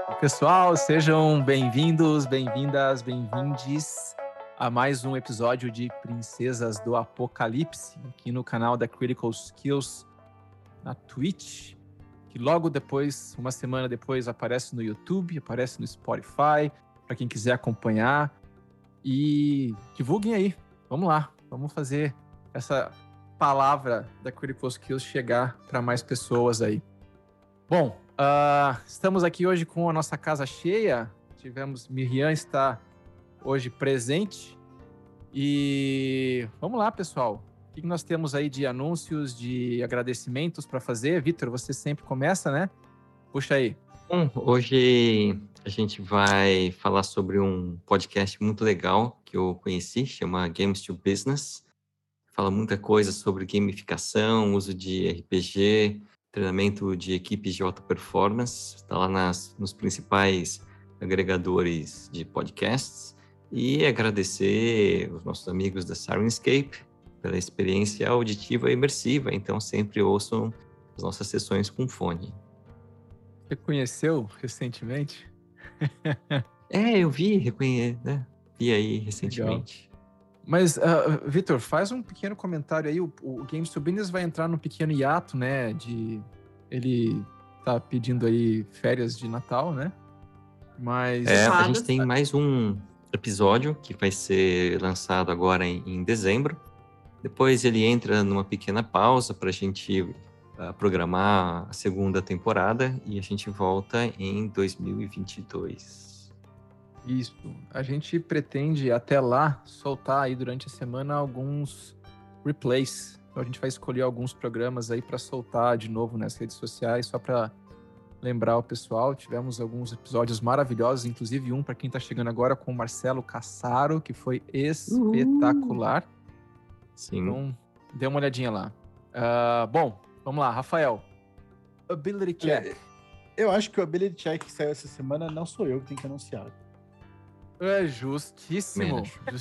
Pessoal, sejam bem-vindos, bem-vindas, bem-vindes a mais um episódio de Princesas do Apocalipse, aqui no canal da Critical Skills na Twitch, que logo depois, uma semana depois, aparece no YouTube, aparece no Spotify, para quem quiser acompanhar. E divulguem aí, vamos lá, vamos fazer essa palavra da Critical Skills chegar para mais pessoas aí. Bom, estamos aqui hoje com a nossa casa cheia. Miriam está hoje presente. E vamos lá, pessoal. O que nós temos aí de anúncios, de agradecimentos para fazer? Vitor, você sempre começa, né? Puxa aí. Bom, hoje a gente vai falar sobre um podcast muito legal que eu conheci, chama Games to Business. Fala muita coisa sobre gamificação, uso de RPG, treinamento de equipes de alta performance. Está lá nos principais agregadores de podcasts. E agradecer os nossos amigos da Sirenscape pela experiência auditiva e imersiva. Então, sempre ouçam as nossas sessões com fone. Você conheceu recentemente? Eu reconheci, né? Vi aí recentemente. Legal. Mas, Vitor, faz um pequeno comentário aí. O Games to Business vai entrar num pequeno hiato, né? Ele tá pedindo aí férias de Natal, né? Mas... a gente tem mais um episódio que vai ser lançado agora em dezembro. Depois ele entra numa pequena pausa para a gente programar a segunda temporada e a gente volta em 2022. Isso. A gente pretende até lá soltar aí durante a semana alguns replays. Então a gente vai escolher alguns programas aí para soltar de novo nas redes sociais, só para lembrar o pessoal. Tivemos alguns episódios maravilhosos, inclusive um para quem está chegando agora com o Marcelo Cassaro, que foi espetacular. Sim. Então, dê uma olhadinha lá. Bom, vamos lá, Rafael. Ability Check. Eu acho que o Ability Check que saiu essa semana não sou eu que tenho que anunciar. Justíssimo.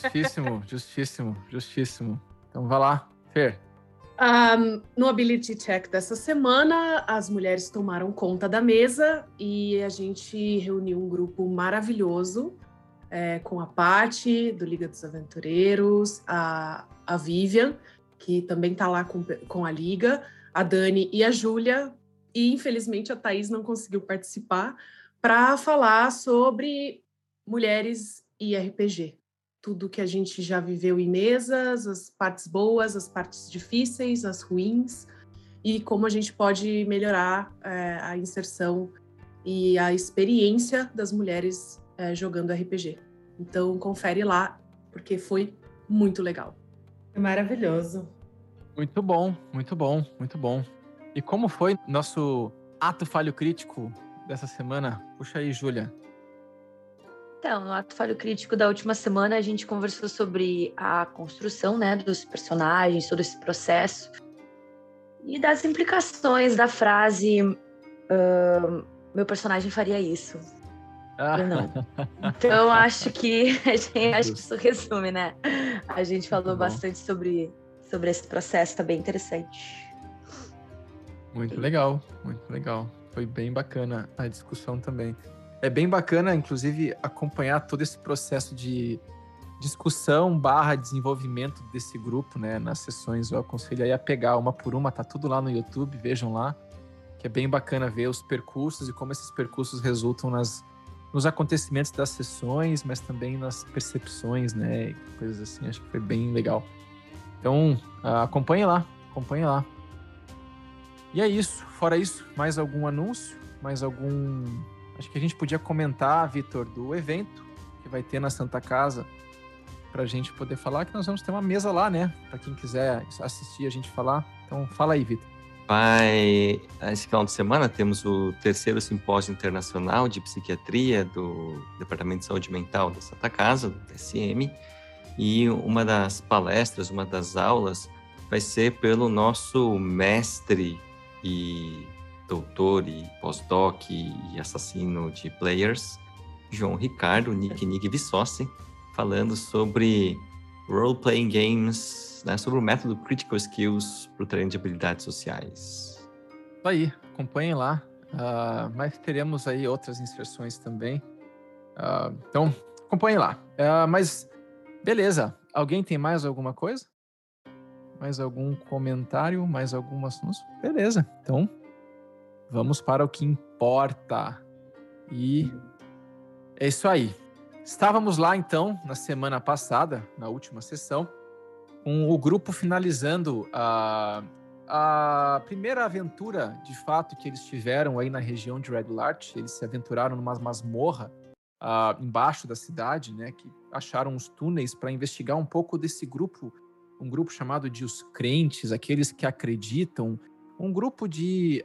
Então vai lá, Fer. No Ability Check dessa semana, as mulheres tomaram conta da mesa e a gente reuniu um grupo maravilhoso com a Paty, do Liga dos Aventureiros, a Vivian, que também está lá com a Liga, a Dani e a Júlia, e infelizmente a Thaís não conseguiu participar, para falar sobre mulheres e RPG. Tudo que a gente já viveu em mesas, as partes boas, as partes difíceis, as ruins, e como a gente pode melhorar a inserção e a experiência das mulheres jogando RPG. Então, confere lá, porque foi muito legal. É maravilhoso. Muito bom. E como foi nosso ato falho crítico dessa semana? Puxa aí, Júlia. Então, no ato falho crítico da última semana, a gente conversou sobre a construção, né, dos personagens, todo esse processo, e das implicações da frase meu personagem faria isso. Eu não. Então, acho que isso resume, né? A gente falou bastante sobre esse processo, tá bem interessante. Muito legal. Foi bem bacana a discussão também. É bem bacana, inclusive, acompanhar todo esse processo de discussão / desenvolvimento desse grupo, né? Nas sessões, eu aconselho aí a pegar uma por uma, tá tudo lá no YouTube, vejam lá, que é bem bacana ver os percursos e como esses percursos resultam nos acontecimentos das sessões, mas também nas percepções, né? E coisas assim, acho que foi bem legal. Então, acompanhe lá. E é isso. Fora isso, mais algum anúncio? Acho que a gente podia comentar, Vitor, do evento que vai ter na Santa Casa, pra gente poder falar que nós vamos ter uma mesa lá, né? Pra quem quiser assistir a gente falar. Então, fala aí, Vitor. Esse final de semana temos o 3º Simpósio Internacional de Psiquiatria do Departamento de Saúde Mental da Santa Casa, do DSM, e uma das palestras, uma das aulas, vai ser pelo nosso mestre e doutor e pós-doc e assassino de players, João Ricardo Nick Vissossi, falando sobre role-playing games, né, sobre o método Critical Skills para o treino de habilidades sociais. Isso aí, acompanhem lá. mas teremos aí outras inserções também. Então, acompanhe lá. Mas, beleza. Alguém tem mais alguma coisa? Mais algum comentário? Mais algum assunto? Beleza. Então, vamos para o que importa. E é isso aí. Estávamos lá, então, na semana passada, na última sessão, com o grupo finalizando a primeira aventura, de fato, que eles tiveram aí na região de Red Larch. Eles se aventuraram numa masmorra embaixo da cidade, né, que acharam os túneis para investigar um pouco desse grupo, um grupo chamado de os crentes, aqueles que acreditam, um grupo de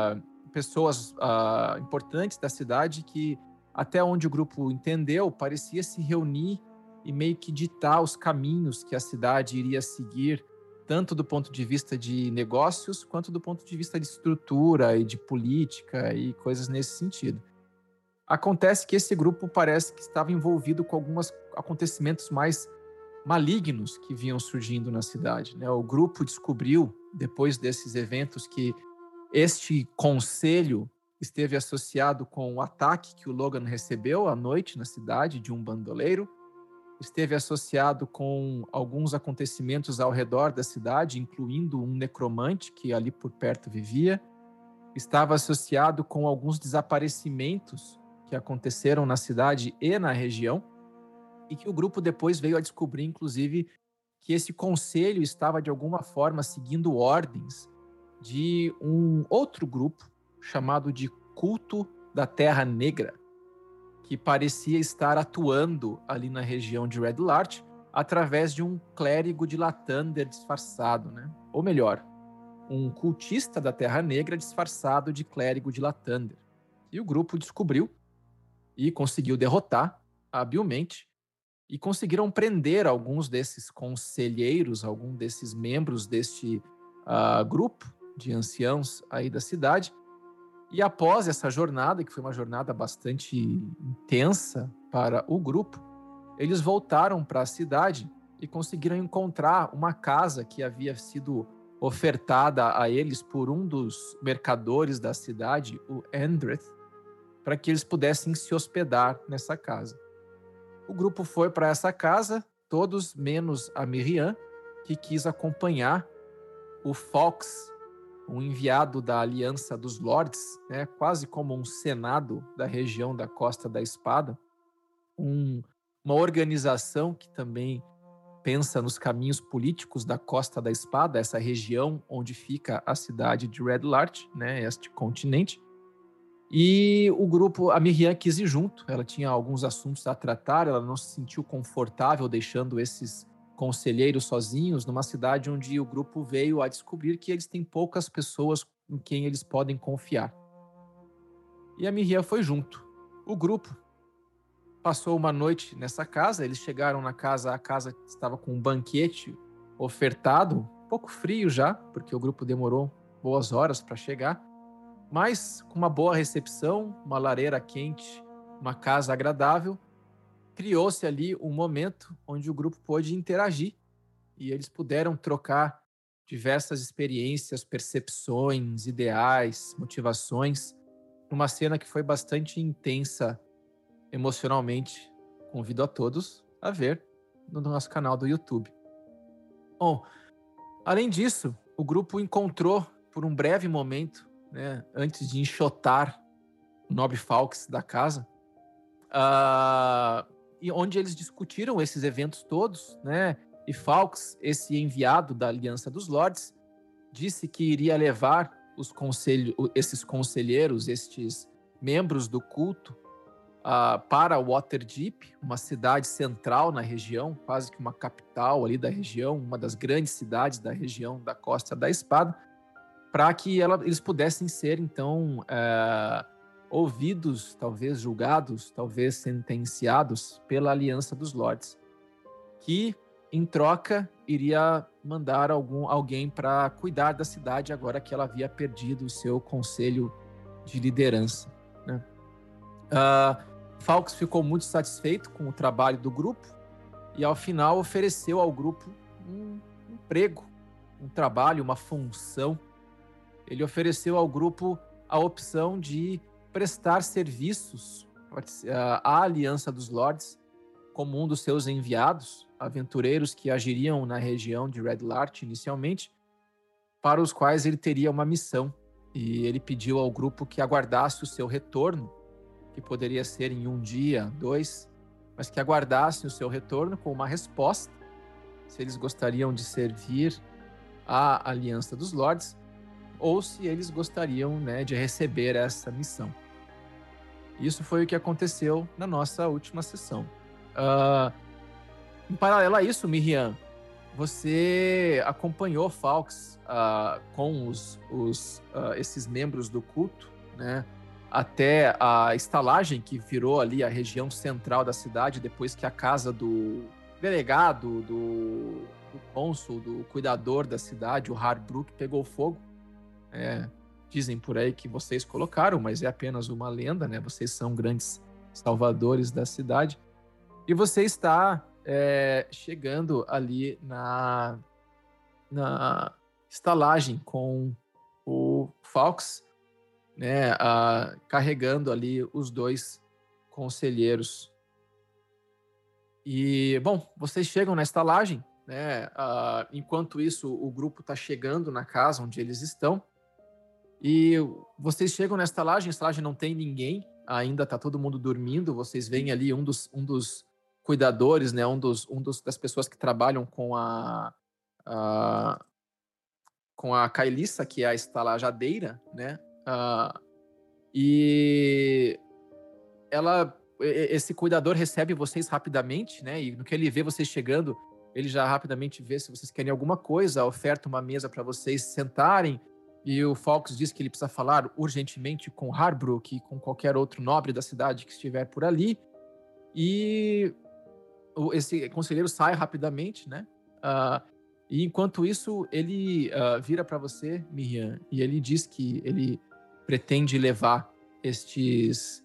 pessoas importantes da cidade que, até onde o grupo entendeu, parecia se reunir e meio que ditar os caminhos que a cidade iria seguir, tanto do ponto de vista de negócios, quanto do ponto de vista de estrutura e de política e coisas nesse sentido. Acontece que esse grupo parece que estava envolvido com alguns acontecimentos mais malignos que vinham surgindo na cidade, né? O grupo descobriu, depois desses eventos, que este conselho esteve associado com o ataque que o Logan recebeu à noite na cidade de um bandoleiro, esteve associado com alguns acontecimentos ao redor da cidade, incluindo um necromante que ali por perto vivia, estava associado com alguns desaparecimentos que aconteceram na cidade e na região, e que o grupo depois veio a descobrir, inclusive, que esse conselho estava, de alguma forma, seguindo ordens de um outro grupo chamado de Culto da Terra Negra, que parecia estar atuando ali na região de Red Larch através de um clérigo de Lathander disfarçado, né? Ou melhor, um cultista da Terra Negra disfarçado de clérigo de Lathander. E o grupo descobriu e conseguiu derrotar habilmente, e conseguiram prender alguns desses conselheiros, alguns desses membros deste grupo de anciãos aí da cidade. E após essa jornada, que foi uma jornada bastante intensa para o grupo, eles voltaram para a cidade e conseguiram encontrar uma casa que havia sido ofertada a eles por um dos mercadores da cidade, o Endreth, para que eles pudessem se hospedar nessa casa. O grupo foi para essa casa, todos menos a Miriam, que quis acompanhar o Fox, um enviado da Aliança dos Lords, né, quase como um senado da região da Costa da Espada, uma organização que também pensa nos caminhos políticos da Costa da Espada, essa região onde fica a cidade de Red Larch, né, este continente. E o grupo, a Miriam quis ir junto, ela tinha alguns assuntos a tratar, ela não se sentiu confortável deixando esses conselheiros sozinhos numa cidade onde o grupo veio a descobrir que eles têm poucas pessoas em quem eles podem confiar. E a Miriam foi junto. O grupo passou uma noite nessa casa, eles chegaram na casa, a casa estava com um banquete ofertado, um pouco frio já, porque o grupo demorou boas horas para chegar, mas com uma boa recepção, uma lareira quente, uma casa agradável, criou-se ali um momento onde o grupo pôde interagir e eles puderam trocar diversas experiências, percepções, ideais, motivações, numa cena que foi bastante intensa emocionalmente. Convido a todos a ver no nosso canal do YouTube. Bom, além disso, o grupo encontrou por um breve momento, né, antes de enxotar o nobre Fawkes da casa, e onde eles discutiram esses eventos todos, né? E Fawkes, esse enviado da Aliança dos Lords, disse que iria levar esses conselheiros, estes membros do culto, para Waterdeep, uma cidade central na região, quase que uma capital ali da região, uma das grandes cidades da região da Costa da Espada, para que eles pudessem ser, então, ouvidos, talvez julgados, talvez sentenciados pela Aliança dos Lords, que, em troca, iria mandar alguém para cuidar da cidade agora que ela havia perdido o seu conselho de liderança, né? Fawkes ficou muito satisfeito com o trabalho do grupo e, ao final, ofereceu ao grupo um emprego, um trabalho, uma função. Ele ofereceu ao grupo a opção de prestar serviços à Aliança dos Lords como um dos seus enviados, aventureiros que agiriam na região de Red Lart inicialmente, para os quais ele teria uma missão. E ele pediu ao grupo que aguardasse o seu retorno, que poderia ser em 1 dia, 2, mas que aguardassem o seu retorno com uma resposta, se eles gostariam de servir à Aliança dos Lords, ou se eles gostariam, né, de receber essa missão. Isso foi o que aconteceu na nossa última sessão. Em paralelo a isso, Miriam, você acompanhou Falks com esses membros do culto, né, até a estalagem que virou ali a região central da cidade, depois que a casa do delegado, do cônsul, do cuidador da cidade, o Harbrook, pegou fogo. Dizem por aí que vocês colocaram, mas é apenas uma lenda, né? Vocês são grandes salvadores da cidade. E você está chegando ali na estalagem com o Falks, né? Carregando ali os 2 conselheiros. E, bom, vocês chegam na estalagem, né? Enquanto isso, o grupo está chegando na casa onde eles estão. E vocês chegam na estalagem, a estalagem não tem ninguém, ainda está todo mundo dormindo. Vocês veem ali um dos cuidadores, né, das pessoas que trabalham com a Kailissa, que é a estalajadeira, né? E esse cuidador recebe vocês rapidamente, né? E no que ele vê vocês chegando, ele já rapidamente vê se vocês querem alguma coisa, oferta uma mesa para vocês sentarem. E o Falks diz que ele precisa falar urgentemente com Harbrook e com qualquer outro nobre da cidade que estiver por ali. E esse conselheiro sai rapidamente, né? E enquanto isso, ele vira para você, Miriam, e ele diz que ele pretende levar estes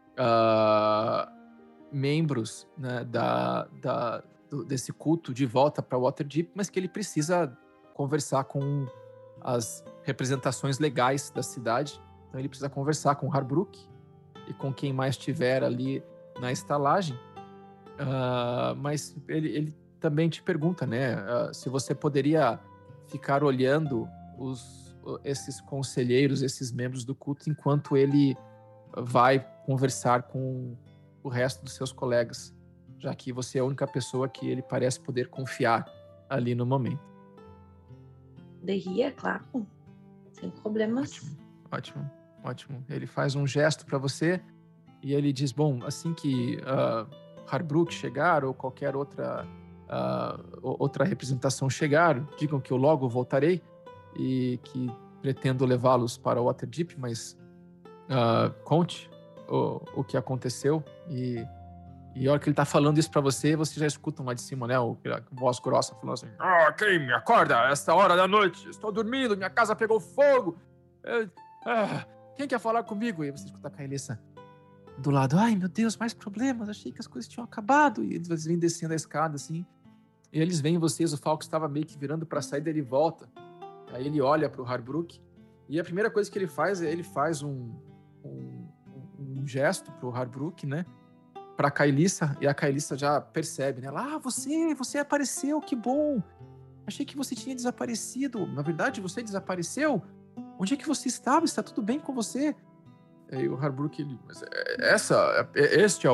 membros, né, desse culto de volta para Waterdeep, mas que ele precisa conversar com as representações legais da cidade. Então ele precisa conversar com Harbrook e com quem mais estiver ali na estalagem. Mas ele também te pergunta, né, se você poderia ficar olhando esses conselheiros, esses membros do culto, enquanto ele vai conversar com o resto dos seus colegas, já que você é a única pessoa que ele parece poder confiar ali no momento. Daí, é claro, sem problemas. Ótimo. Ele faz um gesto para você e ele diz, bom, assim que Harbrook chegar ou qualquer outra representação chegar, digam que eu logo voltarei e que pretendo levá-los para o Waterdeep, mas conte o que aconteceu. E a hora que ele tá falando isso pra você, você já escuta lá de cima, né? A voz grossa falando assim: quem me acorda a esta hora da noite? Estou dormindo, minha casa pegou fogo. Quem quer falar comigo? E você escuta a Kailissa do lado: ai, meu Deus, mais problemas, achei que as coisas tinham acabado. E eles vêm descendo a escada, assim. E eles veem vocês, o Falco estava meio que virando pra sair, daí ele volta. Aí ele olha pro Harbrook. E a primeira coisa que ele faz um gesto pro Harbrook, né? Pra Kailissa, e a Kailissa já percebe, né? Você apareceu, que bom! Achei que você tinha desaparecido. Na verdade, você desapareceu? Onde é que você estava? Está tudo bem com você? Aí o Harbrook, ele... Mas este é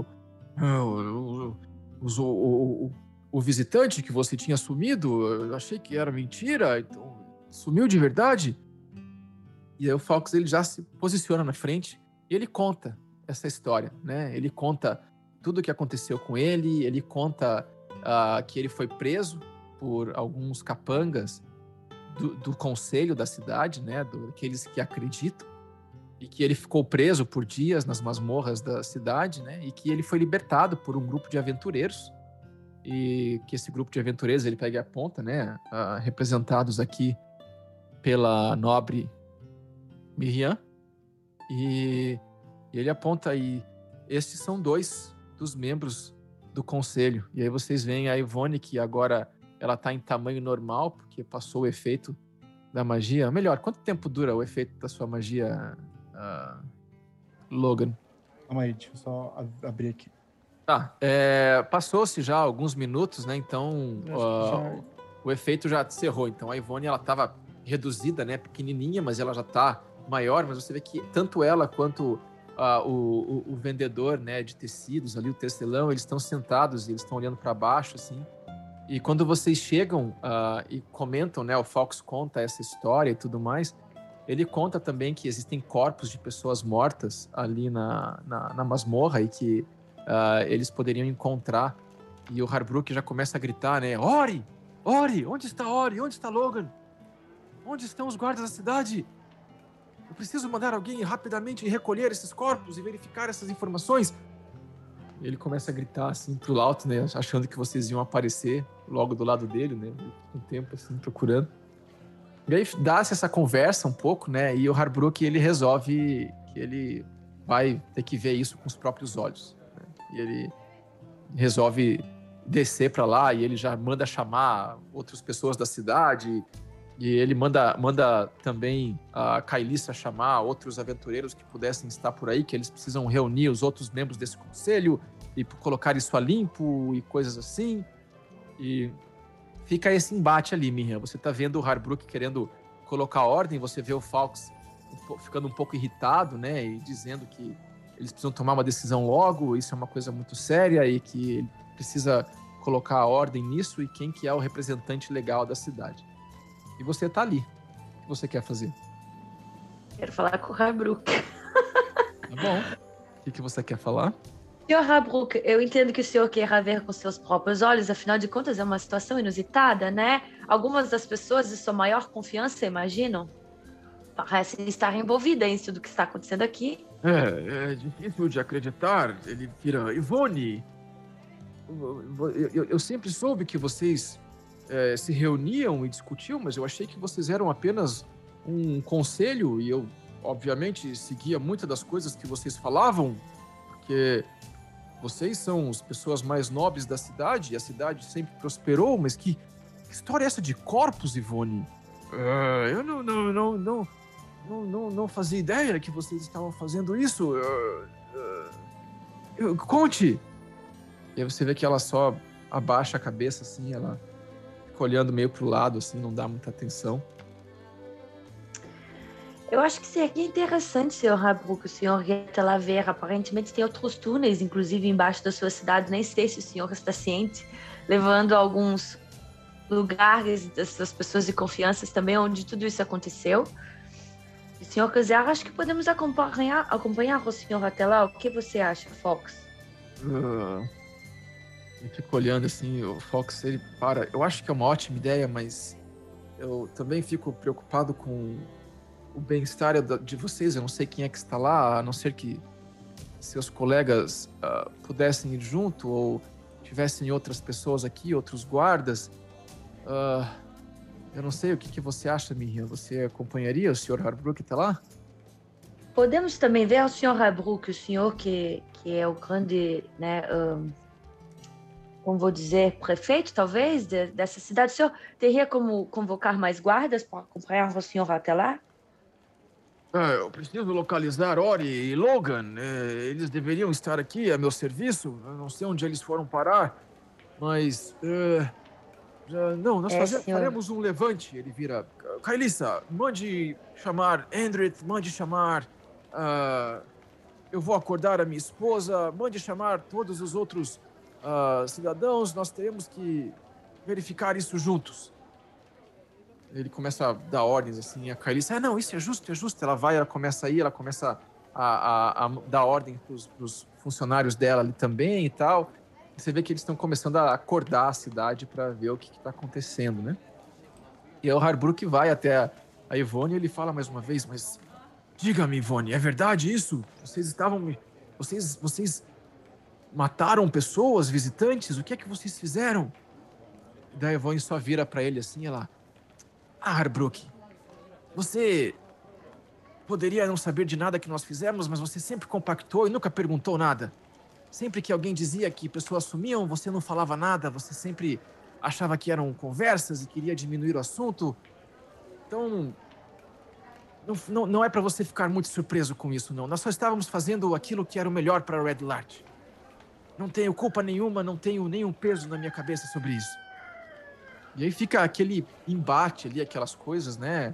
o visitante que você tinha sumido? Eu achei que era mentira, então sumiu de verdade? E aí o Falks, ele já se posiciona na frente e ele conta essa história, né? Ele conta tudo o que aconteceu com ele, ele conta que ele foi preso por alguns capangas do conselho da cidade, né? Daqueles que acreditam, e que ele ficou preso por dias nas masmorras da cidade, né? E que ele foi libertado por um grupo de aventureiros, e que esse grupo de aventureiros, ele pega a ponta, né? Representados aqui pela nobre Miriam, e ele aponta aí, estes são 2 dos membros do conselho. E aí vocês veem a Ivone, que agora ela tá em tamanho normal, porque passou o efeito da magia. Melhor, quanto tempo dura o efeito da sua magia, Logan? Calma aí, deixa eu só abrir aqui. Tá, passou-se já alguns minutos, né? Então o efeito já cerrou. Então a Ivone, ela tava reduzida, né? Pequenininha, mas ela já tá maior. Mas você vê que tanto ela quanto o vendedor, né, de tecidos ali, o tecelão, eles estão sentados e eles estão olhando para baixo, assim. E quando vocês chegam e comentam, né? O Fox conta essa história e tudo mais. Ele conta também que existem corpos de pessoas mortas ali na masmorra e que eles poderiam encontrar. E o Harbrook já começa a gritar, né? Ori! Ori! Onde está Ori? Onde está Logan? Onde estão os guardas da cidade? Eu preciso mandar alguém rapidamente recolher esses corpos e verificar essas informações. E ele começa a gritar assim pro alto, né? Achando que vocês iam aparecer logo do lado dele, né? Um tempo assim, procurando. E aí dá-se essa conversa um pouco, né? E o Harbrook, ele resolve que ele vai ter que ver isso com os próprios olhos. E ele resolve descer para lá e ele já manda chamar outras pessoas da cidade e ele manda também a Kailissa chamar outros aventureiros que pudessem estar por aí, que eles precisam reunir os outros membros desse conselho e colocar isso a limpo e coisas assim. E fica esse embate ali, Miriam. Você tá vendo o Harbrook querendo colocar ordem, você vê o Fawkes ficando um pouco irritado, né, e dizendo que eles precisam tomar uma decisão logo, isso é uma coisa muito séria e que ele precisa colocar a ordem nisso e quem que é o representante legal da cidade. E você tá ali. O que você quer fazer? Quero falar com o Harbrook. Tá bom. O que você quer falar? Senhor Harbrook, eu entendo que o senhor queira ver com seus próprios olhos, afinal de contas é uma situação inusitada, né? Algumas das pessoas de sua maior confiança, imagino, parecem estar envolvidas em tudo que está acontecendo aqui. É difícil de acreditar. Ele vira Ivone. Eu sempre soube que vocês se reuniam e discutiam, mas eu achei que vocês eram apenas um conselho e eu, obviamente, seguia muitas das coisas que vocês falavam, porque vocês são as pessoas mais nobres da cidade e a cidade sempre prosperou, mas que história é essa de corpos, Ivone? Eu não fazia ideia que vocês estavam fazendo isso. Conte! E aí você vê que ela só abaixa a cabeça, assim, ela fica olhando meio pro lado, assim, não dá muita atenção. Eu acho que seria interessante, senhor Harbrook, o senhor ir até lá ver. Aparentemente tem outros túneis, inclusive embaixo da sua cidade. Nem sei se o senhor está ciente, levando a alguns lugares das pessoas de confiança também, onde tudo isso aconteceu. Se o senhor quiser, acho que podemos acompanhar o senhor até lá. O que você acha, Fox? Eu fico olhando assim, o Fox, ele para. Eu acho que é uma ótima ideia, mas eu também fico preocupado com o bem-estar de vocês. Eu não sei quem é que está lá, a não ser que seus colegas pudessem ir junto ou tivessem outras pessoas aqui, outros guardas. Eu não sei o que você acha, Miriam. Você acompanharia o Sr. Harbrook até lá? Podemos também ver o Sr. Harbrook, o senhor que é o grande, né, como vou dizer, prefeito, talvez, dessa cidade. O senhor teria como convocar mais guardas para acompanhar o senhor até lá? Eu preciso localizar Ori e Logan. Eles deveriam estar aqui a meu serviço. Eu não sei onde eles foram parar, mas... não, nós faremos um levante. Ele vira... Kailissa, mande chamar Endrith, mande chamar... eu vou acordar a minha esposa, mande chamar todos os outros cidadãos. Nós teremos que verificar isso juntos. Ele começa a dar ordens, assim, a Kailissa, não, isso é justo. Ela começa a ir, ela começa a dar ordem pros funcionários dela ali também e tal. Você vê que eles estão começando a acordar a cidade para ver o que está acontecendo, né? E aí o Harbrook vai até a Ivone e ele fala mais uma vez, mas diga-me, Ivone, é verdade isso? Vocês mataram pessoas, visitantes? O que é que vocês fizeram? E daí a Ivone só vira para ele assim, ela... Harbrook, você poderia não saber de nada que nós fizemos, mas você sempre compactou e nunca perguntou nada. Sempre que alguém dizia que pessoas sumiam, você não falava nada, você sempre achava que eram conversas e queria diminuir o assunto. Então, não é para você ficar muito surpreso com isso, não. Nós só estávamos fazendo aquilo que era o melhor para Red Lart. Não tenho culpa nenhuma, não tenho nenhum peso na minha cabeça sobre isso. E aí fica aquele embate ali, aquelas coisas, né?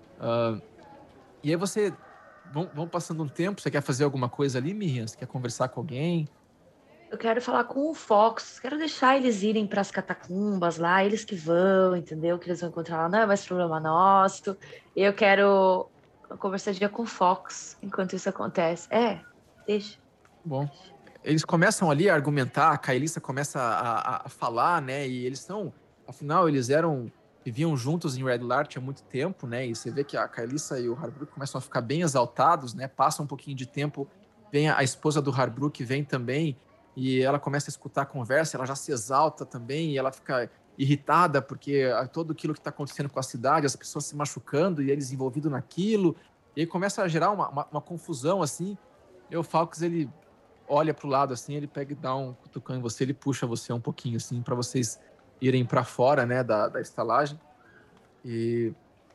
E aí você... Vão passando um tempo, você quer fazer alguma coisa ali, Miriam? Você quer conversar com alguém? Eu quero falar com o Fox, quero deixar eles irem para as catacumbas lá, eles que vão, entendeu? Que eles vão encontrar lá, não é mais problema nosso. Eu quero conversar com o Fox enquanto isso acontece. Deixa. Bom, eles começam ali a argumentar, a Kaelissa começa a falar, né? E eles são, afinal, viviam juntos em Red Lart há muito tempo, né? E você vê que a Kaelissa e o Harbrook começam a ficar bem exaltados, né? Passa um pouquinho de tempo, vem a esposa do Harbrook, vem também, e ela começa a escutar a conversa, ela já se exalta também, e ela fica irritada porque todo aquilo que está acontecendo com a cidade, as pessoas se machucando e eles envolvidos naquilo, e aí começa a gerar uma confusão, assim. E o Falcos, ele olha pro lado, assim, ele pega e dá um cutucão em você, ele puxa você um pouquinho, assim, para vocês irem para fora, né, da estalagem. E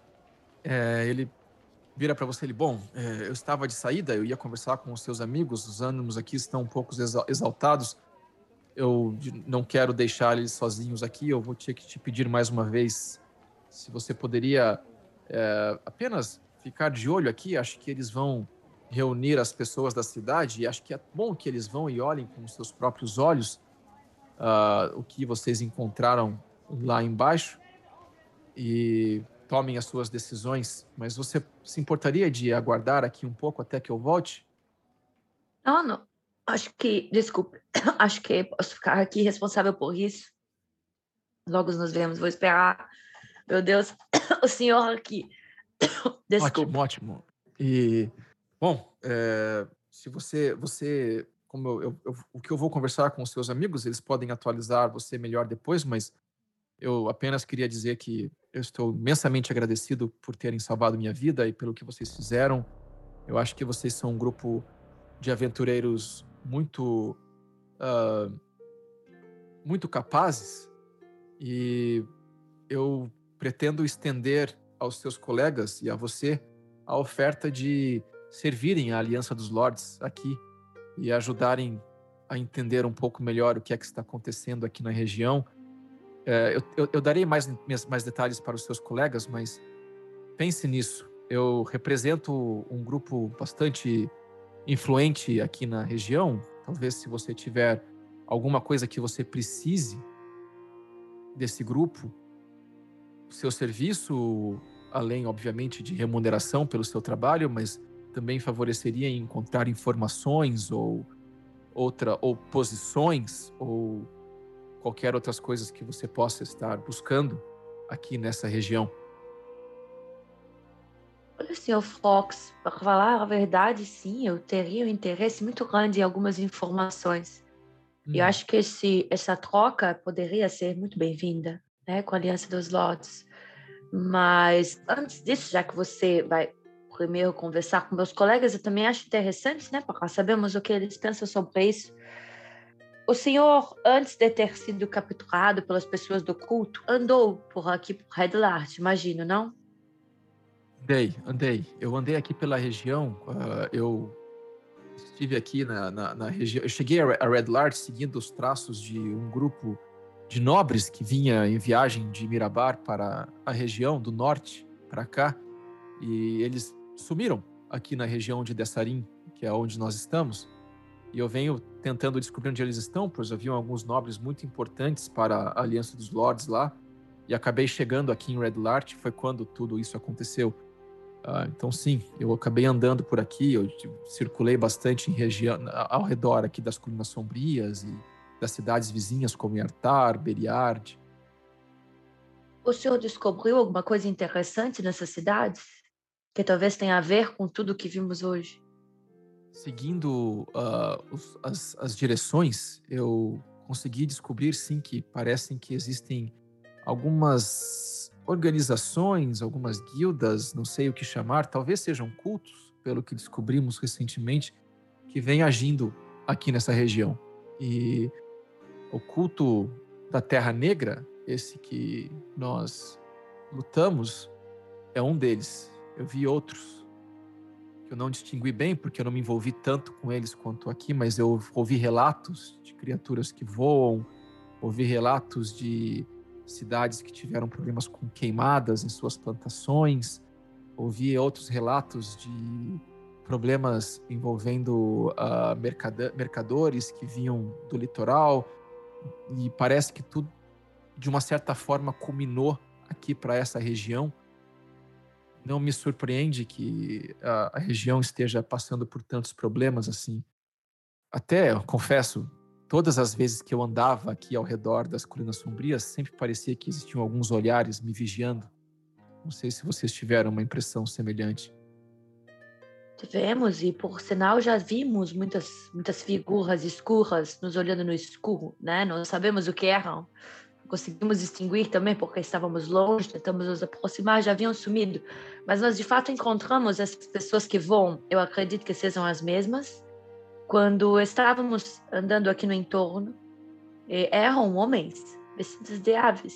ele vira para você, eu estava de saída, eu ia conversar com os seus amigos, os ânimos aqui estão um pouco exaltados, eu não quero deixar eles sozinhos aqui, eu vou ter que te pedir mais uma vez se você poderia apenas ficar de olho aqui. Acho que eles vão reunir as pessoas da cidade e acho que é bom que eles vão e olhem com os seus próprios olhos o que vocês encontraram lá embaixo e tomem as suas decisões. Mas você se importaria de aguardar aqui um pouco até que eu volte? Não. Desculpe, acho que posso ficar aqui responsável por isso. Logo nos vemos, vou esperar. Meu Deus, o senhor aqui. Desculpe. Ótimo. E, bom, se você como o que eu vou conversar com os seus amigos, eles podem atualizar você melhor depois, mas eu apenas queria dizer que eu estou imensamente agradecido por terem salvado minha vida e pelo que vocês fizeram. Eu acho que vocês são um grupo de aventureiros muito capazes e eu pretendo estender aos seus colegas e a você a oferta de servirem a Aliança dos Lords aqui e ajudarem a entender um pouco melhor o que é que está acontecendo aqui na região. Eu darei mais detalhes para os seus colegas, mas pense nisso. Eu represento um grupo bastante influente aqui na região. Talvez, se você tiver alguma coisa que você precise desse grupo, o seu serviço, além, obviamente, de remuneração pelo seu trabalho, mas também favoreceria em encontrar informações ou posições ou qualquer outras coisas que você possa estar buscando aqui nessa região. Olha, senhor Fox, para falar a verdade, sim, eu teria um interesse muito grande em algumas informações. E eu acho que essa troca poderia ser muito bem-vinda, né, com a Aliança dos Lords. Mas antes disso, já que você vai primeiro conversar com meus colegas, eu também acho interessante, né, para sabermos o que eles pensam sobre isso. O senhor, antes de ter sido capturado pelas pessoas do culto, andou por aqui, por Red Lart, imagino, não? Andei. Eu andei aqui pela região. Eu estive aqui na região. Eu cheguei a Red Lart seguindo os traços de um grupo de nobres que vinha em viagem de Mirabar para a região do norte, para cá. E eles sumiram aqui na região de Dessarim, que é onde nós estamos. E eu venho tentando descobrir onde eles estão, pois haviam alguns nobres muito importantes para a Aliança dos Lords lá. E acabei chegando aqui em Red Lart, foi quando tudo isso aconteceu. Então, sim, eu acabei andando por aqui, eu circulei bastante em região, ao redor aqui das Colinas Sombrias e das cidades vizinhas, como Yartar, Beriard. O senhor descobriu alguma coisa interessante nessas cidades? Que talvez tenha a ver com tudo que vimos hoje? Seguindo as direções, eu consegui descobrir, sim, que parecem que existem algumas organizações, algumas guildas, não sei o que chamar, talvez sejam cultos, pelo que descobrimos recentemente, que vêm agindo aqui nessa região. E o culto da Terra Negra, esse que nós lutamos, é um deles. Eu vi outros que eu não distingui bem, porque eu não me envolvi tanto com eles quanto aqui, mas eu ouvi relatos de criaturas que voam, ouvi relatos de cidades que tiveram problemas com queimadas em suas plantações, ouvi outros relatos de problemas envolvendo mercadores que vinham do litoral, e parece que tudo, de uma certa forma, culminou aqui para essa região. Não me surpreende que a região esteja passando por tantos problemas assim. Até, eu confesso, todas as vezes que eu andava aqui ao redor das Colinas Sombrias, sempre parecia que existiam alguns olhares me vigiando. Não sei se vocês tiveram uma impressão semelhante. Tivemos, e por sinal já vimos muitas figuras escuras nos olhando no escuro, né? Não sabemos o que eram. Conseguimos distinguir também porque estávamos longe, tentamos nos aproximar, já haviam sumido. Mas nós de fato encontramos essas pessoas que voam, eu acredito que sejam as mesmas. Quando estávamos andando aqui no entorno, eram homens vestidos de aves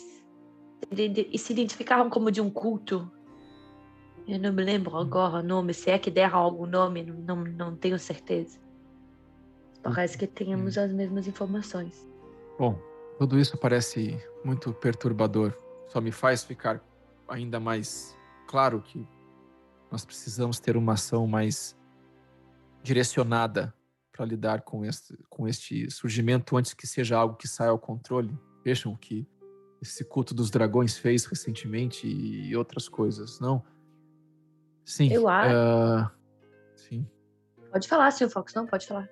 e se identificavam como de um culto. Eu não me lembro agora o nome, se é que deram algum nome, não tenho certeza. Parece que temos as mesmas informações. Bom, tudo isso parece muito perturbador. Só me faz ficar ainda mais claro que nós precisamos ter uma ação mais direcionada para lidar com este surgimento antes que seja algo que saia ao controle. Vejam o que esse culto dos dragões fez recentemente e outras coisas, não? Sim. Eu acho. Sim. Pode falar, Sr. Fox, não pode falar.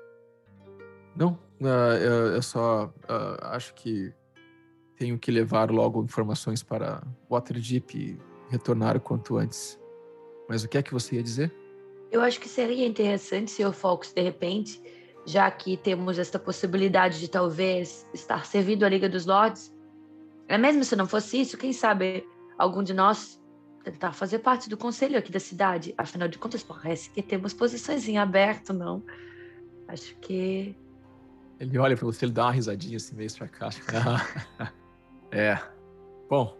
Não, eu só acho que tenho que levar logo informações para Waterdeep e retornar o quanto antes. Mas o que é que você ia dizer? Eu acho que seria interessante, Sr. Fox, de repente, já que temos esta possibilidade de talvez estar servindo a Liga dos Lords, mesmo se não fosse isso, quem sabe algum de nós tentar fazer parte do conselho aqui da cidade. Afinal de contas, parece que temos posições em aberto, não? Acho que... Ele olha para você, ele dá uma risadinha assim, meio sarcástica. Bom,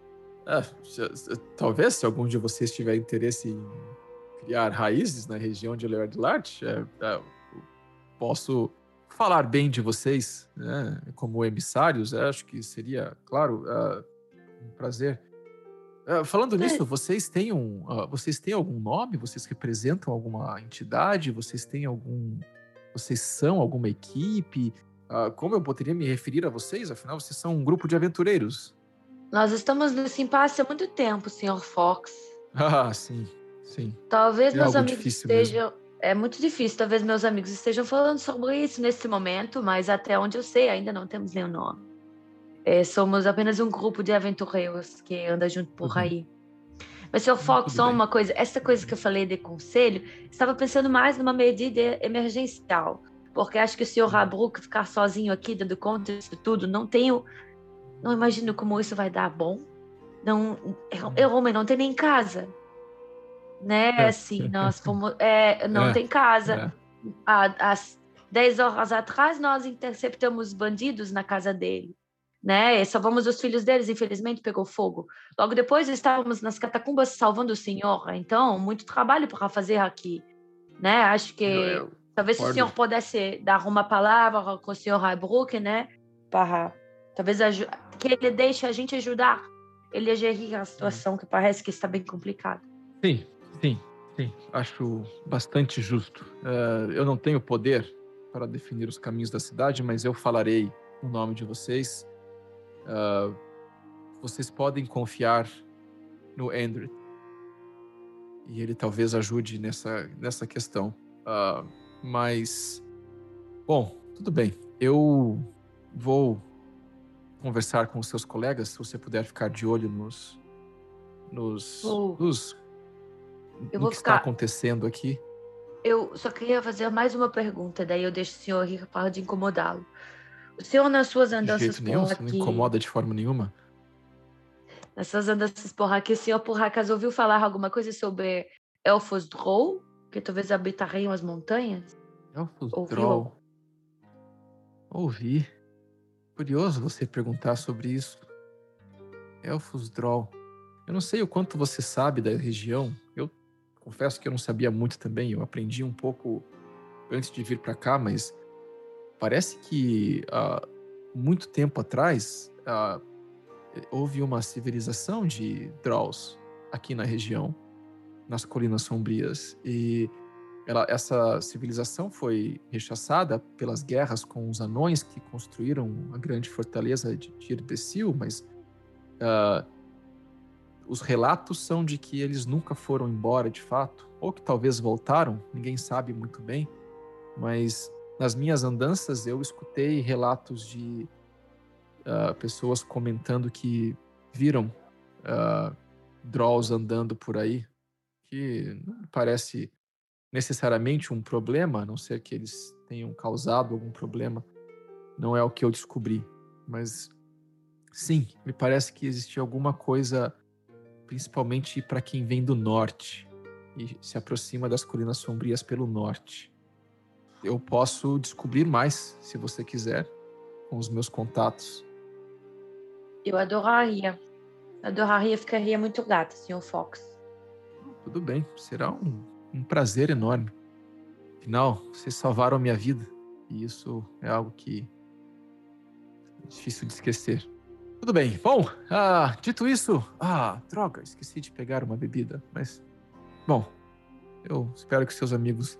talvez se algum de vocês tiver interesse em criar raízes na região de Leordlart, posso falar bem de vocês, né, como emissários. Acho que seria, claro, um prazer. Falando nisso, vocês têm algum nome? Vocês representam alguma entidade? Vocês são alguma equipe? Como eu poderia me referir a vocês? Afinal, vocês são um grupo de aventureiros. Nós estamos nesse impasse há muito tempo, Sr. Fox. Sim. Talvez É meus algo amigos difícil estejam... É muito difícil, talvez meus amigos estejam falando sobre isso nesse momento, mas até onde eu sei, ainda não temos nenhum nome. Somos apenas um grupo de aventureiros que anda junto por aí. Mas, Sr. Fox, só uma coisa. Essa coisa que eu falei de conselho, estava pensando mais numa medida emergencial. Porque acho que o Sr. Rabruk ficar sozinho aqui, dando conta disso tudo, não imagino como isso vai dar bom. Homem não tem nem casa. Né? Assim, nós fomos... não tem casa. Às 10 horas atrás, nós interceptamos bandidos na casa dele. Né? Salvamos os filhos deles, infelizmente pegou fogo. Logo depois estávamos nas catacumbas salvando o senhor. Então, muito trabalho para fazer aqui. Né? Acho que talvez o senhor pudesse dar uma palavra com o senhor Rabruk, né? Para talvez que ele deixe a gente ajudar ele a gerir a situação, que parece que está bem complicada. Sim. Acho bastante justo. Eu não tenho poder para definir os caminhos da cidade, mas eu falarei o nome de vocês. Vocês podem confiar no Andrew. E ele talvez ajude nessa questão. Mas, bom, tudo bem. Eu vou conversar com os seus colegas, se você puder ficar de olho no que está acontecendo aqui. Eu só queria fazer mais uma pergunta, daí eu deixo o senhor ir para de incomodá-lo. O senhor, nas suas andanças por aqui... Não incomoda de forma nenhuma. Nas suas andanças por aqui, o senhor, por acaso, ouviu falar alguma coisa sobre elfos Drow, que talvez habitariam as montanhas? Elfos Drow? Ouvi. Curioso você perguntar sobre isso. Elfos Drow. Eu não sei o quanto você sabe da região. Eu confesso que eu não sabia muito também. Eu aprendi um pouco antes de vir para cá, mas parece que muito tempo atrás houve uma civilização de Drolls aqui na região, nas Colinas Sombrias. E essa civilização foi rechaçada pelas guerras com os anões que construíram a grande fortaleza de Tir-Besil, mas os relatos são de que eles nunca foram embora de fato, ou que talvez voltaram, ninguém sabe muito bem, mas nas minhas andanças eu escutei relatos de pessoas comentando que viram Drolls andando por aí, que não me parece necessariamente um problema, a não ser que eles tenham causado algum problema. Não é o que eu descobri, mas sim, me parece que existia alguma coisa, principalmente para quem vem do norte e se aproxima das Colinas Sombrias pelo norte. Eu posso descobrir mais, se você quiser, com os meus contatos. Eu adoraria. Ficaria muito grata, Sr. Fox. Tudo bem, será um prazer enorme. Afinal, vocês salvaram a minha vida. E isso é algo que é difícil de esquecer. Tudo bem. Bom, dito isso... droga, esqueci de pegar uma bebida. Mas, bom, eu espero que seus amigos...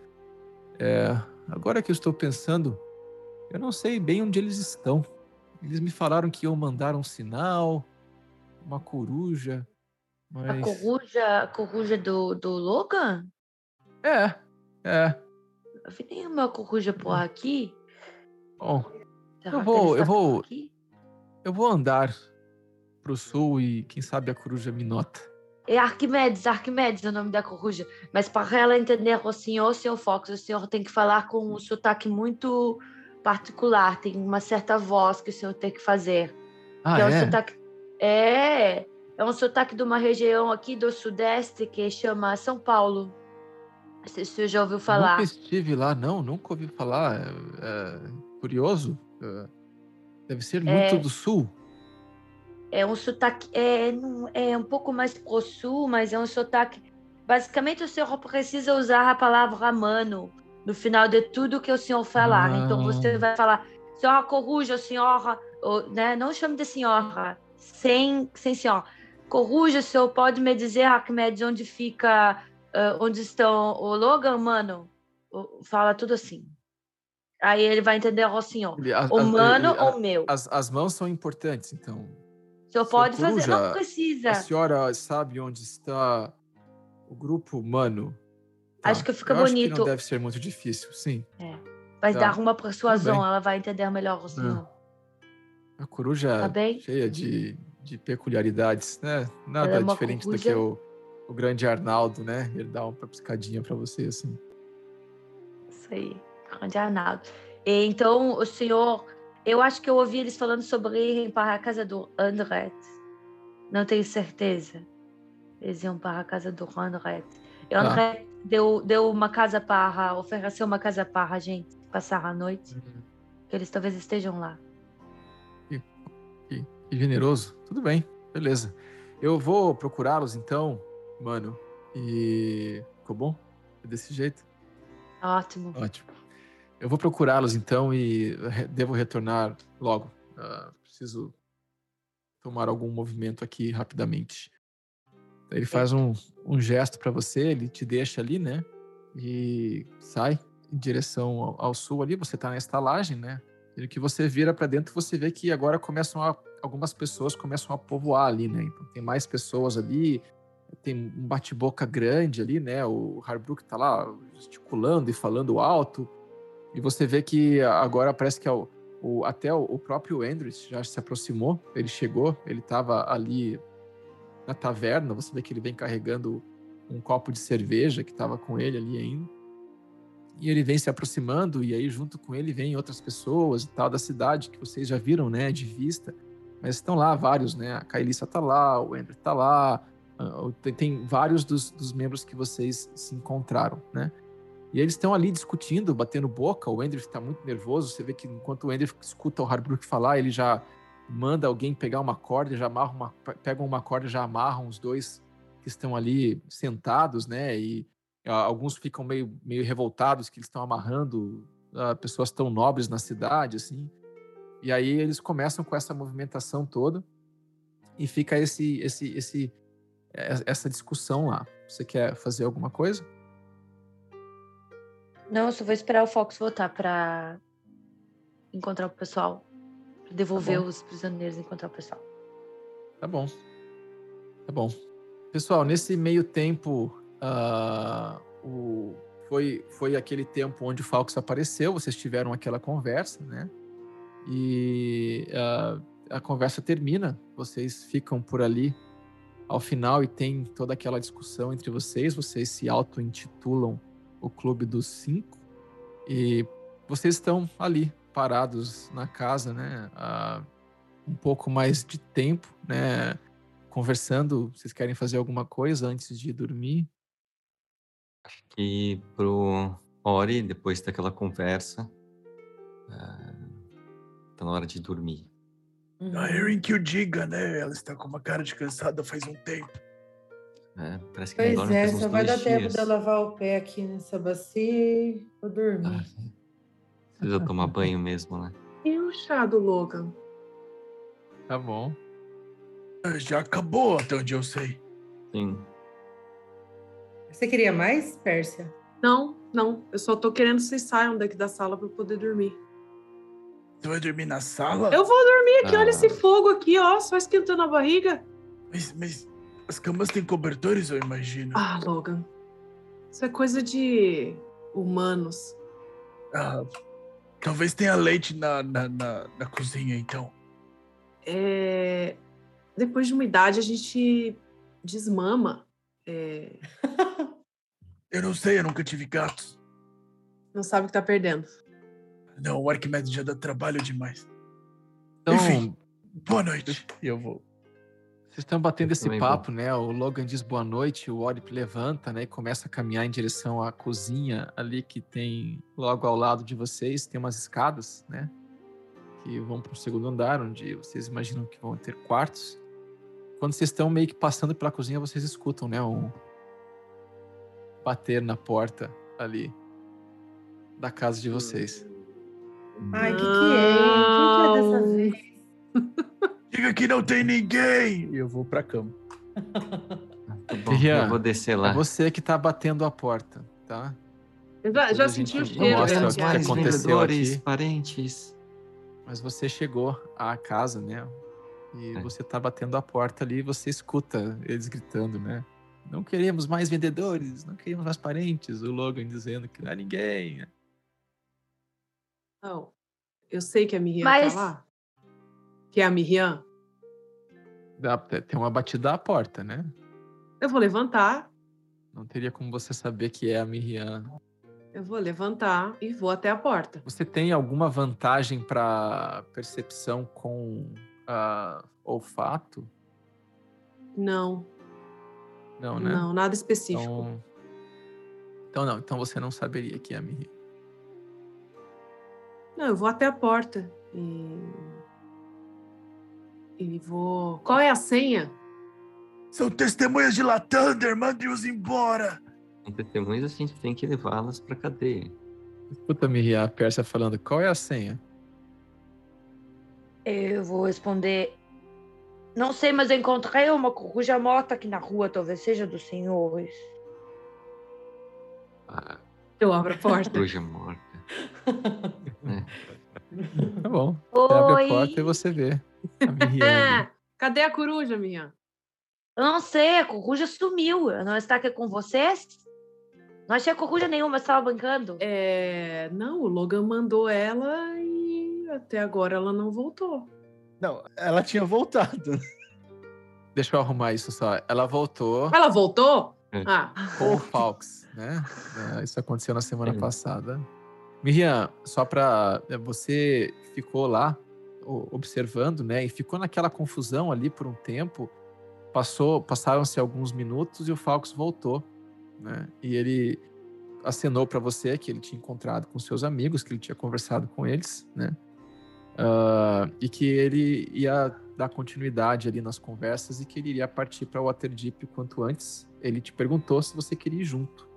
agora que eu estou pensando, eu não sei bem onde eles estão. Eles me falaram que iam mandar um sinal, uma coruja, mas... A coruja do Logan? É. Eu vi nenhuma coruja por aqui. Bom, Será que ele está por aqui? eu vou andar pro sul e quem sabe a coruja me nota. É Arquimedes é o nome da coruja. Mas para ela entender o senhor Fox, o senhor tem que falar com um sotaque muito particular. Tem uma certa voz que o senhor tem que fazer. Ah, que é? é? Um sotaque... É um sotaque de uma região aqui do sudeste que chama São Paulo. Não sei se o senhor já ouviu falar. Nunca estive lá, não. Nunca ouvi falar. Curioso. Deve ser muito do sul. É um sotaque, é um pouco mais pro sul, mas é um sotaque... Basicamente, o senhor precisa usar a palavra mano no final de tudo que o senhor falar. Então, você vai falar, senhora coruja, senhora... né? Não chame de senhora, sem senhora. Coruja, o senhor pode me dizer, Arquimedes, onde fica... onde estão o Logan, mano? Fala tudo assim. Aí ele vai entender o senhor. O mano ou meu. As mãos são importantes, então... O senhor pode fazer, não precisa. A senhora sabe onde está o grupo humano? Tá. Acho que fica bonito. Acho que não deve ser muito difícil, sim. Vai dar uma persuasão, ela vai entender melhor o senhor. A coruja Tá bem? cheia de peculiaridades, né? Nada diferente coruja... do que o grande Arnaldo, né? Ele dá uma piscadinha para você, assim. Isso aí, grande Arnaldo. Então, o senhor... Eu acho que eu ouvi eles falando sobre irem para a casa do Andret. Não tenho certeza. Eles iam para a casa do Andret. E o Andret deu uma casa ofereceu uma casa para a gente passar a noite. Que eles talvez estejam lá. Que generoso. Tudo bem, beleza. Eu vou procurá-los então, mano. E... Ficou bom? É desse jeito? Ótimo. Eu vou procurá-los então e devo retornar logo. Preciso tomar algum movimento aqui rapidamente. Ele faz um gesto para você, ele te deixa ali, né? E sai em direção ao sul ali. Você tá na estalagem, né? E que você vira para dentro, você vê que agora algumas pessoas começam a povoar ali, né? Então tem mais pessoas ali, tem um bate-boca grande ali, né? O Harbrook tá lá gesticulando e falando alto. E você vê que agora parece que até o próprio Andres já se aproximou. Ele chegou, ele estava ali na taverna. Você vê que ele vem carregando um copo de cerveja que estava com ele ali ainda. E ele vem se aproximando, e aí junto com ele vem outras pessoas e tal da cidade que vocês já viram, né, de vista. Mas estão lá vários, né? A Kaelissa tá lá, o Andrew tá lá. Tem vários dos membros que vocês se encontraram, né? E eles estão ali discutindo, batendo boca. O Andrew está muito nervoso. Você vê que enquanto o Andrew escuta o Harbrook falar, ele já manda alguém pegar uma corda e já pegam uma corda e já amarram os dois que estão ali sentados, né? E alguns ficam meio revoltados que eles estão amarrando pessoas tão nobres na cidade, assim. E aí eles começam com essa movimentação toda e fica essa discussão lá. Você quer fazer alguma coisa? Não, eu só vou esperar o Fox voltar pra encontrar o pessoal. Pra devolver os prisioneiros e encontrar o pessoal. Tá bom. Pessoal, nesse meio tempo, foi aquele tempo onde o Fox apareceu, vocês tiveram aquela conversa, né? E a conversa termina, vocês ficam por ali ao final e tem toda aquela discussão entre vocês se auto-intitulam o Clube dos Cinco e vocês estão ali parados na casa, né? Um pouco mais de tempo, né? Conversando. Vocês querem fazer alguma coisa antes de dormir? Acho que pro Ori, depois daquela conversa, tá na hora de dormir. A Erin que o diga, né? Ela está com uma cara de cansada faz um tempo. Parece que não Pois dorme é, faz uns só vai 2 dar tempo dias. de eu lavar o pé aqui nessa bacia e vou dormir. Precisa tomar banho mesmo, né? E o chá do Logan? Tá bom. Já acabou, até onde eu sei. Sim. Você queria mais, Pérsia? Não. Eu só tô querendo que vocês saiam daqui da sala pra eu poder dormir. Você vai dormir na sala? Eu vou dormir aqui, olha esse fogo aqui, ó, só esquentando a barriga. Mas as camas têm cobertores, eu imagino. Ah, Logan. Isso é coisa de humanos. Talvez tenha leite na cozinha, então. Depois de uma idade, a gente desmama. Eu não sei, eu nunca tive gatos. Não sabe o que tá perdendo. Não, o Arquimedes já dá trabalho demais. Então, Enfim, boa noite. E eu vou. vocês estão batendo esse também papo, né? O Logan diz boa noite, o Ori levanta, né? E começa a caminhar em direção à cozinha ali que tem logo ao lado de vocês. Tem umas escadas, né? Que vão para o segundo andar, onde vocês imaginam que vão ter quartos. Quando vocês estão meio que passando pela cozinha, vocês escutam, né? Um bater na porta ali da casa de vocês. Ai, o que é? Quem que é dessa vez? Diga que não tem ninguém! E eu vou pra cama. Tá bom, Rian, eu vou descer lá. É você que tá batendo a porta, tá? Eu Depois já a senti o gente cheiro. mostra né, o que Thiago? mais aconteceu vendedores, aqui. parentes. Mas você chegou à casa, né? E você tá batendo a porta ali e você escuta eles gritando, né? Não queremos mais vendedores, não queremos mais parentes. O Logan dizendo que não há ninguém. Não. Eu sei que a Miriam Mas- tá lá. Que é a Miriam. Tem uma batida à porta, né? Eu vou levantar. Não teria como você saber que é a Miriam. Eu vou levantar e vou até a porta. Você tem alguma vantagem para percepção com olfato? Não, Não, né? não, nada específico. Então você não saberia que é a Miriam. Não, eu vou até a porta e vou... Qual é a senha? São testemunhas de Latander, mande-os embora! Com testemunhas, a gente tem que levá-las pra cadeia. Escuta a Miriam, a Pérsia falando, qual é a senha? Eu vou responder. Não sei, mas eu encontrei uma coruja morta aqui na rua, talvez seja dos senhores. Eu abro a porta. Coruja morta. Tá bom. Você abre a Oi! porta e você vê a Miriam ali. Cadê a coruja, Miriam? Eu não sei, a coruja sumiu. Ela não está aqui com vocês? Não achei coruja nenhuma, estava brincando. Não, o Logan mandou ela e até agora ela não voltou. Não, ela tinha voltado. Deixa eu arrumar isso só. Ela voltou Ela voltou? É. Ah, com o Falks, né? Isso aconteceu na semana É. passada. Miriam, só pra... Você ficou lá observando, né? E ficou naquela confusão ali por um tempo. Passaram-se alguns minutos e o Falks voltou, né? E ele acenou para você que ele tinha encontrado com seus amigos, que ele tinha conversado com eles, né? E que ele ia dar continuidade ali nas conversas e que ele iria partir para Waterdeep o quanto antes. Ele te perguntou se você queria ir junto.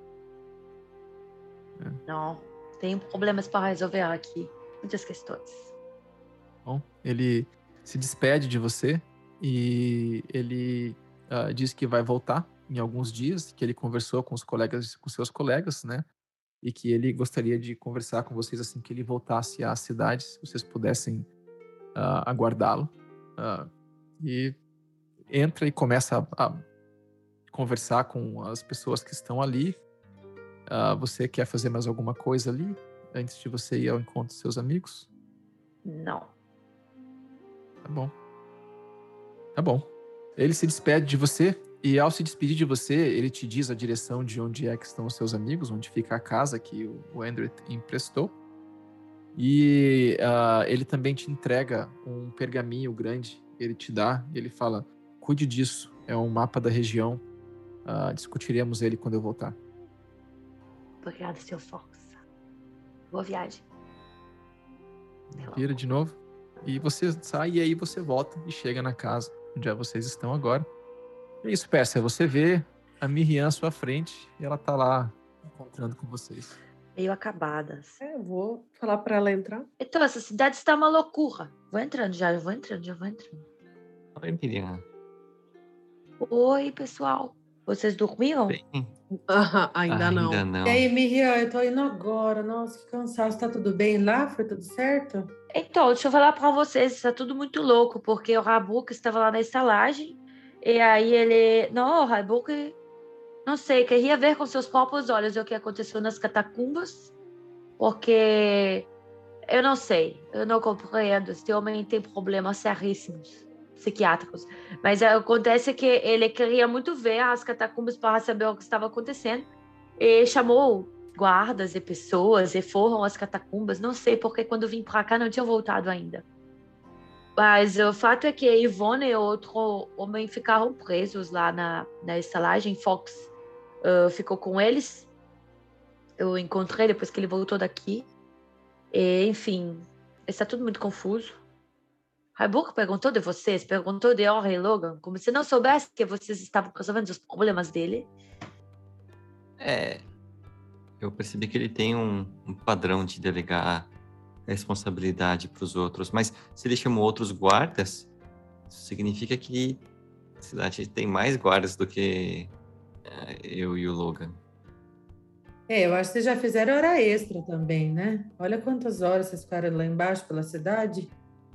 Não, tenho problemas para resolver aqui. Muitas questões. Bom, ele se despede de você e ele diz que vai voltar em alguns dias, que ele conversou com seus colegas, né? E que ele gostaria de conversar com vocês assim que ele voltasse à cidade, se vocês pudessem aguardá-lo. E entra e começa a conversar com as pessoas que estão ali. Você quer fazer mais alguma coisa ali antes de você ir ao encontro dos seus amigos? Não. Tá bom. Ele se despede de você e ao se despedir de você, ele te diz a direção de onde é que estão os seus amigos, onde fica a casa que o Andrew emprestou. E ele também te entrega um pergaminho grande, ele te dá, e ele fala, cuide disso, é um mapa da região, discutiremos ele quando eu voltar. Obrigada, Sr. Fox. Boa viagem. Vira de novo, e você sai, e aí você volta e chega na casa, onde vocês estão agora. É isso, Pérsia, você vê a Miriam à sua frente, e ela tá lá, encontrando com vocês. Meio acabadas. Eu vou falar para ela entrar. Então, essa cidade está uma loucura. Vou entrando. Oi, Miriam. Oi, pessoal. Vocês dormiram? Bem, Ainda não. E aí, Miriam, eu tô indo agora. Nossa, que cansaço. Tá tudo bem lá? Foi tudo certo? Então, deixa eu falar para vocês. Está tudo muito louco, porque o Rabuk estava lá na estalagem. E aí ele... Não, o Rabuk... Não sei, queria ver com seus próprios olhos o que aconteceu nas catacumbas. Porque... Eu não sei. Eu não compreendo. Esse homem tem problemas seríssimos. Psiquiátricos. Mas acontece que ele queria muito ver as catacumbas para saber o que estava acontecendo. E chamou guardas e pessoas e foram às catacumbas. Não sei porque quando vim para cá não tinha voltado ainda. Mas o fato é que Yvonne e outro homem ficaram presos lá na estalagem. Fox ficou com eles. Eu encontrei depois que ele voltou daqui. E, enfim, está tudo muito confuso. Rabuk perguntou de vocês, perguntou de Ora e Logan, como se não soubesse que vocês estavam resolvendo os problemas dele. Eu percebi que ele tem um padrão de delegar responsabilidade para os outros, mas se ele chamou outros guardas, isso significa que a cidade tem mais guardas do que eu e o Logan. Eu acho que vocês já fizeram hora extra também, né? Olha quantas horas vocês ficaram lá embaixo pela cidade.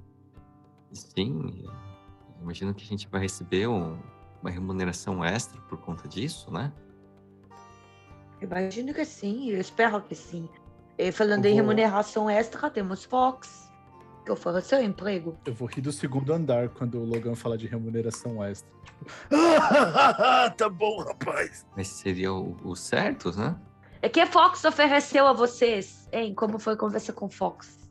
Sim, imagino que a gente vai receber uma remuneração extra por conta disso, né? Imagino que sim, eu espero que sim. E falando em remuneração extra, temos Fox, que ofereceu emprego. Eu vou rir do segundo andar quando o Logan fala de remuneração extra. Tá bom, rapaz. Mas seria o certo, né? É que Fox ofereceu a vocês, hein? Como foi a conversa com Fox?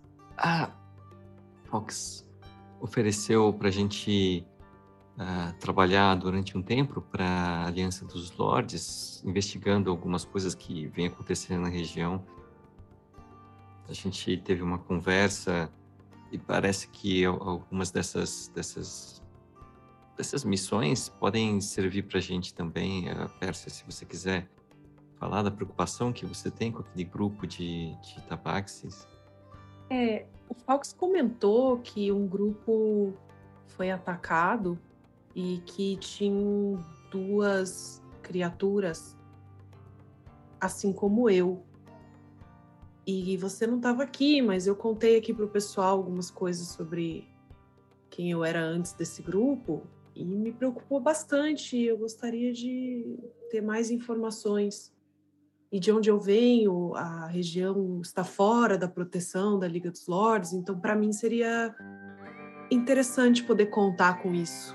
Fox ofereceu pra gente trabalhar durante um tempo para a Aliança dos Lords, investigando algumas coisas que vêm acontecendo na região. A gente teve uma conversa e parece que algumas dessas missões podem servir para a gente também. Pérsia, se você quiser falar da preocupação que você tem com aquele grupo de tabaxis. O Fox comentou que um grupo foi atacado e que tinham 2 criaturas, assim como eu. E você não estava aqui, mas eu contei aqui pro pessoal algumas coisas sobre quem eu era antes desse grupo e me preocupou bastante. Eu gostaria de ter mais informações. E de onde eu venho, a região está fora da proteção da Liga dos Lords, então para mim seria interessante poder contar com isso.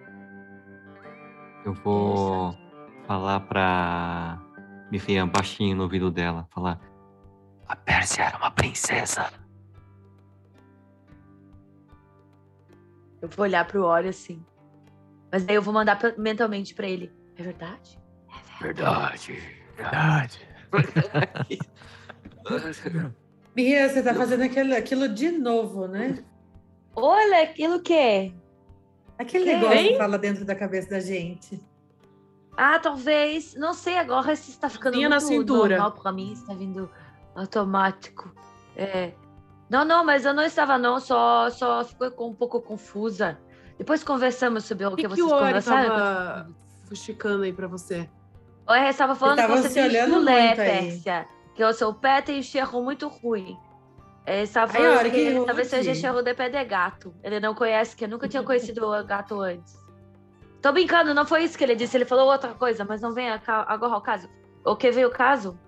Eu vou falar pra Miriam baixinho no ouvido dela, falar: a Pérsia era uma princesa. Eu vou olhar pro Ori assim. Mas aí eu vou mandar mentalmente pra ele. É verdade? Verdade. Bia, você tá fazendo aquilo de novo, né? Olha, aquilo que é? Aquele Que? negócio Hein? que fala dentro da cabeça da gente. Ah, talvez. Não sei agora se está ficando Mãozinha na muito cintura. normal para mim, está vindo automático. É. Não, mas eu não estava não, só ficou um pouco confusa. Depois conversamos sobre o O que que vocês o Ori conversaram. tava fuxicando aí pra você? Eu estava falando que Estavam você se tem olhando chulé, muito aí. Pérsia. Que o seu pé tem cheiro muito ruim. Ele estava Ai, falando Ori, que que talvez rude. seja cheiro de pé de gato. Ele não conhece, que eu nunca tinha conhecido o gato antes. Tô brincando, não foi isso que ele disse. Ele falou outra coisa, mas não vem agora ao caso. O que veio o caso?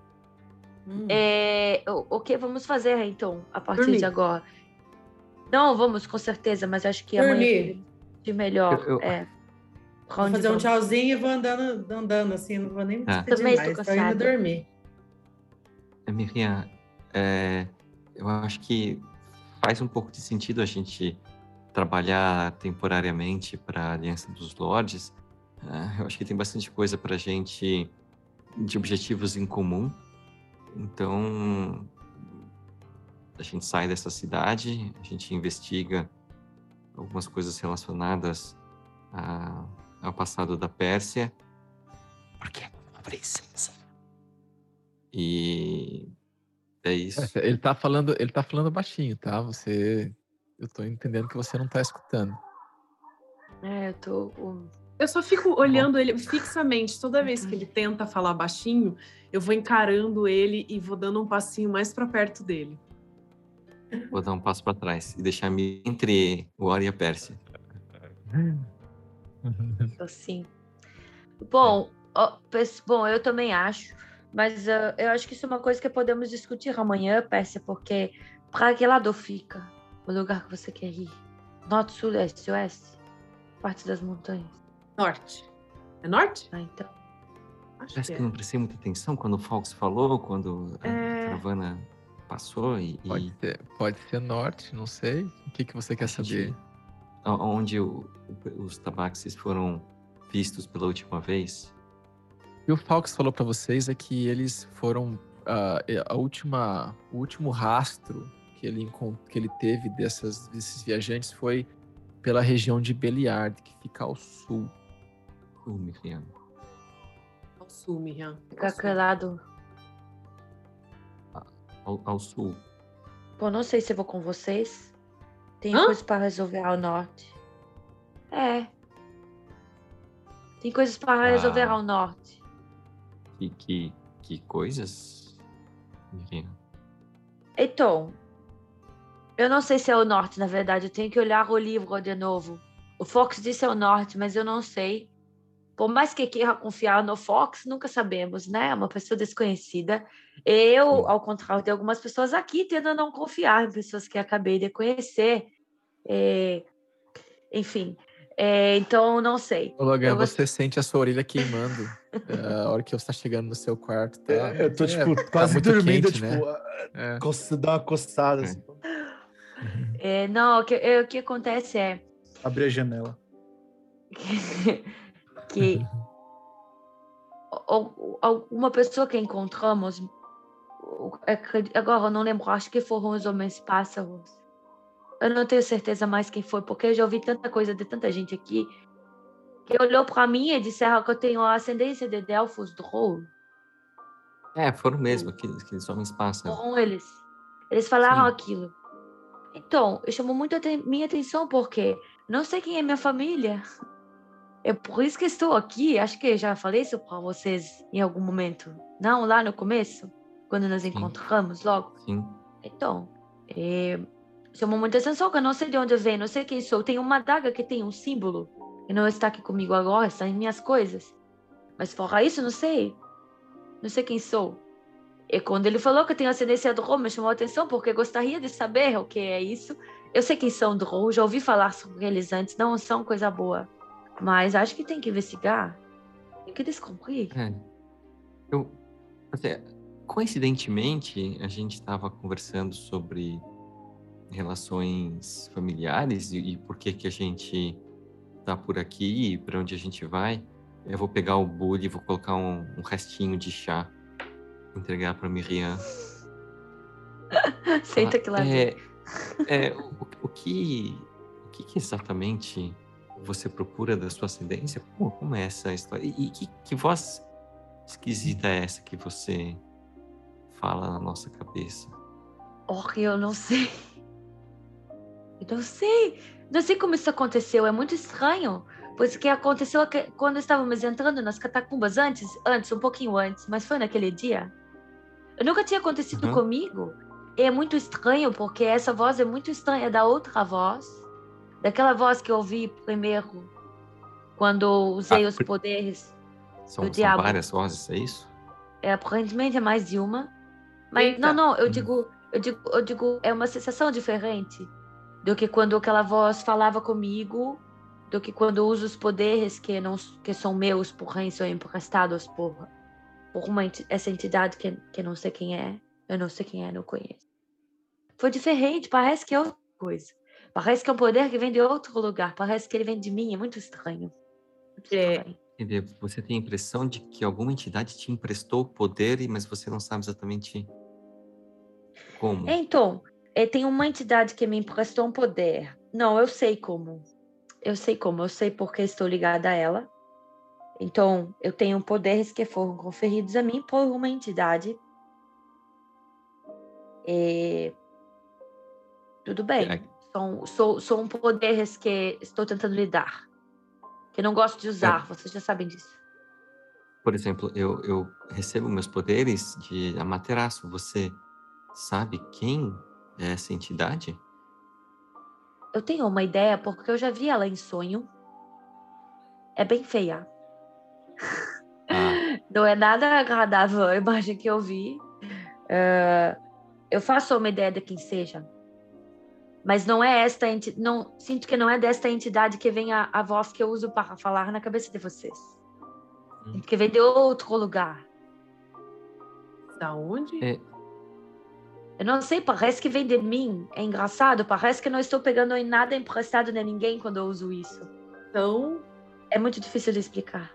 O que vamos fazer, então, a partir Dormir. de agora? Não, vamos, com certeza, mas acho que amanhã Dormir. de melhor. Eu- Pra Vou onde fazer um vamos? tchauzinho e vou andando assim, não vou nem me despedir Também estou mais, tô indo cansada. dormir. Miriam, eu acho que faz um pouco de sentido a gente trabalhar temporariamente para a Aliança dos Lordes. Eu acho que tem bastante coisa para a gente de objetivos em comum. Então, a gente sai dessa cidade, a gente investiga algumas coisas relacionadas ao passado da Pérsia. Porque é uma princesa. E é isso. Ele tá falando baixinho, tá? Eu tô entendendo que você não tá escutando. Eu tô. Eu só fico olhando ele fixamente. Toda vez que ele tenta falar baixinho, eu vou encarando ele e vou dando um passinho mais pra perto dele. Vou dar um passo para trás e deixar-me entre o Ori e a Pérsia. Assim. Bom, eu também acho, mas eu acho que isso é uma coisa que podemos discutir amanhã, Pérsia, porque para que lado fica o lugar que você quer ir? Norte, sul, leste, oeste? Parte das montanhas. Norte. É norte? Ah, então. Acho Parece que que eu não prestei muita atenção quando o Fox falou, quando a caravana passou e Pode ser norte, não sei. O que você quer saber? onde os tabaxis foram vistos pela última vez. O que o Falks falou pra vocês é que eles foram o último rastro que ele teve desses viajantes foi pela região de Beliard, que fica ao sul. Miriam. Ao sul, Miriam. Fica aquele lado. Ao sul. Bom, não sei se eu vou com vocês. Tem Hã? coisas para resolver ao norte. Tem coisas para resolver ao norte. Que coisas, Miriam? Então, eu não sei se é o norte, na verdade. Eu tenho que olhar o livro de novo. O Fox disse é o norte, mas eu não sei. Por mais que queira confiar no Fox, nunca sabemos, né? É uma pessoa desconhecida. Eu, ao contrário de algumas pessoas aqui, tendo a não confiar em pessoas que acabei de conhecer. Enfim, então não sei. Ô, Logan, você sente a sua orelha queimando a hora que você está chegando no seu quarto, tá? Eu tô, tipo, tá quase muito dormindo, quente, tipo, né? dar uma coçada, assim. Não, o que acontece é Abrir a janela. que uma pessoa que encontramos, agora eu não lembro, acho que foram os homens pássaros. Eu não tenho certeza mais quem foi, porque eu já ouvi tanta coisa de tanta gente aqui que olhou para mim e disseram que eu tenho a ascendência de Delfos Drow. Foram mesmo aqueles homens pássaros. Foram eles. Eles falaram Sim. aquilo. Então, chamou muito minha atenção porque não sei quem é minha família. É por isso que estou aqui. Acho que já falei isso para vocês em algum momento. Não, lá no começo, quando nos encontramos logo. Sim. Então, chamou muita atenção que eu não sei de onde vem, não sei quem sou. Tem uma adaga que tem um símbolo que não está aqui comigo agora, está em minhas coisas. Mas fora isso, não sei. Não sei quem sou. E quando ele falou que eu tenho ascendência Drow, me chamou a atenção porque gostaria de saber o que é isso. Eu sei quem são Drow, já ouvi falar sobre eles antes, não são coisa boa. Mas acho que tem que investigar. Tem que descobrir. Coincidentemente, a gente estava conversando sobre relações familiares e por que a gente tá por aqui e para onde a gente vai. Eu vou pegar o bule e vou colocar um restinho de chá, entregar para Miriam. Senta aqui lá. O que exatamente você procura da sua ascendência? Como é essa história? E que voz esquisita é essa que você fala na nossa cabeça? Eu não sei. Não sei como isso aconteceu. É muito estranho. Pois que aconteceu quando estávamos entrando nas catacumbas antes, um pouquinho antes, mas foi naquele dia. Nunca tinha acontecido comigo. E é muito estranho, porque essa voz é muito estranha da outra voz. Daquela voz que eu ouvi primeiro, quando usei os poderes São do diabo. várias vozes, é isso? Aparentemente é mais de uma. Mas não, eu digo, é uma sensação diferente do que quando aquela voz falava comigo, do que quando eu uso os poderes que são meus, porém são emprestados por essa entidade que não sei quem é. Eu não sei quem é, não conheço. Foi diferente, parece que é outra coisa. Parece que é um poder que vem de outro lugar. Parece que ele vem de mim, é muito estranho. Você tem a impressão de que alguma entidade te emprestou poder, mas você não sabe exatamente como? Então, tem uma entidade que me emprestou um poder. Não, eu sei como. Eu sei porque estou ligada a ela. Então, eu tenho poderes que foram conferidos a mim por uma entidade. Tudo bem. São poderes que estou tentando lidar. Que não gosto de usar, vocês já sabem disso. Por exemplo, eu recebo meus poderes de Amaterasu. Você sabe quem é essa entidade? Eu tenho uma ideia, porque eu já vi ela em sonho. É bem feia. Não é nada agradável a imagem que eu vi. Eu faço uma ideia de quem seja. Mas não é esta entidade. Sinto que não é desta entidade que vem a voz que eu uso para falar na cabeça de vocês. Sinto que vem de outro lugar. Da onde? Eu não sei, parece que vem de mim. É engraçado, parece que não estou pegando em nada emprestado de ninguém quando eu uso isso. Então... É muito difícil de explicar.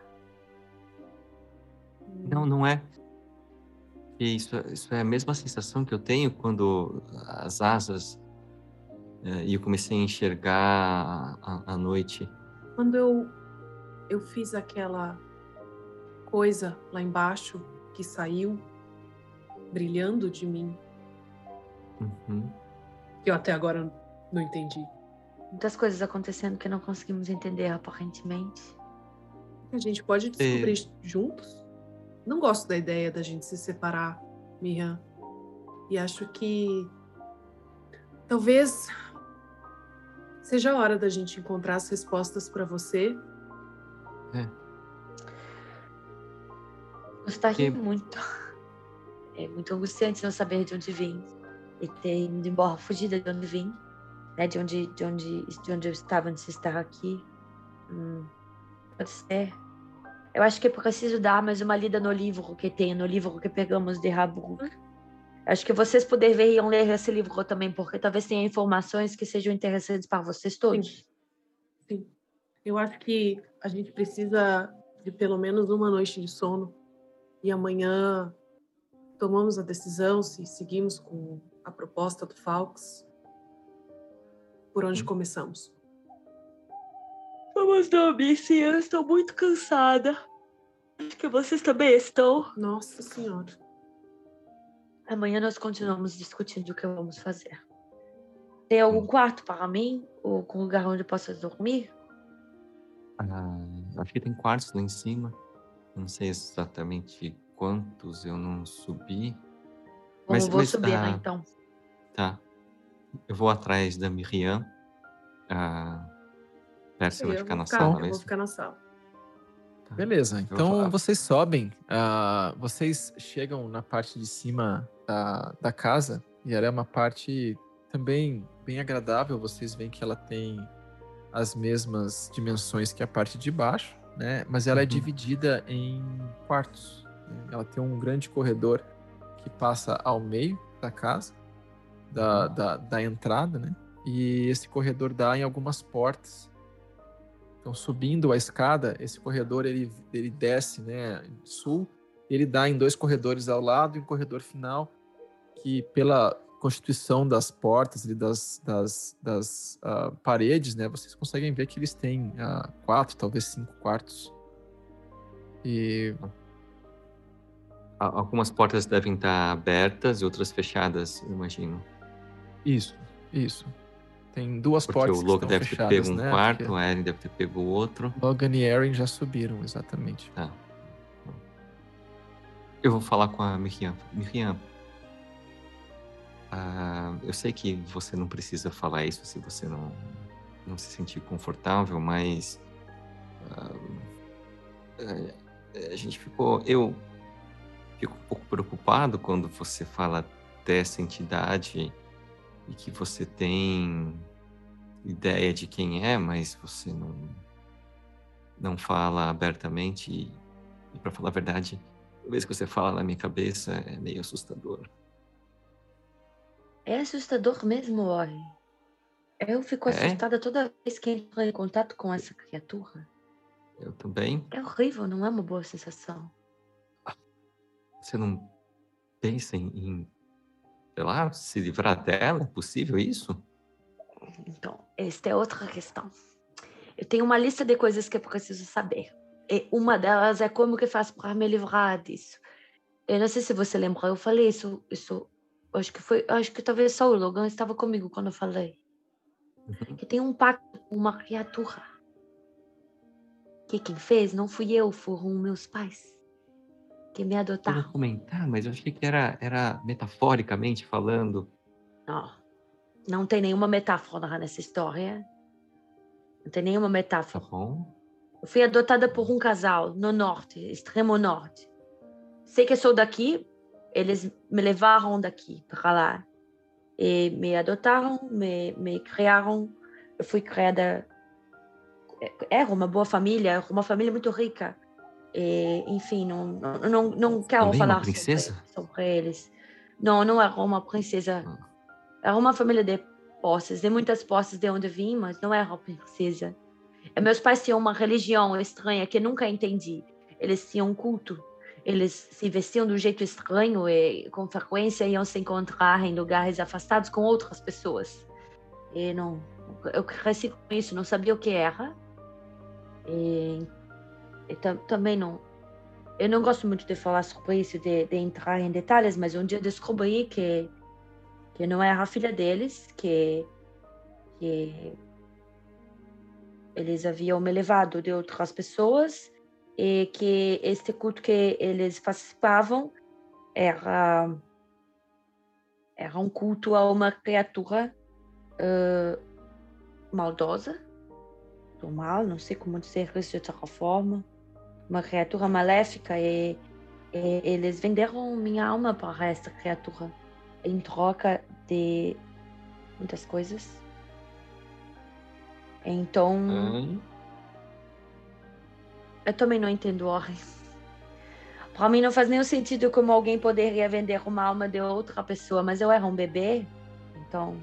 Não é. E isso é a mesma sensação que eu tenho quando as asas e eu comecei a enxergar à noite. Quando eu fiz aquela coisa lá embaixo que saiu brilhando de mim, que eu até agora não entendi. Muitas coisas acontecendo que não conseguimos entender aparentemente. A gente pode descobrir juntos? Não gosto da ideia da gente se separar, Miriam. E acho que talvez seja a hora da gente encontrar as respostas para você. Gostaria muito. É muito angustiante não saber de onde vim. E ter ido embora, fugida de onde vim. Né? De onde eu estava, antes de estar aqui. Pode ser. Eu acho que é preciso dar mais uma lida no livro que pegamos de Rabruk. Acho que vocês poderiam ler esse livro também, porque talvez tenha informações que sejam interessantes para vocês todos. Sim. Eu acho que a gente precisa de pelo menos uma noite de sono. E amanhã tomamos a decisão se seguimos com a proposta do Falks. Por onde começamos? Vamos dormir, sim. Eu estou muito cansada. Acho que vocês também estão. Nossa Senhora. Amanhã nós continuamos discutindo o que vamos fazer. Tem algum quarto para mim? Ou algum lugar onde eu possa dormir? Acho que tem quartos lá em cima. Não sei exatamente quantos, eu não subi. Vou subir, né, então. Tá. Eu vou atrás da Miriam. Pérsia vai ficar na sala, mesmo? Eu vou ficar na sala. Tá. Beleza, então vocês sobem. Vocês chegam na parte de cima da casa. E ela é uma parte também bem agradável. Vocês veem que ela tem as mesmas dimensões que a parte de baixo, né? Mas ela é dividida em quartos. Ela tem um grande corredor que passa ao meio da casa, da entrada, né? E esse corredor dá em algumas portas. Então, subindo a escada, esse corredor ele desce, né, sul. Ele dá em 2 corredores ao lado e um corredor final que, constituição das portas e das paredes, né, vocês conseguem ver que eles têm 4, talvez 5 quartos. E Algumas portas devem estar abertas e outras fechadas, eu imagino. Isso. Tem 2 Porque portas o que Logan estão deve ter fechadas, pego um né? quarto, Porque a Eren deve ter pego o outro. Logan e Eren já subiram, exatamente. Tá. Eu vou falar com a Miriam. Miriam, eu sei que você não precisa falar isso se você não se sentir confortável, mas a gente eu fico um pouco preocupado quando você fala dessa entidade e que você tem ideia de quem é, mas você não fala abertamente e para falar a verdade, toda vez que você fala na minha cabeça é meio assustador. É assustador mesmo, Ori. Eu fico assustada toda vez que entro em contato com essa criatura. Eu também. É horrível, não é uma boa sensação. Você não pensa em sei lá, se livrar dela? É possível isso? Então, esta é outra questão. Eu tenho uma lista de coisas que eu preciso saber. E uma delas é como que faço para me livrar disso. Eu não sei se você lembra, eu falei isso acho que talvez só o Logan estava comigo quando eu falei. Uhum. Que tem um pacto com uma criatura. Que quem fez não fui eu, foram meus pais. Que me Eu adotaram. vou comentar, mas eu achei que era metaforicamente falando. Não tem nenhuma metáfora nessa história. Não tem nenhuma Tá metáfora. bom? Eu fui adotada por um casal no norte, extremo norte. Sei que sou daqui, eles me levaram daqui para lá. E me adotaram, me criaram. Eu fui criada... Era uma boa família, uma família muito rica. E, enfim, não quero Também uma falar princesa? sobre eles. Não era uma princesa. Era uma família de posses, de muitas posses de onde vim, mas não era uma princesa. E meus pais tinham uma religião estranha que eu nunca entendi. Eles tinham um culto. Eles se vestiam de um jeito estranho e, com frequência, iam se encontrar em lugares afastados com outras pessoas. E eu cresci com isso, não sabia o que era. E também não... Eu não gosto muito de falar sobre isso, de entrar em detalhes, mas um dia descobri que não era a filha deles, que eles haviam me levado de outras pessoas e que este culto que eles participavam era um culto a uma criatura maldosa, do mal, não sei como dizer isso de outra forma, uma criatura maléfica e eles venderam minha alma para esta criatura em troca de muitas coisas. Então, eu também não entendo, Ori. Para mim não faz nenhum sentido como alguém poderia vender uma alma de outra pessoa, mas eu era um bebê, então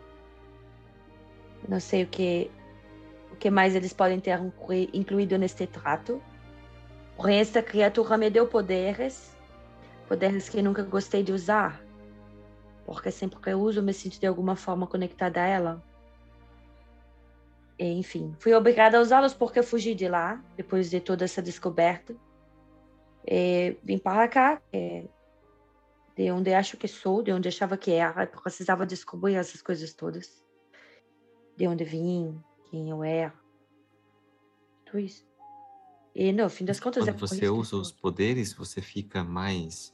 não sei o que mais eles podem ter incluído neste trato. Porém, esta criatura me deu poderes que nunca gostei de usar, porque sempre que eu uso me sinto de alguma forma conectada a ela. E, enfim, fui obrigada a usá-los porque eu fugi de lá, depois de toda essa descoberta. E vim para cá, de onde acho que sou, de onde achava que era. Eu precisava descobrir essas coisas todas. De onde vim, quem eu era. Tudo isso. E, no fim das contas... Quando você usa os poderes, você fica mais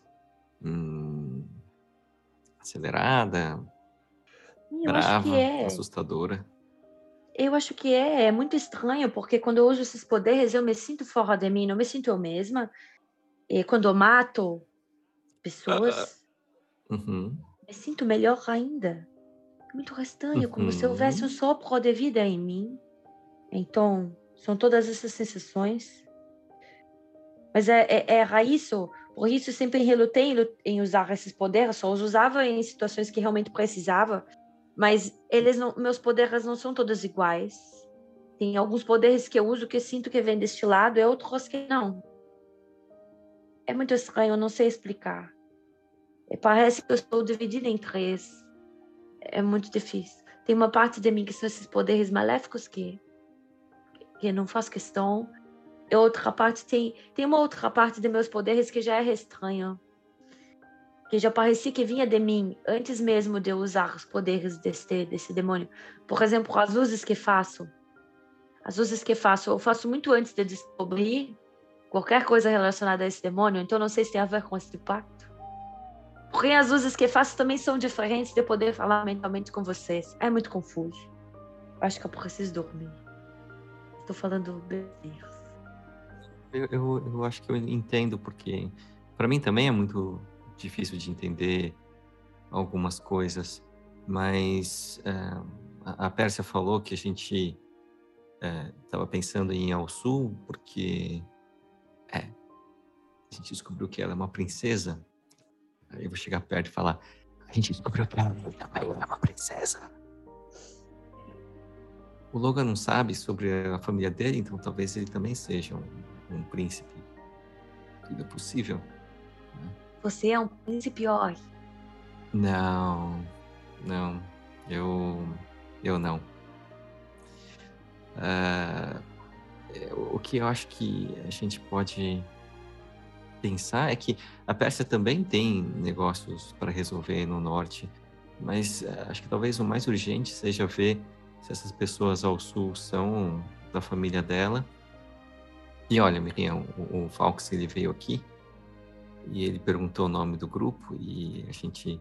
acelerada, brava, assustadora. Eu acho que é muito estranho, porque quando eu uso esses poderes, eu me sinto fora de mim, não me sinto eu mesma. E quando eu mato pessoas, me sinto melhor ainda. Muito estranho, como se houvesse um sopro de vida em mim. Então, são todas essas sensações. Mas era isso, por isso sempre relutei em usar esses poderes, só os usava em situações que realmente precisava. Mas meus poderes não são todos iguais. Tem alguns poderes que eu uso que eu sinto que vem deste lado e outros que não. É muito estranho, eu não sei explicar. E parece que eu estou dividida em 3. É muito difícil. Tem uma parte de mim que são esses poderes maléficos que não faço questão. E outra parte tem uma outra parte de meus poderes que já é estranha. Que já parecia que vinha de mim antes mesmo de eu usar os poderes desse demônio. Por exemplo, as luzes que faço. As luzes que faço, eu faço muito antes de descobrir qualquer coisa relacionada a esse demônio, então não sei se tem a ver com esse pacto. Porque as luzes que faço também são diferentes de poder falar mentalmente com vocês. É muito confuso. Acho que eu preciso dormir. Estou falando besteiras. Eu acho que eu entendo, porque para mim também é muito difícil de entender algumas coisas, mas a Pérsia falou que a gente estava pensando em ir ao sul, porque a gente descobriu que ela é uma princesa. Aí eu vou chegar perto e falar, a gente descobriu que ela também é uma princesa. O Logan não sabe sobre a família dele, então talvez ele também seja um príncipe. Tudo é possível. Você é um príncipe Orc. Não. Eu não. O que eu acho que a gente pode pensar é que a Pérsia também tem negócios para resolver no norte, mas acho que talvez o mais urgente seja ver se essas pessoas ao sul são da família dela. E olha, Miriam, o Falks, ele veio aqui e ele perguntou o nome do grupo e a gente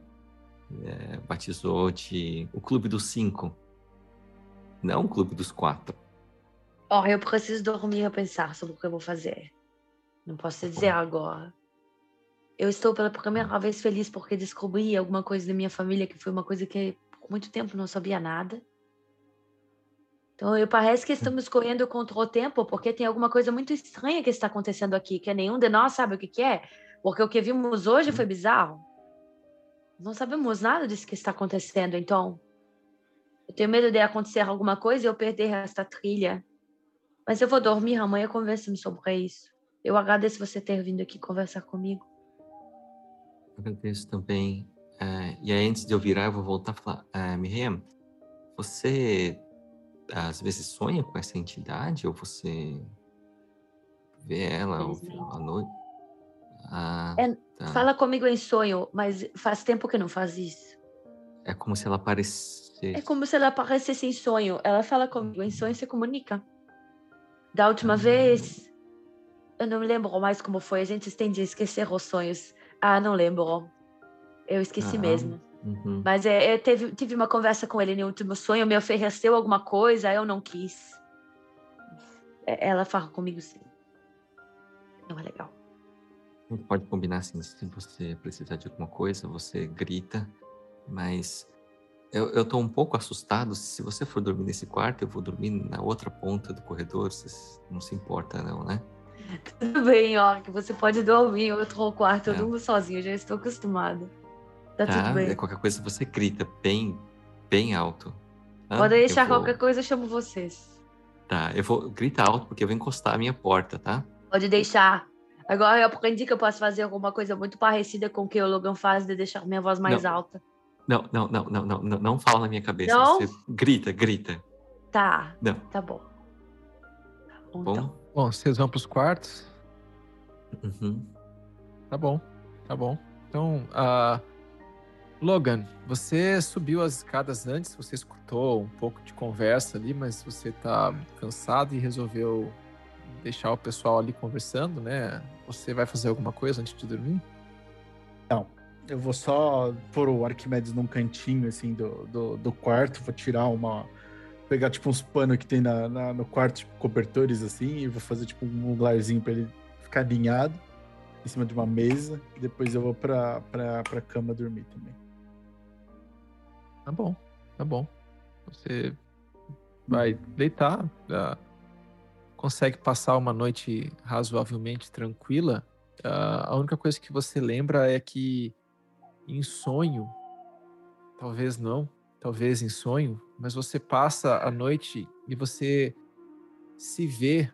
batizou de o Clube dos 5, não o Clube dos 4. Eu preciso dormir a pensar sobre o que eu vou fazer. Não posso te dizer agora. Eu estou pela primeira vez feliz porque descobri alguma coisa da minha família que foi uma coisa que por muito tempo não sabia nada. Então, parece que estamos correndo contra o tempo porque tem alguma coisa muito estranha que está acontecendo aqui, que nenhum de nós sabe o que é, porque o que vimos hoje foi bizarro. Não sabemos nada disso que está acontecendo, então eu tenho medo de acontecer alguma coisa e eu perder esta trilha. Mas eu vou dormir, amanhã conversamos sobre isso. Eu agradeço você ter vindo aqui conversar comigo. Agradeço também. E aí, antes de eu virar, eu vou voltar a falar. Miriam, você às vezes sonha com essa entidade? Ou você vê ela à noite? Tá. Fala comigo em sonho, mas faz tempo que não faz isso. É como se ela aparecesse. É como se ela aparecesse em sonho. Ela fala comigo em sonho e se comunica. Da última vez, eu não me lembro mais como foi. A gente tende a esquecer os sonhos. Não lembro. Eu esqueci mesmo. Uhum. Mas tive uma conversa com ele no último sonho. Me ofereceu alguma coisa, eu não quis. Ela fala comigo sim. Não é legal. A gente pode combinar assim, se você precisar de alguma coisa, você grita. Mas eu tô um pouco assustado. Se você for dormir nesse quarto, eu vou dormir na outra ponta do corredor. Você não se importa não, né? Tudo bem, que você pode dormir em outro quarto. Eu durmo sozinho, já estou acostumada. Tá tudo bem. Qualquer coisa você grita bem alto. Pode deixar qualquer coisa, eu chamo vocês. Tá, eu vou gritar alto porque eu vou encostar a minha porta, tá? Pode deixar. Agora eu aprendi que eu posso fazer alguma coisa muito parecida com o que o Logan faz de deixar minha voz mais alta. Não fala na minha cabeça. Não? Você grita. Tá. Não. Tá bom. Bom? Então. Bom, vocês vão pros quartos? Uhum. Tá bom. Então, Logan, você subiu as escadas antes, você escutou um pouco de conversa ali, mas você tá cansado e resolveu deixar o pessoal ali conversando, né? Você vai fazer alguma coisa antes de dormir? Não, eu vou só pôr o Arquimedes num cantinho, assim, do quarto, vou tirar pegar, tipo, uns panos que tem no quarto, tipo, cobertores, assim, e vou fazer, tipo, um lugarzinho pra ele ficar alinhado em cima de uma mesa, e depois eu vou pra cama dormir também. Tá bom. Você vai deitar, consegue passar uma noite razoavelmente tranquila. A única coisa que você lembra é que em sonho, talvez em sonho, mas você passa a noite e você se vê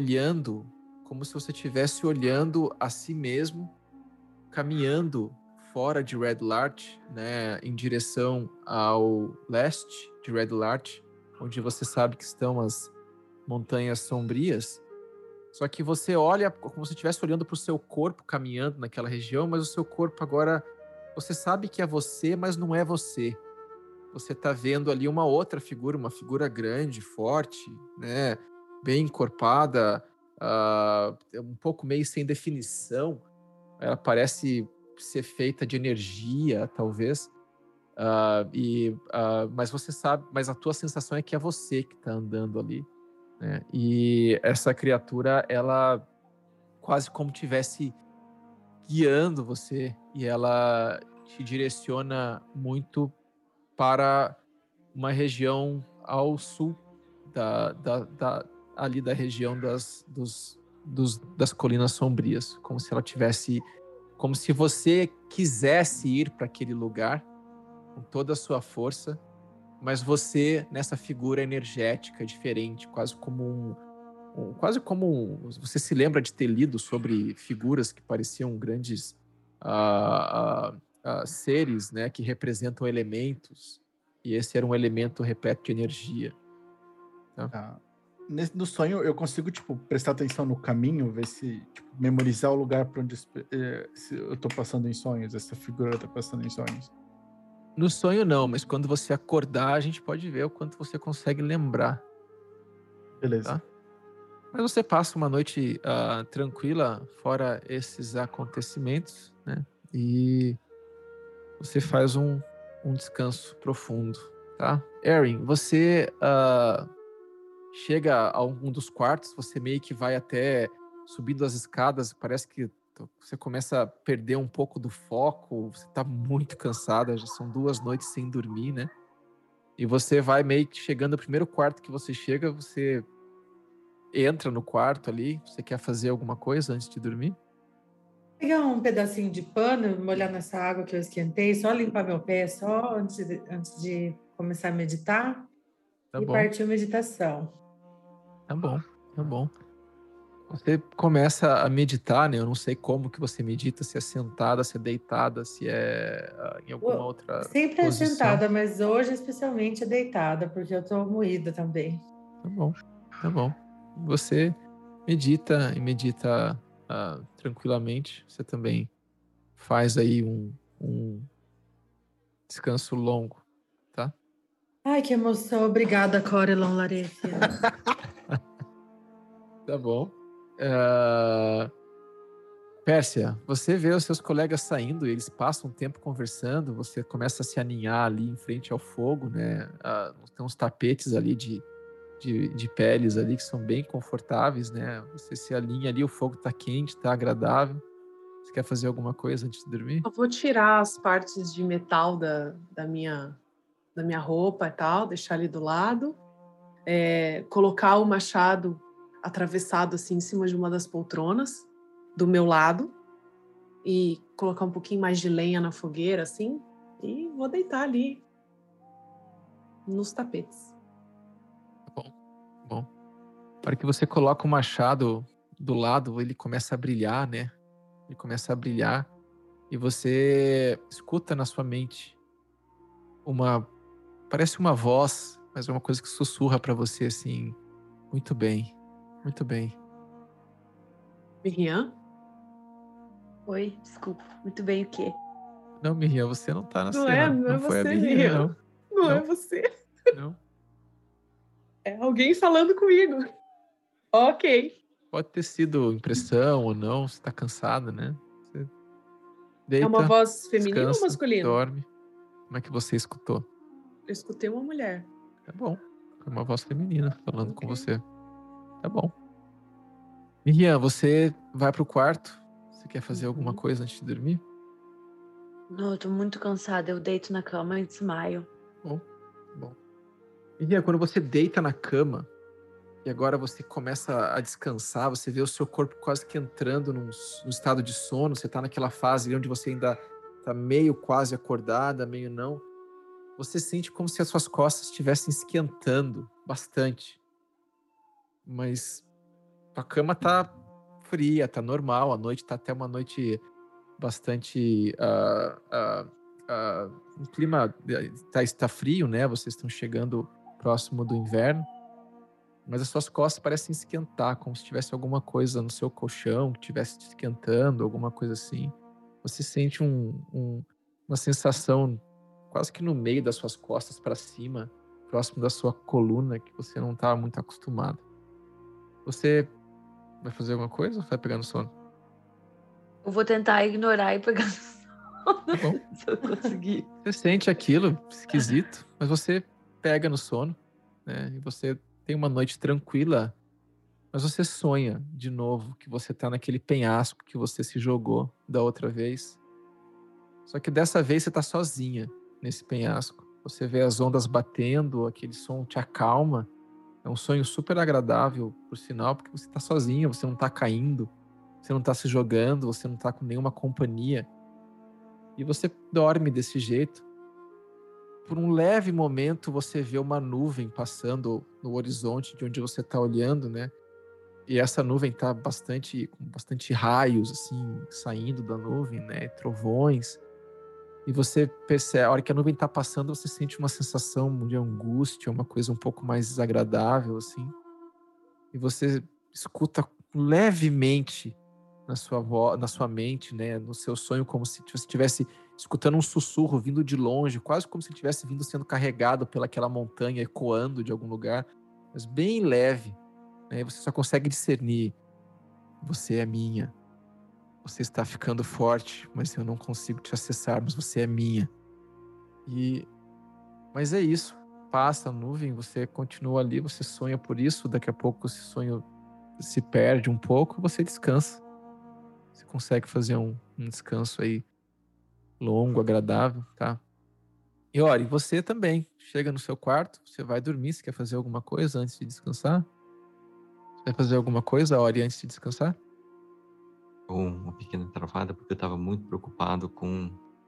olhando como se você estivesse olhando a si mesmo, caminhando fora de Red Larch, né, em direção ao leste de Red Larch, onde você sabe que estão as Montanhas Sombrias. Só que você olha como se estivesse olhando para o seu corpo caminhando naquela região, mas o seu corpo agora, você sabe que é você, mas não é você. Você está vendo ali uma outra figura, uma figura grande, forte, né, bem encorpada, um pouco meio sem definição. Ela parece ser feita de energia, talvez. Mas você sabe, mas a tua sensação é que é você que está andando ali, né? E essa criatura, ela quase como tivesse guiando você, e ela te direciona muito para uma região ao sul ali da região das Colinas Sombrias, como se ela tivesse, como se você quisesse ir para aquele lugar com toda a sua força, mas você nessa figura energética diferente, quase como você se lembra de ter lido sobre figuras que pareciam grandes seres, né, que representam elementos, e esse era um elemento repleto de energia. Tá? No sonho eu consigo, tipo, prestar atenção no caminho, ver se, tipo, memorizar o lugar para onde se eu tô passando em sonhos, essa figura tá passando em sonhos. No sonho não, mas quando você acordar a gente pode ver o quanto você consegue lembrar. Beleza. Tá? Mas você passa uma noite tranquila, fora esses acontecimentos, né? E você faz um descanso profundo, tá? Erin, você chega a um dos quartos, você meio que vai até subindo as escadas, parece que você começa a perder um pouco do foco, você tá muito cansada, já são 2 noites sem dormir, né? E você vai meio que chegando no primeiro quarto que você chega, você entra no quarto ali, você quer fazer alguma coisa antes de dormir? Pegar um pedacinho de pano, molhar nessa água que eu esquentei, só limpar meu pé, só antes de começar a meditar Tá e bom, partir a meditação. tá bom, tá bom. Você começa a meditar, né? Eu não sei como que você medita, se é sentada, se é deitada, se é em alguma outra Sempre é posição. sentada, mas hoje especialmente é deitada, porque eu tô moída também. Tá bom, tá bom. Você medita e medita tranquilamente. Você também faz aí um descanso longo, tá? Ai, que emoção. Obrigada, Corelon Laretia. Tá bom. Pérsia, você vê os seus colegas saindo, eles passam um tempo conversando, você começa a se aninhar ali em frente ao fogo, né? Tem uns tapetes ali de peles ali que são bem confortáveis, né? Você se alinha ali, o fogo tá quente, tá agradável. Você quer fazer alguma coisa antes de dormir? Eu vou tirar as partes de metal da minha roupa e tal, deixar ali do lado. Colocar o machado atravessado assim em cima de uma das poltronas do meu lado e colocar um pouquinho mais de lenha na fogueira assim e vou deitar ali nos tapetes. Bom. Na hora que você coloca o machado do lado, ele começa a brilhar, né? Ele começa a brilhar e você escuta na sua mente parece uma voz, mas é uma coisa que sussurra pra você assim: muito bem, muito bem. Miriam? Oi, desculpa. Muito bem o quê? Não, Miriam, você não tá na Não cena. é Não foi a você, Miriam, Miriam. Não é Não. você. não. É alguém falando comigo. Ok. Pode ter sido impressão ou não, você tá cansada, né? Você deita, É uma voz feminina ou descansa, masculina? dorme. Como é que você escutou? Eu escutei uma mulher. Tá bom. Foi uma voz feminina falando com Ok. você. Tá bom. Miriam, você vai pro quarto? Você quer fazer alguma coisa antes de dormir? Não, eu tô muito cansada. Eu deito na cama e desmaio. Bom. Miriam, quando você deita na cama e agora você começa a descansar, você vê o seu corpo quase que entrando num estado de sono, você tá naquela fase onde você ainda tá meio quase acordada, meio não. Você sente como se as suas costas estivessem esquentando bastante. Mas a cama tá fria, tá normal, a noite tá até uma noite bastante... o clima está frio, né? Vocês estão chegando próximo do inverno, mas as suas costas parecem esquentar, como se tivesse alguma coisa no seu colchão que estivesse te esquentando, alguma coisa assim. Você sente uma sensação quase que no meio das suas costas para cima, próximo da sua coluna, que você não está muito acostumado. Você vai fazer alguma coisa ou vai pegar no sono? Eu vou tentar ignorar e pegar no sono. Tá bom. Se eu conseguir. Você sente aquilo esquisito, mas você pega no sono, né? E você tem uma noite tranquila, mas você sonha de novo que você tá naquele penhasco que você se jogou da outra vez. Só que dessa vez você tá sozinha nesse penhasco. Você vê as ondas batendo, aquele som te acalma. É um sonho super agradável, por sinal, porque você tá sozinha, você não tá caindo, você não tá se jogando, você não tá com nenhuma companhia. E você dorme desse jeito. Por um leve momento, você vê uma nuvem passando no horizonte de onde você está olhando, né? E essa nuvem tá com bastante raios, assim, saindo da nuvem, né? Trovões. E você percebe, a hora que a nuvem tá passando, você sente uma sensação de angústia, uma coisa um pouco mais desagradável, assim. E você escuta levemente na sua mente, né, no seu sonho, como se você estivesse escutando um sussurro vindo de longe, quase como se estivesse vindo sendo carregado pelaquela montanha, ecoando de algum lugar, mas bem leve, né? Você só consegue discernir: você é minha, você está ficando forte, mas eu não consigo te acessar, mas você é minha. Mas é isso, passa a nuvem, você continua ali, você sonha por isso, daqui a pouco esse sonho se perde um pouco, você descansa. Você consegue fazer um descanso aí longo, agradável, tá? E olha, você também chega no seu quarto, você vai dormir, você quer fazer alguma coisa antes de descansar? Você vai fazer alguma coisa, Ori, antes de descansar? Uma pequena travada, porque eu estava muito preocupado com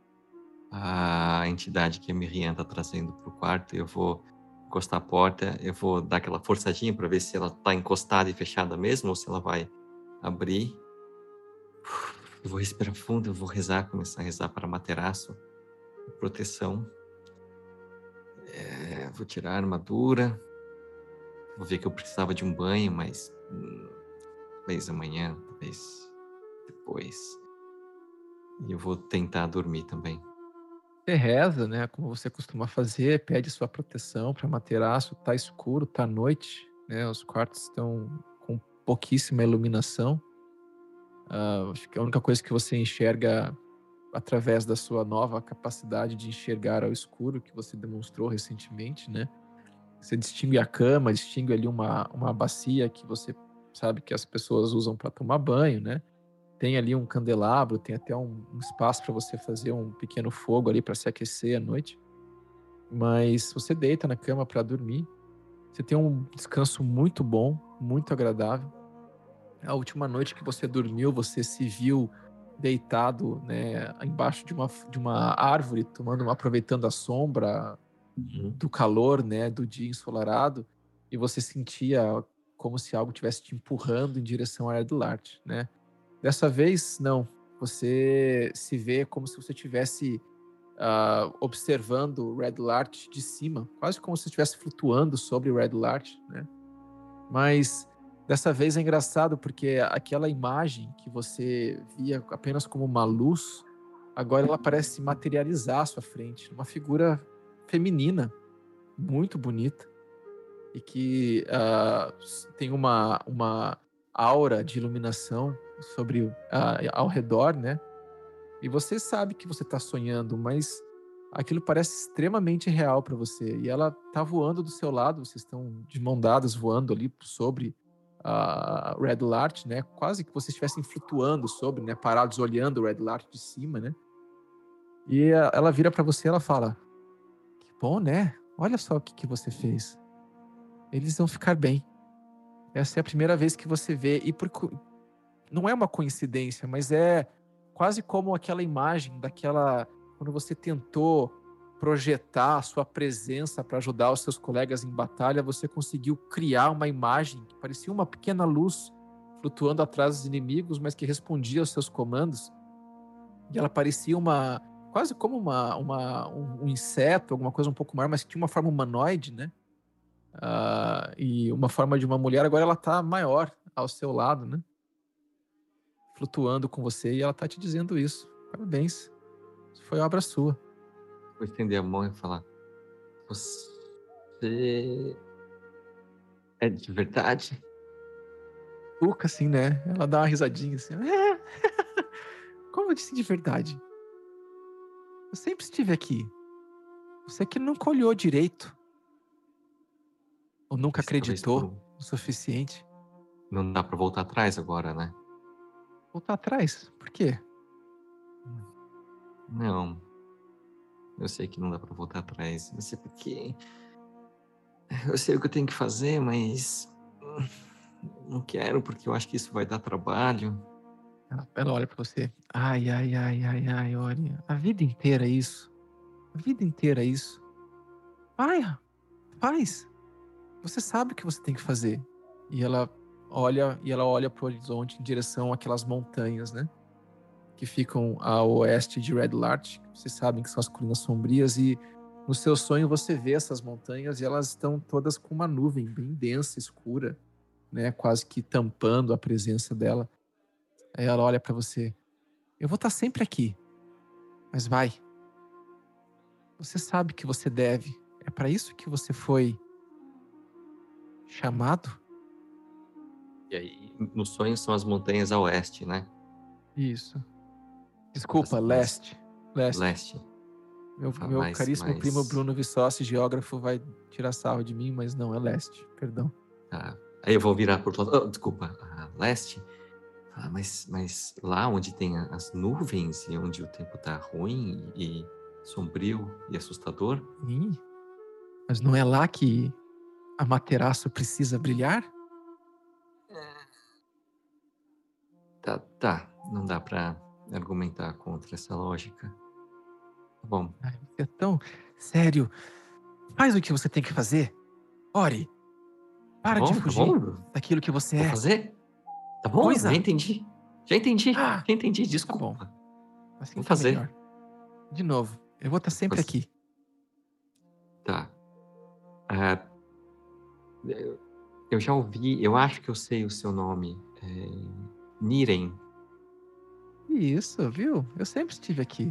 a entidade que a Miriam está trazendo para o quarto. Eu vou encostar a porta, eu vou dar aquela forçadinha para ver se ela está encostada e fechada mesmo, ou se ela vai abrir. Eu vou respirar fundo, eu vou rezar, começar a rezar para Amaterasu, proteção. Vou tirar a armadura. Vou ver que eu precisava de um banho, mas talvez amanhã, talvez depois. E eu vou tentar dormir também. Você reza, né, como você costuma fazer, pede sua proteção para Amaterasu. Tá escuro, tá noite, né? Os quartos estão com pouquíssima iluminação. Acho que a única coisa que você enxerga através da sua nova capacidade de enxergar ao escuro que você demonstrou recentemente, né? Você distingue a cama, distingue ali uma bacia que você sabe que as pessoas usam para tomar banho, né? Tem ali um candelabro, tem até um espaço para você fazer um pequeno fogo ali para se aquecer à noite. Mas você deita na cama para dormir. Você tem um descanso muito bom, muito agradável. A última noite que você dormiu, você se viu deitado, né, embaixo de uma árvore, aproveitando a sombra do calor, né, do dia ensolarado, e você sentia como se algo estivesse te empurrando em direção à Erdlart, né? Dessa vez, não. Você se vê como se você estivesse observando o Erdlart de cima, quase como se estivesse flutuando sobre o Erdlart, né? Mas dessa vez é engraçado porque aquela imagem que você via apenas como uma luz, agora ela parece se materializar à sua frente, uma figura feminina, muito bonita, e que tem uma aura de iluminação ao redor, né? E você sabe que você está sonhando, mas aquilo parece extremamente real para você. E ela tá voando do seu lado, vocês estão de mão dadas voando ali sobre a Erdlart, né? Quase que vocês estivessem flutuando sobre, né? Parados olhando o Erdlart de cima, né? E ela vira para você e ela fala: que bom, né? Olha só o que você fez. Eles vão ficar bem. Essa é a primeira vez que você vê. E não é uma coincidência, mas é quase como aquela imagem quando você tentou projetar a sua presença para ajudar os seus colegas em batalha, você conseguiu criar uma imagem que parecia uma pequena luz flutuando atrás dos inimigos, mas que respondia aos seus comandos. E ela parecia quase como um inseto, alguma coisa um pouco maior, mas que tinha uma forma humanoide, né? E uma forma de uma mulher. Agora ela tá maior ao seu lado, né? Flutuando com você, e ela tá te dizendo isso. Parabéns. Isso foi obra sua. Vou estender a mão e falar: você é de verdade? Cuca, assim, né? Ela dá uma risadinha assim. Como eu disse de verdade? Eu sempre estive aqui. Você que nunca olhou direito. Ou nunca acreditou o suficiente. Não dá pra voltar atrás agora, né? Voltar atrás? Por quê? Não. Eu sei que não dá pra voltar atrás. Não sei porque. Eu sei o que eu tenho que fazer, mas não quero, porque eu acho que isso vai dar trabalho. Ela olha pra você. Ai, olha. A vida inteira é isso. A vida inteira é isso. Vai, faz. Você sabe o que você tem que fazer. E ela olha pro horizonte em direção àquelas montanhas, né? Que ficam a oeste de Red Larch. Vocês sabem que são as colinas sombrias, e no seu sonho você vê essas montanhas e elas estão todas com uma nuvem bem densa, escura, né? Quase que tampando a presença dela. Aí ela olha pra você. Eu vou estar sempre aqui. Mas vai. Você sabe que você deve. É para isso que você foi chamado? E aí, no sonho são as montanhas a oeste, né? Isso. Desculpa, leste. Leste. Meu caríssimo primo Bruno Vissossi, geógrafo, vai tirar sarro de mim, mas não, é leste. Perdão. Aí eu vou virar por todo lado. Desculpa, leste? Mas lá onde tem as nuvens e onde o tempo tá ruim e sombrio e assustador? Sim. Mas não é lá que a Materaço precisa brilhar? Tá. Não dá pra argumentar contra essa lógica. Tá bom. Ai, você é tão sério. Faz o que você tem que fazer. Ore. Para de fugir daquilo que você Vou fazer? Tá bom, Coisa. Já entendi. Desculpa. Tá bom. Assim Vou tá fazer. melhor. De novo, eu vou estar sempre aqui. Tá. Eu já ouvi, eu acho que eu sei o seu nome. Niren. Isso, viu? Eu sempre estive aqui.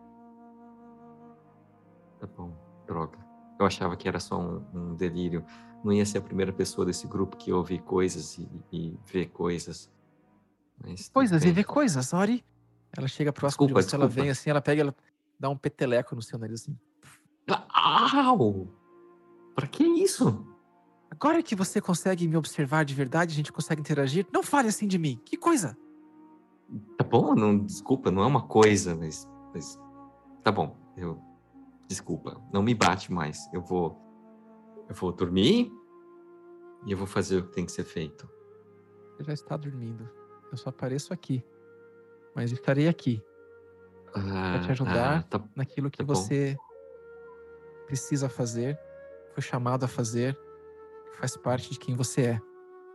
Tá bom, droga. Eu achava que era só um delírio. Não ia ser a primeira pessoa desse grupo que ouve coisas e vê coisas. Mas Coisas e vê coisas, Ori. Ela chega próximo de você, ela vem assim, ela pega, ela dá um peteleco no seu nariz assim. Au! Pra que isso? Agora que você consegue me observar de verdade, a gente consegue interagir, não fale assim de mim. Que coisa? Tá bom, desculpa, não é uma coisa, mas tá bom. Desculpa, não me bate mais. Eu vou dormir e eu vou fazer o que tem que ser feito. Você já está dormindo. Eu só apareço aqui. Mas estarei aqui para te ajudar naquilo que você precisa fazer, foi chamado a fazer, faz parte de quem você é.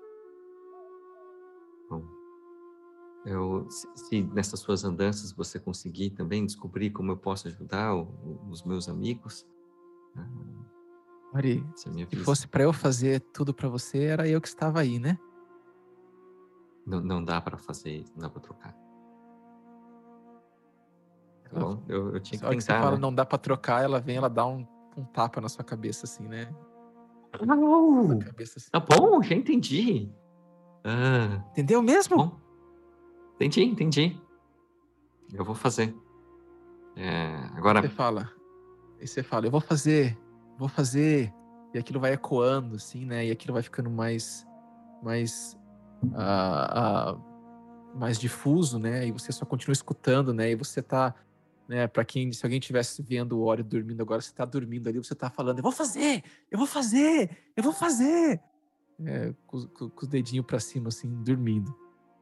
Bom, se nessas suas andanças você conseguir também descobrir como eu posso ajudar os meus amigos, Mari, se fosse para eu fazer tudo para você, era eu que estava aí, né? Não dá para fazer, não dá para trocar. Tá bom, eu tinha que tentar, que você fala, né? não dá para trocar, ela vem, ela dá um tapa na sua cabeça assim, né? Não! Cabeça, assim. Tá bom, já entendi. Entendeu mesmo? Bom, entendi. Eu vou fazer. Agora... Você fala, eu vou fazer. E aquilo vai ecoando, assim, né? E aquilo vai ficando mais difuso, né? E você só continua escutando, né? E você tá, né? Se alguém estivesse vendo o Ori dormindo agora, você tá dormindo ali, você tá falando, eu vou fazer! Com os dedinhos pra cima, assim, dormindo.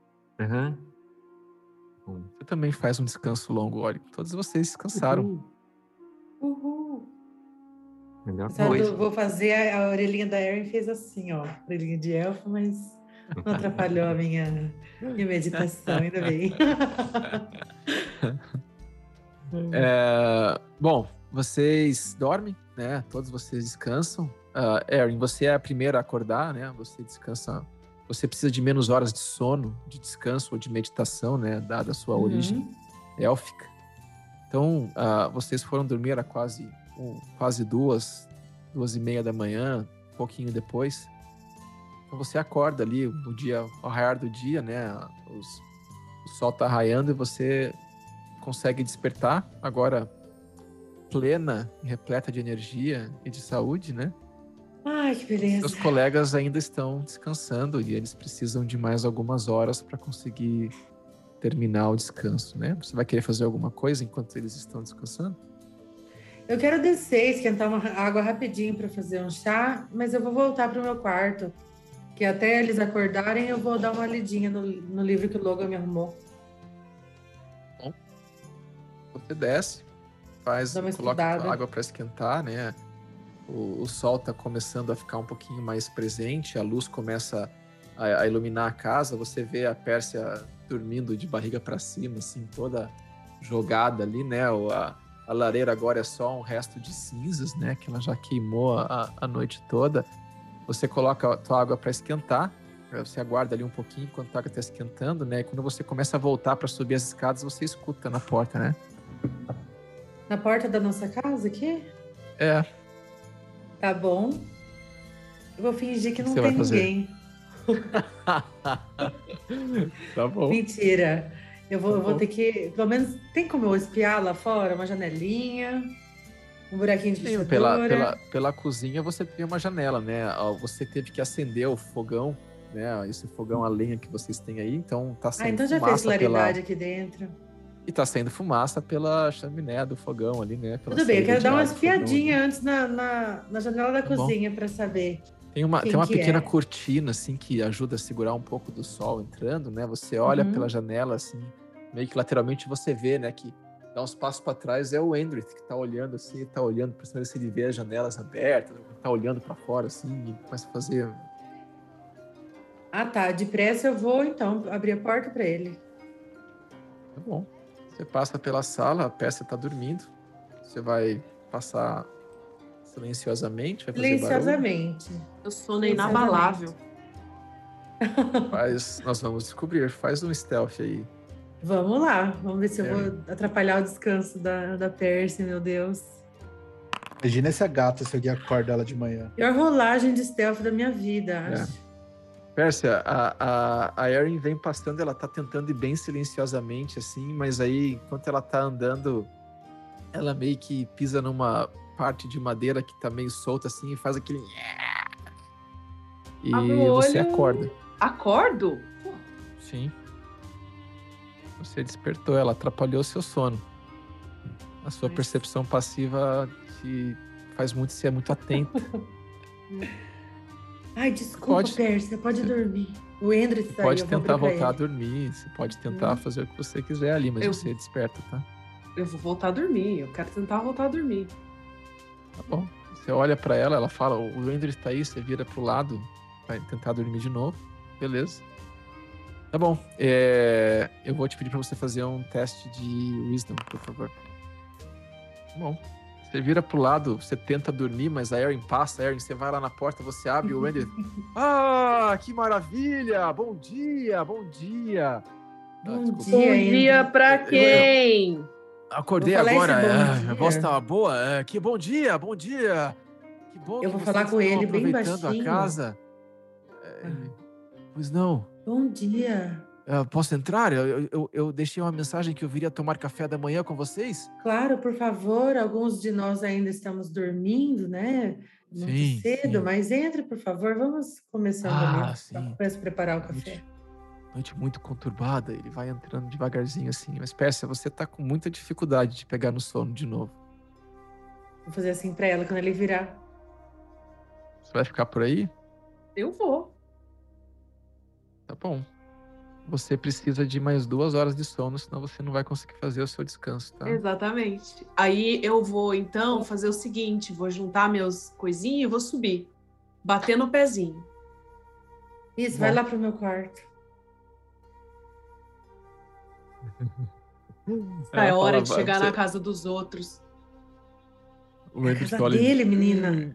Você também faz um descanso longo, Ori. Todos vocês descansaram. Uhul. Melhor coisa. Vou fazer a orelhinha da Erin, fez assim, ó. Orelhinha de elfo, mas não atrapalhou a minha meditação, ainda bem. Bom, vocês dormem, né? Todos vocês descansam. Erin, você é a primeira a acordar, né? Você descansa. Você precisa de menos horas de sono, de descanso ou de meditação, né? Dada a sua origem élfica. Então, vocês foram dormir a quase 2:30 da manhã, um pouquinho depois. Então você acorda ali no dia, ao raiar do dia, né? O sol tá raiando e você consegue despertar agora plena e repleta de energia e de saúde, né? Ai, que beleza. Seus colegas ainda estão descansando e eles precisam de mais algumas horas para conseguir terminar o descanso, né? Você vai querer fazer alguma coisa enquanto eles estão descansando? Eu quero descer, esquentar uma água rapidinho para fazer um chá, mas eu vou voltar para o meu quarto, que até eles acordarem eu vou dar uma lidinha no livro que o Logan me arrumou. Bom, você desce, coloca a água para esquentar, né? O sol está começando a ficar um pouquinho mais presente, a luz começa a iluminar a casa, você vê a Pérsia dormindo de barriga para cima, assim, toda jogada ali, né? A lareira agora é só um resto de cinzas, né? Que ela já queimou a noite toda. Você coloca a tua água para esquentar, você aguarda ali um pouquinho enquanto a água está esquentando, né? E quando você começa a voltar para subir as escadas, você escuta na porta, né? Na porta da nossa casa aqui? É. Tá bom. Eu vou fingir que não Você tem vai fazer? ninguém. Tá bom. Mentira. Eu vou bom. ter que... Pelo menos tem como eu espiar lá fora? Uma janelinha, um buraquinho de Sim, fechadura. pela cozinha você tem uma janela, né? Você teve que acender o fogão, né? Esse fogão a lenha que vocês têm aí, então tá saindo então já fez fumaça claridade aqui dentro. E tá saindo fumaça pela chaminé do fogão ali, né? Tudo bem, eu quero dar uma espiadinha espiadinha antes na janela da cozinha para saber. Tem uma pequena cortina, assim, que ajuda a segurar um pouco do sol entrando, né? Você olha pela janela, assim, meio que lateralmente você vê, né? Que dá uns passos para trás é o Endrith, que tá olhando assim, tá olhando para saber se ele vê as janelas abertas, tá olhando para fora, assim, e começa a fazer... Ah, tá. Depressa eu vou, então, abrir a porta para ele. Tá bom. Você passa pela sala, a Pérsia tá dormindo. Você vai passar silenciosamente, vai fazer silenciosamente. Eu sono é inabalável. Mas nós vamos descobrir. Faz um stealth aí. Vamos lá. Vamos ver se eu vou atrapalhar o descanso da Pérsia, meu Deus. Imagina essa gata se alguém acorda ela de manhã. Pior rolagem de stealth da minha vida, acho. Pérsia, a Erin vem passando, ela tá tentando ir bem silenciosamente, assim, mas aí, enquanto ela tá andando, ela meio que pisa numa parte de madeira que tá meio solta, assim, e faz aquele... E você acorda. Acordo? Sim. Você despertou, ela atrapalhou o seu sono. A sua percepção passiva te faz muito ser muito atento. Ai, desculpa, Pérsia, pode dormir. O Endrith tá aí, pode tentar voltar a dormir, você pode tentar fazer o que você quiser ali, mas você desperta, tá? Eu vou voltar a dormir, eu quero tentar voltar a dormir. Tá bom. Você olha pra ela, ela fala, o Endrith tá aí, você vira pro lado pra tentar dormir de novo. Beleza. Tá bom. Eu vou te pedir pra você fazer um teste de Wisdom, por favor. Tá bom. Você vira pro lado, você tenta dormir, mas a Erin passa. Erin, você vai lá na porta, você abre o Endrith. Ah, que maravilha! Bom dia, bom dia! Bom dia pra quem? Acordei agora, a voz tava boa. Que bom dia, bom dia! Que bom eu que vou falar com ele bem baixinho. A casa. Pois não. Bom dia. Posso entrar? Eu deixei uma mensagem que eu viria tomar café da manhã com vocês? Claro, por favor. Alguns de nós ainda estamos dormindo, né? Muito cedo, mas entre, por favor. Vamos começando ali para se preparar o café. Noite muito conturbada. Ele vai entrando devagarzinho assim. Mas, Pérsia, você tá com muita dificuldade de pegar no sono de novo. Vou fazer assim para ela quando ele virar. Você vai ficar por aí? Eu vou. Tá bom. Você precisa de mais 2 horas de sono, senão você não vai conseguir fazer o seu descanso, tá? Exatamente. Aí eu vou, então, fazer o seguinte, vou juntar meus coisinhos e vou subir. Bater no pezinho. Isso, vai lá pro meu quarto. É hora fala, de chegar na casa dos outros. O Hendrik Casa olha, dele, menina.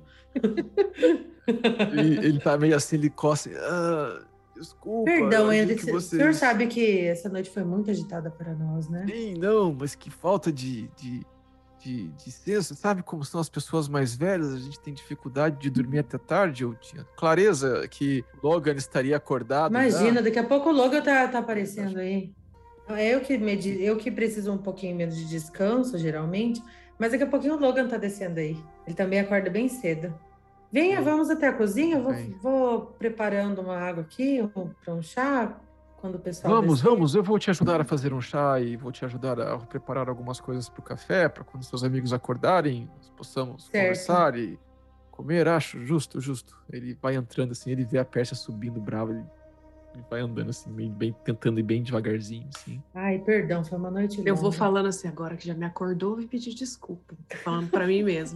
ele tá meio assim, ele coça. Desculpa, eu Perdão, achei André, que o senhor vocês... sabe que essa noite foi muito agitada para nós, né? Sim, não, mas que falta de senso. Sabe como são as pessoas mais velhas? A gente tem dificuldade de dormir até tarde. Eu tinha clareza que Logan estaria acordado Imagina, já. daqui a pouco o Logan tá aparecendo aí. É eu que preciso um pouquinho menos de descanso, geralmente, mas daqui a pouquinho o Logan tá descendo aí. Ele também acorda bem cedo. Venha, Sim. vamos até a cozinha. Eu Bem. vou preparando uma água aqui para um chá, quando o pessoal descer. Vamos, eu vou te ajudar a fazer um chá e vou te ajudar a preparar algumas coisas para o café, para quando seus amigos acordarem, nós possamos Certo. conversar e comer. Acho justo. Ele vai entrando assim, ele vê a Pérsia subindo brava, ele vai andando assim, bem, tentando ir bem devagarzinho, assim. Ai, perdão, foi uma noite longa. Eu vou falando assim, agora que já me acordou, vou pedir desculpa. Tô falando pra mim mesmo.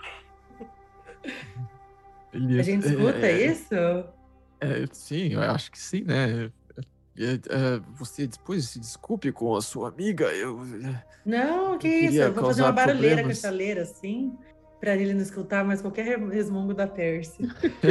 A gente escuta isso? Sim, eu acho que sim, né? Você depois se desculpe com a sua amiga. Não, que não isso? queria Eu vou fazer causar uma barulheira com a problemas. chaleira, assim, para ele não escutar mais qualquer resmungo da Pérsia.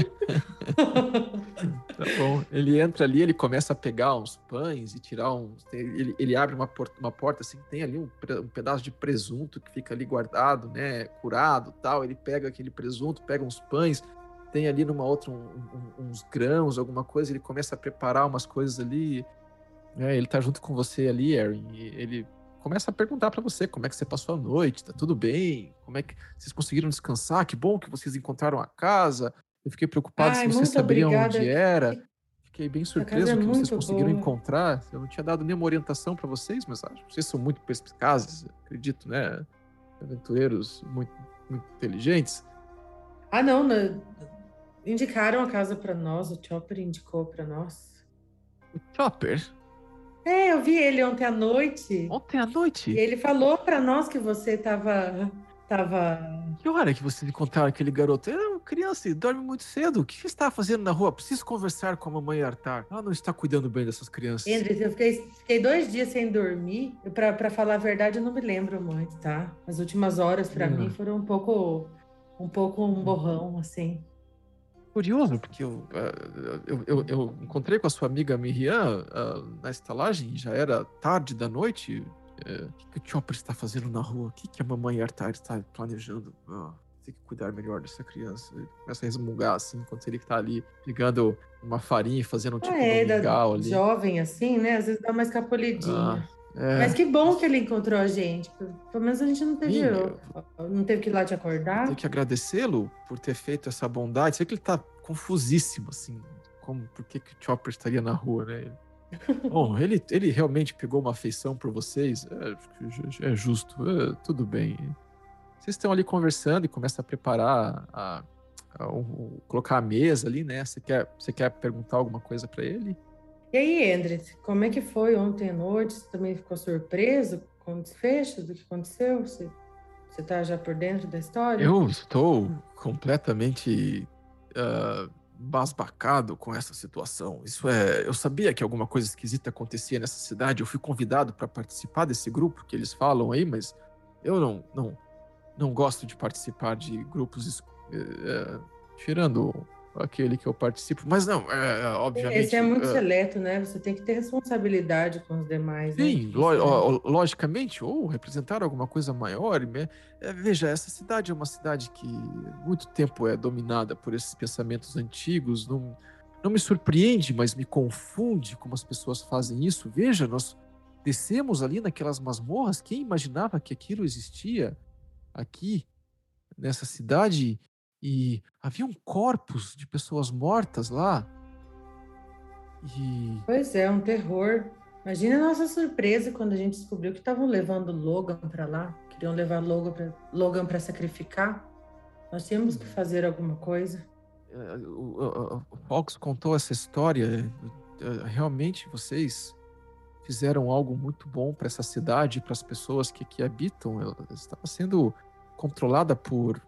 Tá bom. Ele entra ali, ele começa a pegar uns pães e tirar uns. Ele abre uma porta assim, tem ali um pedaço de presunto que fica ali guardado, né? Curado tal. Ele pega aquele presunto, pega uns pães, tem ali numa outra uns grãos, alguma coisa. Ele começa a preparar umas coisas ali. Ele tá junto com você ali, Erin, e ele começa a perguntar pra você como é que você passou a noite, tá tudo bem? Como é que vocês conseguiram descansar? Que bom que vocês encontraram a casa. Eu fiquei preocupado se Ai, vocês muito sabiam obrigada. onde era. Fiquei bem A casa é surpreso que vocês muito conseguiram boa. encontrar. Eu não tinha dado nenhuma orientação pra vocês, mas acho que vocês são muito perspicazes, acredito, né? Aventureiros muito inteligentes. Ah, não, indicaram a casa para nós, o Chopper indicou para nós. O Chopper, Eu vi ele ontem à noite. ontem à noite, E ele falou para nós que você tava que hora que vocês encontraram aquele garoto? Ele é uma criança e dorme muito cedo. O que você está fazendo na rua? Preciso conversar com a mamãe Artar. Ela não está cuidando bem dessas crianças. André, eu fiquei 2 dias sem dormir. Para falar a verdade, eu não me lembro muito, tá? As últimas horas para mim foram um pouco um borrão, assim. Curioso, porque eu encontrei com a sua amiga Miriam na estalagem, já era tarde da noite. O que o Chopper está fazendo na rua? O que a mamãe Artar está planejando? Tem que cuidar melhor dessa criança. Ele começa a resmungar, assim, enquanto ele tá ali pegando uma farinha e fazendo um tipo de mingau ali. Jovem assim, né? Às vezes dá uma escapolidinha. Mas que bom que ele encontrou a gente. Pelo menos a gente não teve, não teve que ir lá te acordar. Tenho que agradecê-lo por ter feito essa bondade. Sei que ele tá confusíssimo, assim. Por que o Chopper estaria na rua, né? Bom, ele realmente pegou uma afeição por vocês. É justo. Tudo bem. Vocês estão ali conversando e começa a preparar, colocar a mesa ali, né? Você quer perguntar alguma coisa para ele? E aí, André, como é que foi ontem à noite? Você também ficou surpreso com o desfecho do que aconteceu? Você tá já por dentro da história? Eu estou completamente basbacado com essa situação. Eu sabia que alguma coisa esquisita acontecia nessa cidade. Eu fui convidado para participar desse grupo que eles falam aí, mas eu não gosto de participar de grupos tirando aquele que eu participo, mas não, obviamente... Esse é muito seleto, né? Você tem que ter responsabilidade com os demais, sim, né? logicamente, ou representar alguma coisa maior. Veja, essa cidade é uma cidade que muito tempo é dominada por esses pensamentos antigos. Não me surpreende, mas me confunde como as pessoas fazem isso. Veja, nós descemos ali naquelas masmorras. Quem imaginava que aquilo existia aqui, nessa cidade? E haviam corpos de pessoas mortas lá. Pois é, um terror. Imagina a nossa surpresa quando a gente descobriu que estavam levando Logan para lá. Queriam levar Logan para sacrificar. Nós tínhamos que fazer alguma coisa. O Fox contou essa história. Realmente vocês fizeram algo muito bom para essa cidade, para as pessoas que aqui habitam. Ela estava sendo controlada por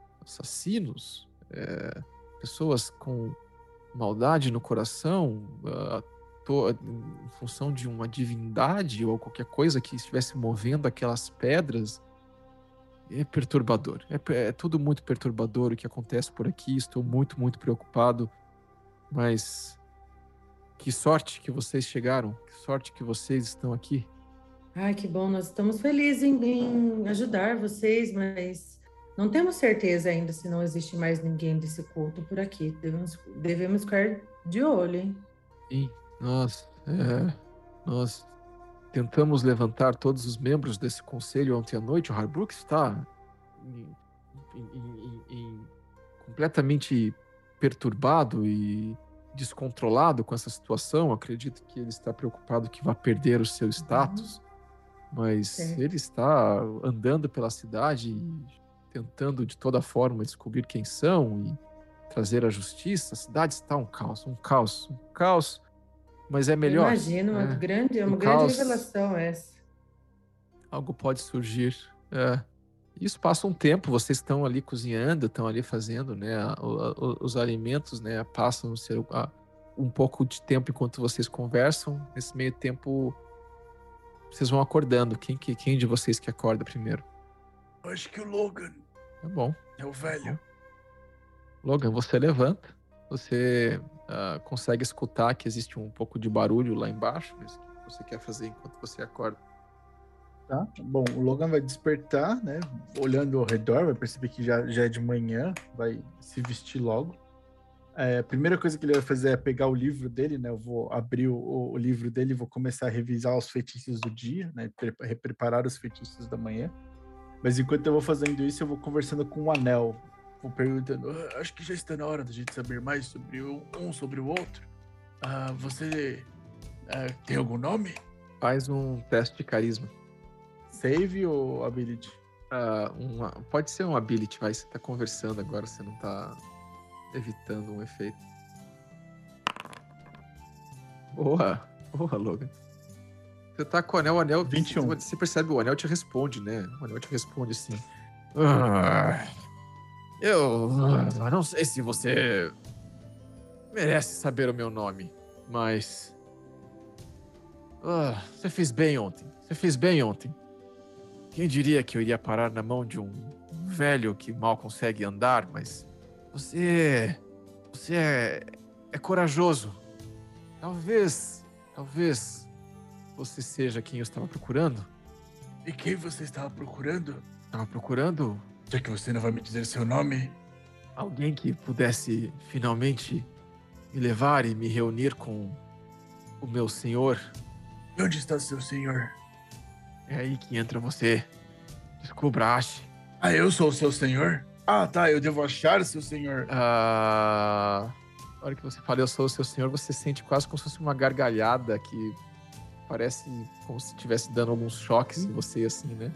assassinos, pessoas com maldade no coração, em função de uma divindade ou qualquer coisa que estivesse movendo aquelas pedras. É perturbador. É tudo muito perturbador o que acontece por aqui. Estou muito, muito preocupado. Mas que sorte que vocês chegaram. Que sorte que vocês estão aqui. Ai, que bom, nós estamos felizes em ajudar vocês, mas não temos certeza ainda se não existe mais ninguém desse culto por aqui. Devemos ficar de olho, hein? Sim, nós tentamos levantar todos os membros desse conselho ontem à noite. O Harbrook está completamente perturbado e descontrolado com essa situação. Acredito que ele está preocupado que vai perder o seu status. Mas Certo. ele está andando pela cidade e tentando de toda forma descobrir quem são e trazer a justiça. A cidade está um caos, mas é melhor. Imagino, uma né? grande Do grande caos, revelação essa. algo pode surgir. Isso passa um tempo, vocês estão ali cozinhando, estão ali fazendo, né, os alimentos, né, passam um pouco de tempo enquanto vocês conversam. Nesse meio tempo, vocês vão acordando. Quem de vocês que acorda primeiro? Eu acho que o Logan Tá bom. é o velho. Logan, você levanta. Você consegue escutar que existe um pouco de barulho lá embaixo. Mas o que você quer fazer enquanto você acorda? Tá? Bom, o Logan vai despertar, né? Olhando ao redor, vai perceber que já é de manhã, vai se vestir logo. A primeira coisa que ele vai fazer é pegar o livro dele, né? Eu vou abrir o livro dele e vou começar a revisar os feitiços do dia, né? Preparar os feitiços da manhã. Mas enquanto eu vou fazendo isso, eu vou conversando com o Anel. Vou perguntando, acho que já está na hora da gente saber mais sobre sobre o outro. Você tem algum nome? Faz um teste de carisma. Save ou Ability? Pode ser um ability, vai. Você tá conversando agora, você não tá evitando um efeito. Boa, Logan. Você tá com o anel 21. Você percebe, o anel te responde, né? O anel te responde assim. Eu não sei se você merece saber o meu nome, mas você fez bem ontem. Quem diria que eu iria parar na mão de um velho que mal consegue andar, mas você é corajoso. Talvez você seja quem eu estava procurando. E quem você estava procurando? Estava procurando Já que você não vai me dizer seu nome. alguém que pudesse finalmente me levar e me reunir com o meu senhor. E onde está seu senhor? É aí que entra você. Descubra, ache. Eu sou o seu senhor? Tá, eu devo achar seu senhor. Na hora que você fala eu sou o seu senhor, você sente quase como se fosse uma gargalhada que parece como se estivesse dando alguns choques em você, assim, né?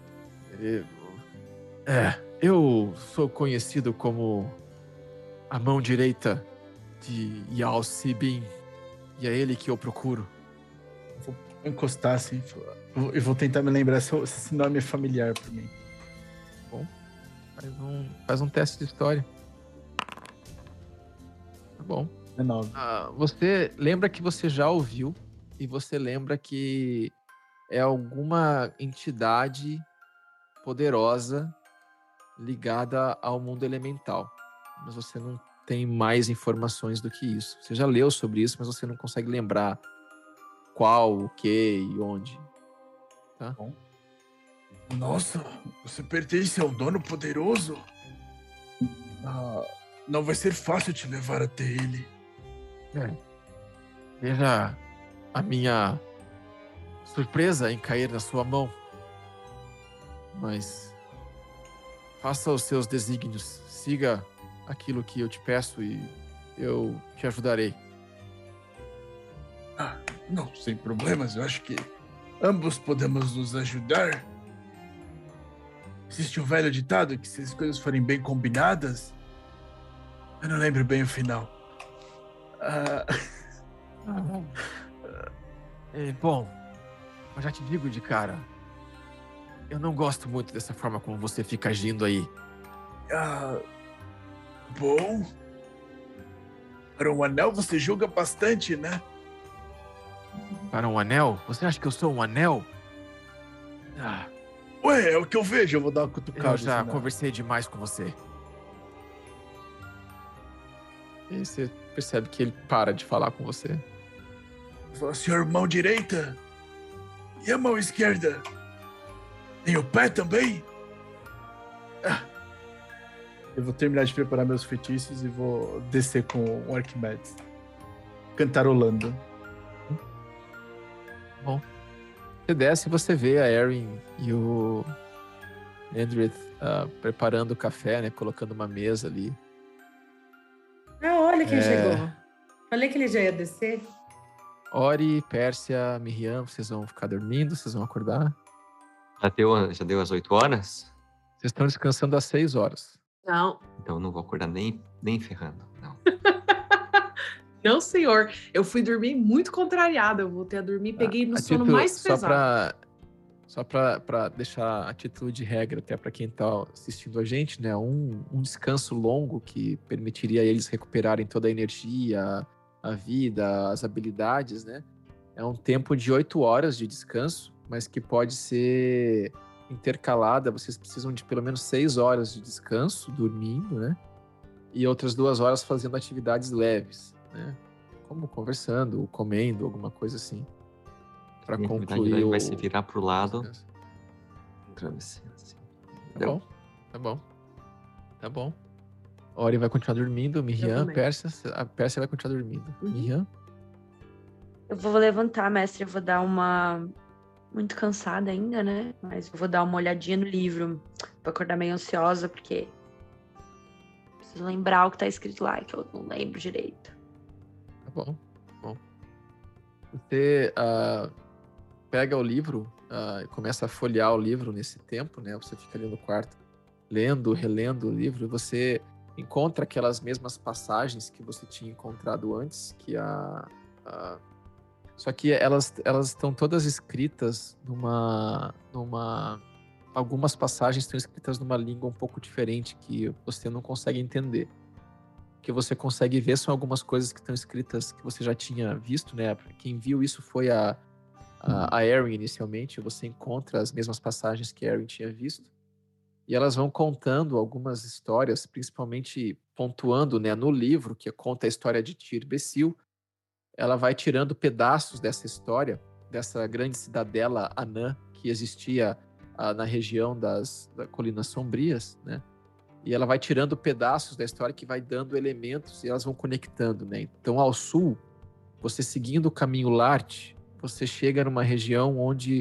Eu sou conhecido como a mão direita de Yao Sibin, e é ele que eu procuro. Vou encostar assim e vou tentar me lembrar se esse nome é familiar pra mim. Bom, faz um teste de história. Tá bom. 19. Você lembra que você já ouviu, e você lembra que é alguma entidade poderosa ligada ao mundo elemental. Mas você não tem mais informações do que isso. Você já leu sobre isso, mas você não consegue lembrar qual, o que e onde. Tá? Bom. Nossa, você pertence ao dono poderoso? Não vai ser fácil te levar até ele. Veja a minha surpresa em cair na sua mão. Mas faça os seus desígnios. Siga aquilo que eu te peço e eu te ajudarei. Não, sem problemas. Eu acho que ambos podemos nos ajudar. Existe um velho ditado que se as coisas forem bem combinadas... Eu não lembro bem o final. Bom, eu já te digo de cara. Eu não gosto muito dessa forma como você fica agindo aí. Bom. Para um anel você julga bastante, né? Para um anel? Você acha que eu sou um anel? Ah, Ué, é o que eu vejo. Eu vou dar uma cutucada. eu já assim, conversei demais com você. E aí você percebe que ele para de falar com você. Fala, senhor, mão direita? E a mão esquerda? Tem o pé também? Eu vou terminar de preparar meus feitiços e vou descer com o Arquimedes. Cantarolando. Bom. Você desce e você vê a Erin e o Endrith preparando o café, né? Colocando uma mesa ali. Ah, olha quem chegou. Falei que ele já ia descer. Ori, Pérsia, Miriam, vocês vão ficar dormindo? Vocês vão acordar? Já deu as 8 horas? Vocês estão descansando às 6 horas. Não. Então não vou acordar nem ferrando. Não. Não, senhor. Eu fui dormir muito contrariada. Eu voltei a dormir, peguei no sono mais pesado. Só para deixar a título de regra, até para quem está assistindo a gente, né? Um descanso longo que permitiria eles recuperarem toda a energia, a vida, as habilidades, né? É um tempo de 8 horas de descanso, mas que pode ser intercalada. Vocês precisam de pelo menos 6 horas de descanso, dormindo, né? E outras 2 horas fazendo atividades leves, né? Como conversando, comendo, alguma coisa assim. Para concluir ele vai se virar pro lado. Travesseiro, assim. Tá bom. Ori vai continuar dormindo, Miriam, a Pérsia vai continuar dormindo. Miriam? Eu vou levantar, mestre, eu vou dar uma... Muito cansada ainda, né? Mas eu vou dar uma olhadinha no livro. Vou acordar meio ansiosa, porque... preciso lembrar o que tá escrito lá, que eu não lembro direito. Tá bom. Você pega o livro e começa a folhear o livro nesse tempo, né? Você fica ali no quarto lendo, relendo o livro, e você encontra aquelas mesmas passagens que você tinha encontrado antes, que só que elas estão todas escritas algumas passagens estão escritas numa língua um pouco diferente, que você não consegue entender. O que você consegue ver são algumas coisas que estão escritas que você já tinha visto, né? Quem viu isso foi a Erin inicialmente. Você encontra as mesmas passagens que a Erin tinha visto. E elas vão contando algumas histórias, principalmente pontuando, né, no livro, que conta a história de Tyr Bessil. Ela vai tirando pedaços dessa história, dessa grande cidadela anã que existia na região das Colinas Sombrias, né? E ela vai tirando pedaços da história que vai dando elementos e elas vão conectando, né? Então, ao sul, você seguindo o caminho Larte, você chega numa região onde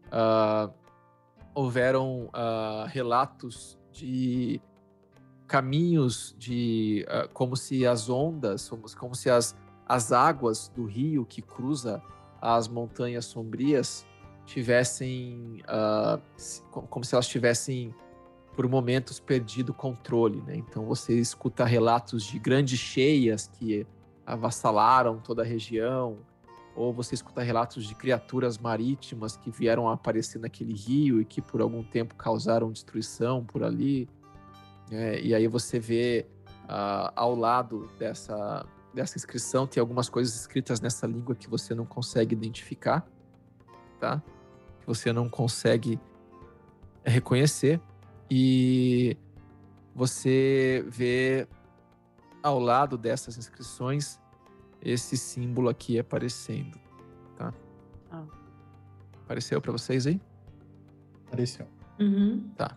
houveram relatos de caminhos como se as ondas, como se as águas do rio que cruza as montanhas sombrias tivessem, como se elas tivessem por momentos perdido o controle, né? Então você escuta relatos de grandes cheias que avassalaram toda a região, ou você escuta relatos de criaturas marítimas que vieram a aparecer naquele rio e que por algum tempo causaram destruição por ali. E aí você vê ao lado dessa inscrição tem algumas coisas escritas nessa língua que você não consegue identificar, tá? Que você não consegue reconhecer. E você vê ao lado dessas inscrições esse símbolo aqui aparecendo, tá? Apareceu para vocês aí? Apareceu. Tá.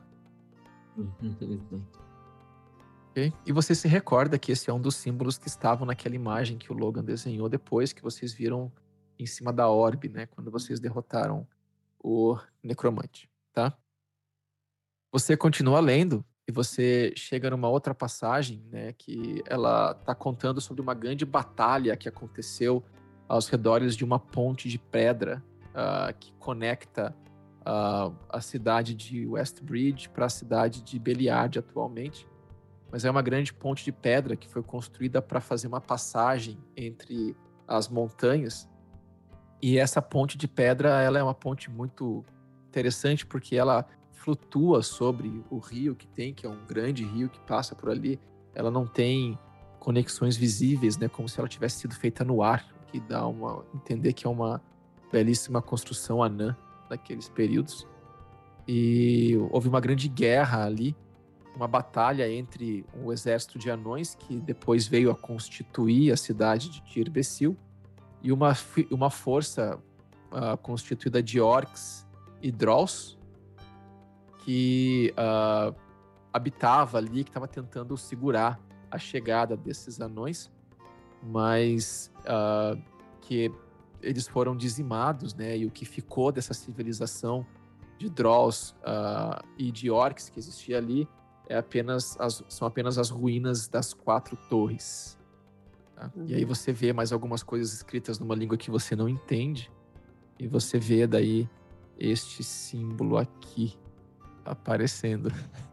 Okay. E você se recorda que esse é um dos símbolos que estavam naquela imagem que o Logan desenhou depois que vocês viram em cima da orbe, né? Quando vocês derrotaram o necromante, tá? Você continua lendo e você chega numa outra passagem, né, que ela está contando sobre uma grande batalha que aconteceu aos redores de uma ponte de pedra que conecta a cidade de Westbridge para a cidade de Beliard atualmente. Mas é uma grande ponte de pedra que foi construída para fazer uma passagem entre as montanhas. E essa ponte de pedra, ela é uma ponte muito interessante porque ela flutua sobre o rio que é um grande rio que passa por ali. Ela não tem conexões visíveis, né, como se ela tivesse sido feita no ar, o que dá entender que é uma belíssima construção anã daqueles períodos. E houve uma grande guerra ali, uma batalha entre o exército de anões, que depois veio a constituir a cidade de Tir Besil, e uma força constituída de orcs e Drolls, que habitava ali, que estava tentando segurar a chegada desses anões, mas que eles foram dizimados, né? E o que ficou dessa civilização de Drolls e de orcs que existia ali são apenas as ruínas das 4 torres. Tá? E aí você vê mais algumas coisas escritas numa língua que você não entende, e você vê daí este símbolo aqui aparecendo.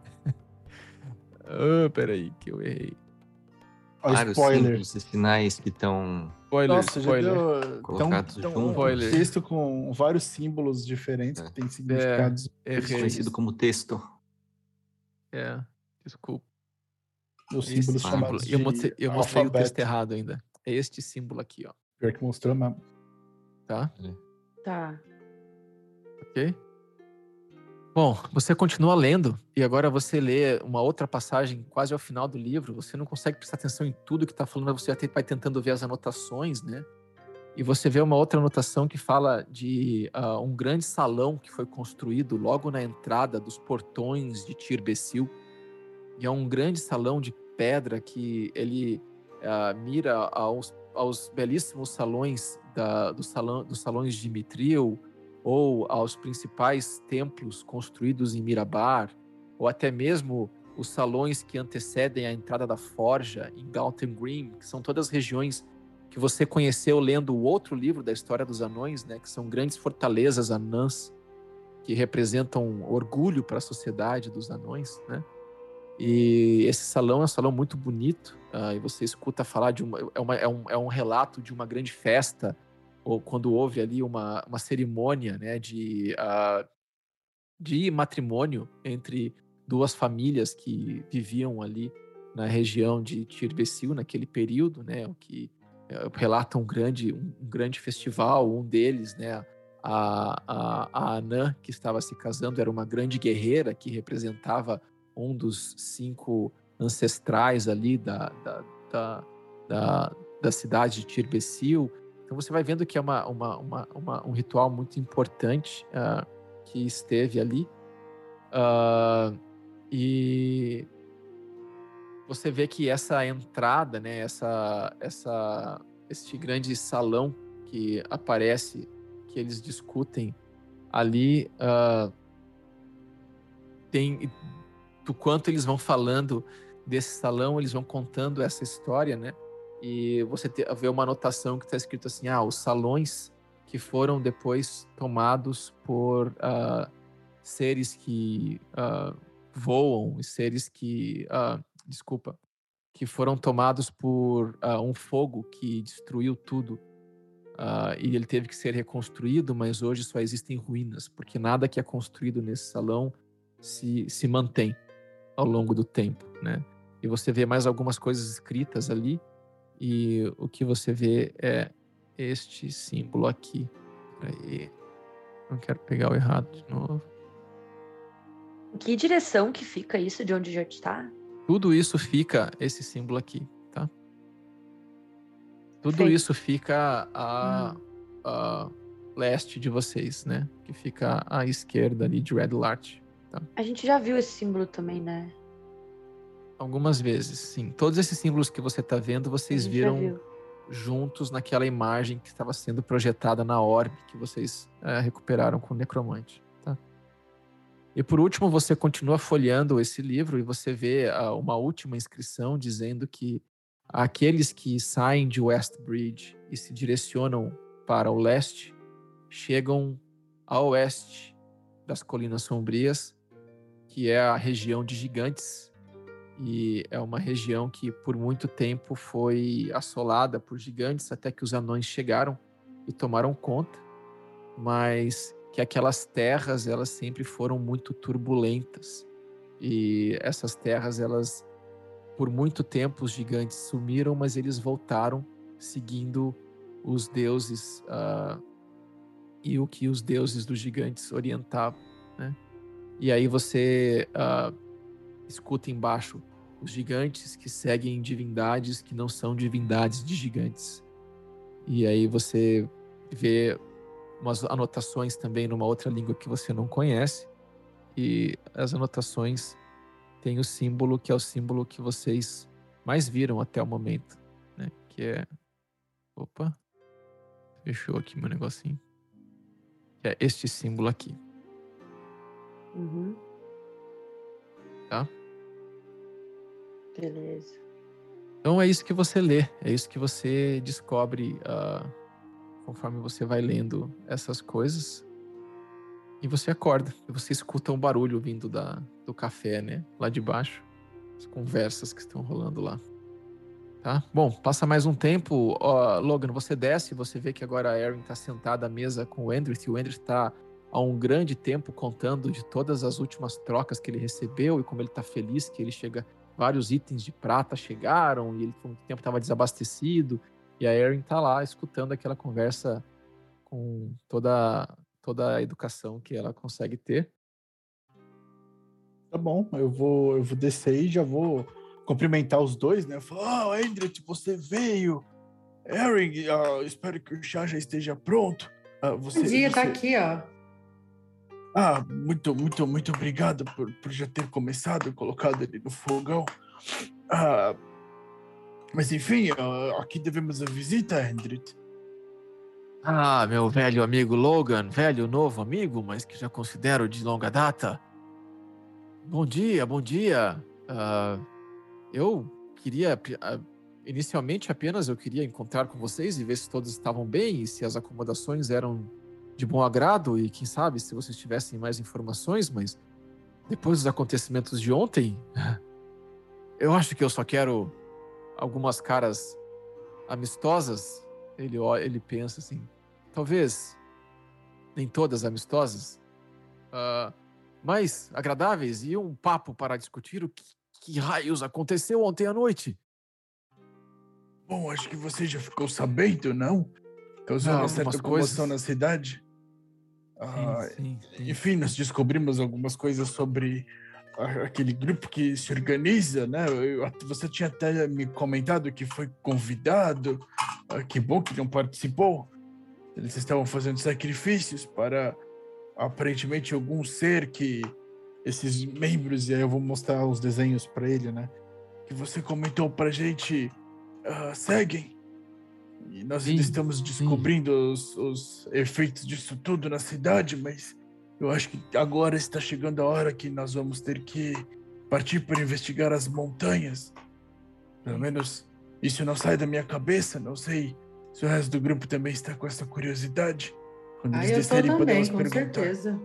Peraí, que eu errei. Vários símbolos e sinais que estão Nossa, já deu colocados juntos. Um texto com vários símbolos diferentes que tem significados. Conhecido como texto. Desculpa. Os símbolos chamados eu mostrei o texto errado ainda. É este símbolo aqui, ó. Pior que mostrou mesmo. Tá? Tá. Ok? Bom, você continua lendo, e agora você lê uma outra passagem quase ao final do livro. Você não consegue prestar atenção em tudo que está falando, mas você vai tentando ver as anotações, né? E você vê uma outra anotação que fala de um grande salão que foi construído logo na entrada dos portões de Tir Besil. E é um grande salão de pedra que ele mira aos belíssimos salões dos salões de Mithril, ou aos principais templos construídos em Mirabar, ou até mesmo os salões que antecedem a entrada da Forja em Galten Green, que são todas regiões que você conheceu lendo o outro livro da história dos anões, né, que são grandes fortalezas anãs que representam orgulho para a sociedade dos anões, né? E esse salão é um salão muito bonito, e você escuta falar de é um relato de uma grande festa, ou quando houve ali uma cerimônia, né, de matrimônio entre duas famílias que viviam ali na região de Tir Besil naquele período, né, o que relata um grande festival. Um deles, né, a Anã, que estava se casando, era uma grande guerreira que representava um dos 5 ancestrais ali da cidade de Tir Besil. Então você vai vendo que é um ritual muito importante que esteve ali. E você vê que essa entrada, né, este grande salão que aparece, que eles discutem ali, tem do quanto eles vão falando desse salão, eles vão contando essa história, né? E você vê uma anotação que está escrito assim: os salões que foram depois tomados por seres que voam, e seres que foram tomados por um fogo que destruiu tudo, e ele teve que ser reconstruído, mas hoje só existem ruínas, porque nada que é construído nesse salão se mantém ao longo do tempo, né? E você vê mais algumas coisas escritas ali, e o que você vê é este símbolo aqui. Peraí, não quero pegar o errado de novo. Em que direção que fica isso, de onde já está? Tudo isso fica esse símbolo aqui, tá? Tudo Perfeito. isso fica a leste de vocês, né? Que fica à esquerda ali de Red Larch. Tá? A gente já viu esse símbolo também, né? Algumas vezes, sim. Todos esses símbolos que você está vendo, vocês viram juntos naquela imagem que estava sendo projetada na orbe que vocês recuperaram com o necromante. Tá? E por último, você continua folheando esse livro e você vê uma última inscrição dizendo que aqueles que saem de Westbridge e se direcionam para o leste chegam a oeste das Colinas Sombrias, que é a região de Gigantes. E é uma região que por muito tempo foi assolada por gigantes, até que os anões chegaram e tomaram conta, mas que aquelas terras, elas sempre foram muito turbulentas. E essas terras, elas, por muito tempo, os gigantes sumiram, mas eles voltaram seguindo os deuses e o que os deuses dos gigantes orientavam, né? E aí você escuta embaixo os gigantes que seguem divindades que não são divindades de gigantes. E aí você vê umas anotações também numa outra língua que você não conhece. E as anotações têm o símbolo que é o símbolo que vocês mais viram até o momento, né? Que é... Opa! Fechou aqui meu negocinho. Que é este símbolo aqui. Uhum. Tá? Beleza. Então é isso que você lê, é isso que você descobre conforme você vai lendo essas coisas. E você acorda, e você escuta um barulho vindo do café, né? Lá de baixo. As conversas que estão rolando lá. Tá? Bom, passa mais um tempo. Logan, você desce, você vê que agora a Erin está sentada à mesa com o Endrith. E o Endrith está há um grande tempo contando de todas as últimas trocas que ele recebeu e como ele está feliz que ele chega... Vários itens de prata chegaram e ele por muito tempo estava desabastecido. E a Erin está lá escutando aquela conversa com toda a educação que ela consegue ter. Tá bom, eu vou descer e já vou cumprimentar os dois, né? Falar, Endrith, você veio. Erin, espero que o chá já esteja pronto. Bom dia, tá aqui, ó. Muito, muito, muito obrigado por já ter começado, colocado ele no fogão. Mas enfim, aqui devemos a visita, Endrith. Meu velho amigo Logan, velho novo amigo, mas que já considero de longa data. Bom dia, bom dia. Eu queria, inicialmente apenas eu queria encontrar com vocês e ver se todos estavam bem e se as acomodações eram de bom agrado e quem sabe se vocês tivessem mais informações, mas depois dos acontecimentos de ontem, eu acho que eu só quero algumas caras amistosas. Ele pensa assim, talvez nem todas amistosas, mas agradáveis e um papo para discutir o que raios aconteceu ontem à noite. Bom, acho que você já ficou sabendo, não? Causou uma certa comoção na cidade. Sim. Enfim, nós descobrimos algumas coisas sobre aquele grupo que se organiza, né? Você tinha até me comentado que foi convidado. Que bom que não participou. Eles estavam fazendo sacrifícios para, aparentemente, algum ser que esses membros, e aí eu vou mostrar os desenhos para ele, né? Que você comentou pra gente, seguem. E nós ainda estamos descobrindo os efeitos disso tudo na cidade, mas eu acho que agora está chegando a hora que nós vamos ter que partir para investigar as montanhas. Pelo menos isso não sai da minha cabeça. Não sei se o resto do grupo também está com essa curiosidade. Quando eles Eu tô descerem, também, podemos com perguntar. certeza.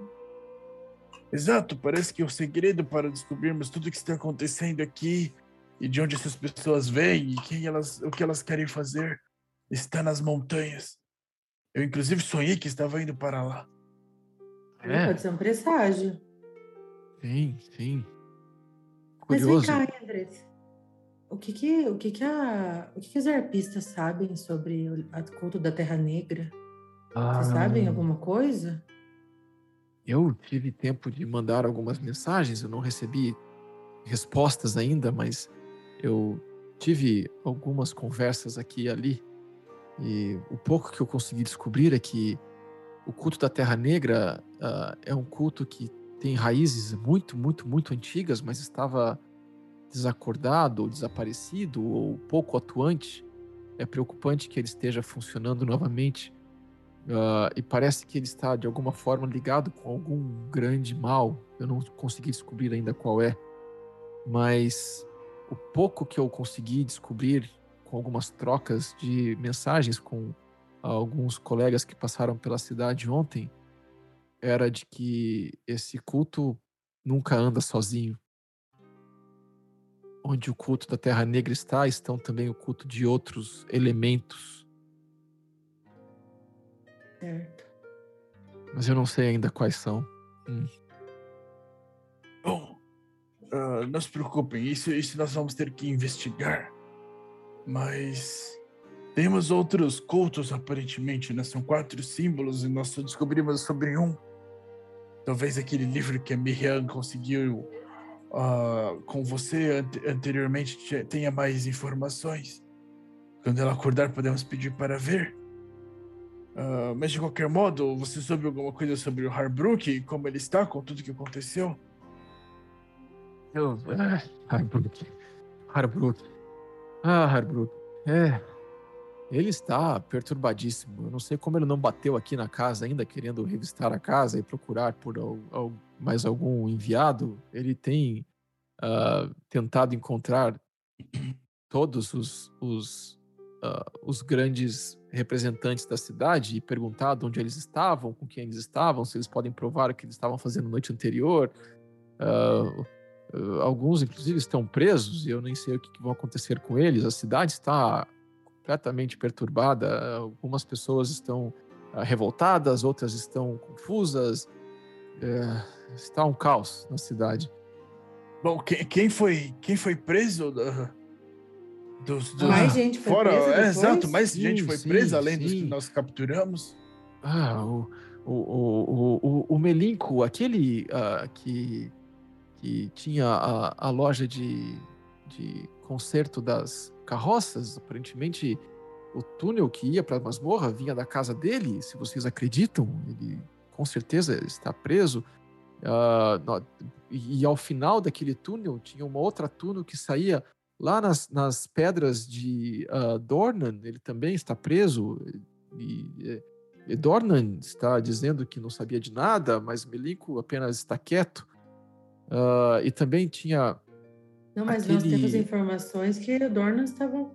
Exato, parece que o segredo para descobrirmos tudo o que está acontecendo aqui e de onde essas pessoas vêm e o que elas querem fazer está nas montanhas. Eu, inclusive, sonhei que estava indo para lá. Pode ser um presságio. Sim. Mas vem Curioso. cá, Andrés. O que os arpistas sabem sobre o culto da Terra Negra? Vocês sabem alguma coisa? Eu tive tempo de mandar algumas mensagens, eu não recebi respostas ainda, mas eu tive algumas conversas aqui e ali. E o pouco que eu consegui descobrir é que o culto da Terra Negra é um culto que tem raízes muito, muito, muito antigas, mas estava desacordado, ou desaparecido, ou pouco atuante. É preocupante que ele esteja funcionando novamente. E parece que ele está, de alguma forma, ligado com algum grande mal. Eu não consegui descobrir ainda qual é. Mas o pouco que eu consegui descobrir com algumas trocas de mensagens com alguns colegas que passaram pela cidade ontem era de que esse culto nunca anda sozinho. Onde o culto da Terra Negra está, estão também o culto de outros elementos. Certo. Mas eu não sei ainda quais são. Bom, não se preocupem, isso nós vamos ter que investigar. Mas Temos outros cultos, aparentemente, né? São 4 símbolos e nós só descobrimos sobre um. Talvez aquele livro que a Miriam conseguiu com você anteriormente tenha mais informações. Quando ela acordar, podemos pedir para ver. Mas de qualquer modo, você soube alguma coisa sobre o Harbrook e como ele está com tudo que aconteceu? Harbrook. Harbrook. Ele está perturbadíssimo. Eu não sei como ele não bateu aqui na casa ainda, querendo revistar a casa e procurar por mais algum enviado. Ele tem tentado encontrar todos os grandes representantes da cidade e perguntado onde eles estavam, com quem eles estavam, se eles podem provar o que eles estavam fazendo na noite anterior. Alguns, inclusive, estão presos e eu nem sei o que vai acontecer com eles. A cidade está completamente perturbada. Algumas pessoas estão revoltadas, outras estão confusas. Está um caos na cidade. Bom, quem foi preso? Mais gente foi fora, presa depois? Exato, mais gente foi presa, além dos que sim. nós capturamos. O Melinco, aquele que tinha a loja de conserto das carroças, aparentemente o túnel que ia para a masmorra vinha da casa dele, se vocês acreditam, ele com certeza está preso. E ao final daquele túnel tinha uma outra túnel que saía lá nas pedras de Dornan. Ele também está preso e Dornan está dizendo que não sabia de nada, mas Melinco apenas está quieto. E também tinha Não, mas nós temos informações que o Dornan estava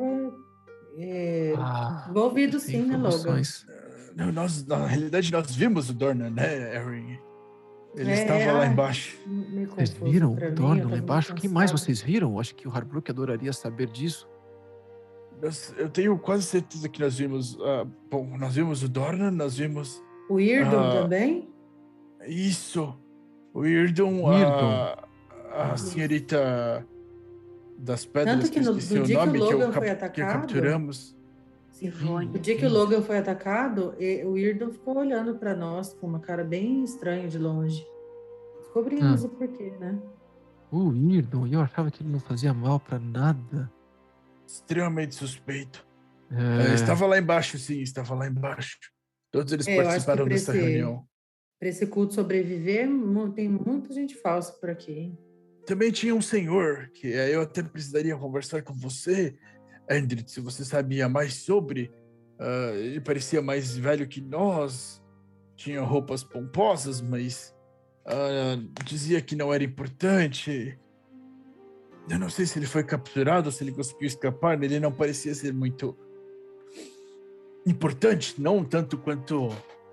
envolvido sim, né, Logan? Não, na realidade, nós vimos o Dornan, né, Erin? Ele estava lá embaixo. Vocês viram o Dornan lá embaixo? Quem mais vocês viram? Acho que o Harbrook adoraria saber disso. Eu tenho quase certeza que nós vimos... bom, nós vimos o Dornan, nós vimos... O Irdon também? Isso. O Irdon, a senhorita das pedras, tanto que eu esqueci o nome, que capturamos. Ivone. O dia que o Logan foi atacado, o Irdon ficou olhando para nós com uma cara bem estranha de longe. Descobrimos o porquê, né? O Irdon, eu achava que ele não fazia mal para nada. Extremamente suspeito. Estava lá embaixo, sim, estava lá embaixo. Todos eles participaram dessa reunião. Para esse culto sobreviver, tem muita gente falsa por aqui, hein? Também tinha um senhor, que eu até precisaria conversar com você, Andrit, se você sabia mais sobre. Ele parecia mais velho que nós, tinha roupas pomposas, mas dizia que não era importante. Eu não sei se ele foi capturado, se ele conseguiu escapar, ele não parecia ser muito importante, não tanto quanto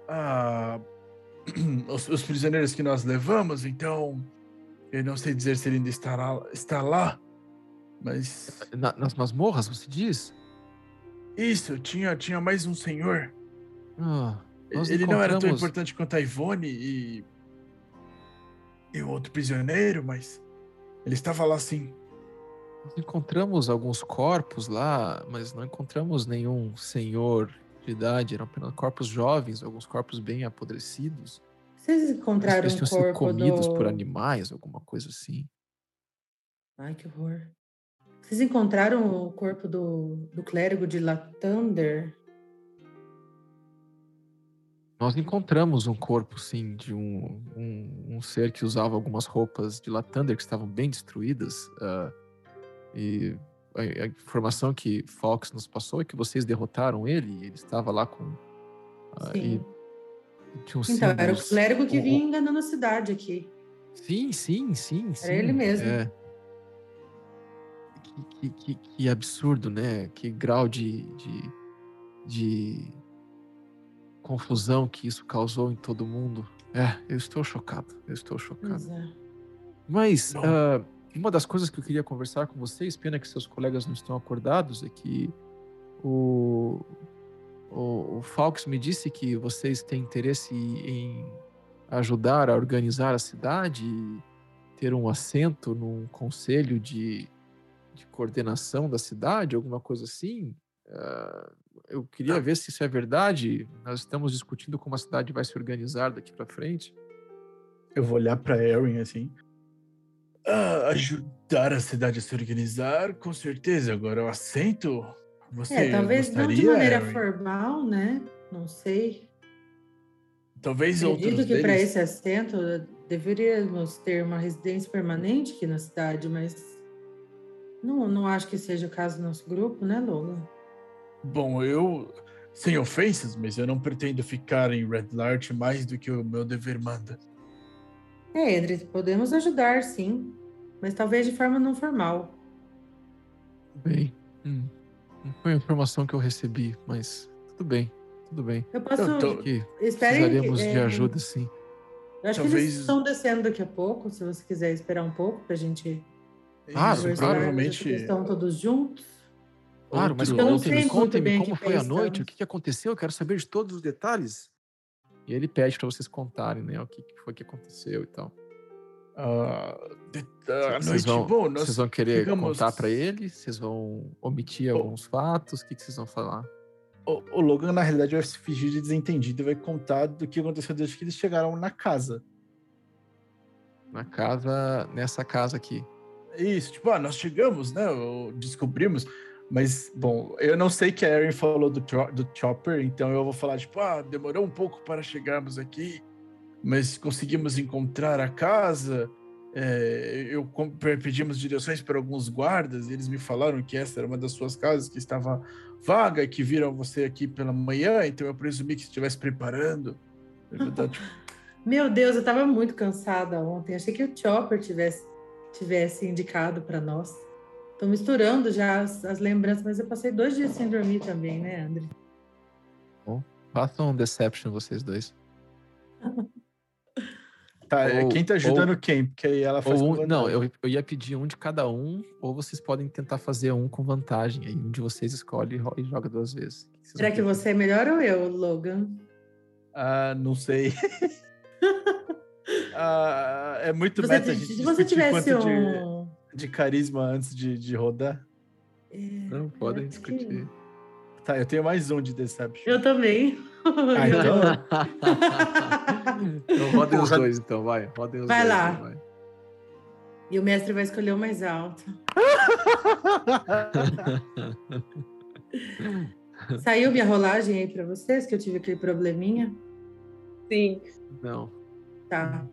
os prisioneiros que nós levamos, então eu não sei dizer se ele ainda está lá, mas... Nas masmorras, você diz? Isso, tinha mais um senhor. Ele não era tão importante quanto a Ivone e o outro prisioneiro, mas ele estava lá sim. Nós encontramos alguns corpos lá, mas não encontramos nenhum senhor de idade. Eram apenas corpos jovens, alguns corpos bem apodrecidos. Vocês encontraram um corpo sido comidos por animais, alguma coisa assim. Ai, que horror. Vocês encontraram o corpo do clérigo de Lathander? Nós encontramos um corpo, sim, de um ser que usava algumas roupas de Lathander que estavam bem destruídas. E a informação que Fox nos passou é que vocês derrotaram ele. Ele estava lá com... Sim. Tinha então, era o clérigo que vinha enganando a cidade aqui. Sim. Era ele mesmo. Que absurdo, né? Que grau de confusão que isso causou em todo mundo. Eu estou chocado. Mas uma das coisas que eu queria conversar com vocês, pena que seus colegas não estão acordados, é que o Fawkes me disse que vocês têm interesse em ajudar a organizar a cidade e ter um assento num conselho de coordenação da cidade, alguma coisa assim. Eu queria ver se isso é verdade. Nós estamos discutindo como a cidade vai se organizar daqui para frente. Eu vou olhar pra Erin assim. Ajudar a cidade a se organizar, com certeza. Agora, o assento, você Talvez não de gostaria, maneira Erin? formal, né? Não sei. Talvez Acredito outros que para deles... esse assento deveríamos ter uma residência permanente aqui na cidade, mas não acho que seja o caso do nosso grupo, né, Logan? Bom, eu... Sem ofensas, mas eu não pretendo ficar em Red Larch mais do que o meu dever manda. Edris, podemos ajudar, sim, mas talvez de forma não formal. Bem, não foi a informação que eu recebi, mas tudo bem. Eu posso... Então, Acho que Esperem, precisaremos de ajuda, sim. eu acho que talvez- eles estão descendo daqui a pouco, se você quiser esperar um pouco pra gente Claro, Isso, conversar. provavelmente... Eles estão todos juntos. Claro, mas Eu não outros- sei muito contem-me bem como que foi a pé noite, estamos. o que aconteceu, eu quero saber de todos os detalhes. E ele pede para vocês contarem, né, o que foi que aconteceu e tal. A Vocês noite, bom, nós vocês vão querer chegamos... contar para ele? Vocês vão omitir alguns fatos? O que vocês vão falar? O Logan, na realidade, vai se fingir de desentendido e vai contar do que aconteceu desde que eles chegaram na casa. Nessa casa aqui. Isso, tipo, nós chegamos, né? Descobrimos. Mas, bom, eu não sei que a Erin falou do Chopper, então eu vou falar, tipo, demorou um pouco para chegarmos aqui, mas conseguimos encontrar a casa. Pedimos direções para alguns guardas, e eles me falaram que essa era uma das suas casas que estava vaga, que viram você aqui pela manhã, então eu presumi que estivesse preparando. Meu Deus, eu tava muito cansada ontem. Achei que o Chopper tivesse indicado para nós. Tô misturando já as lembranças, mas eu passei 2 dias sem dormir também, né, André? Bom, façam um Deception vocês dois. Tá, quem tá ajudando quem? Porque aí ela faz com vantagem. Não, eu ia pedir um de cada um, ou vocês podem tentar fazer um com vantagem. Aí um de vocês escolhe e joga 2 vezes. Será que você é melhor ou eu, Logan? Não sei. É muito Você, meta a gente se você discutir tivesse quanto de carisma antes de rodar. Não, podem discutir. Tá, eu tenho mais um de Deception. Eu também. Então rodem os dois, então, vai. Rodem os vai dois. Lá. Vai. E o mestre vai escolher o mais alto. Saiu minha rolagem aí pra vocês, que eu tive aquele probleminha? Sim. Não. Tá.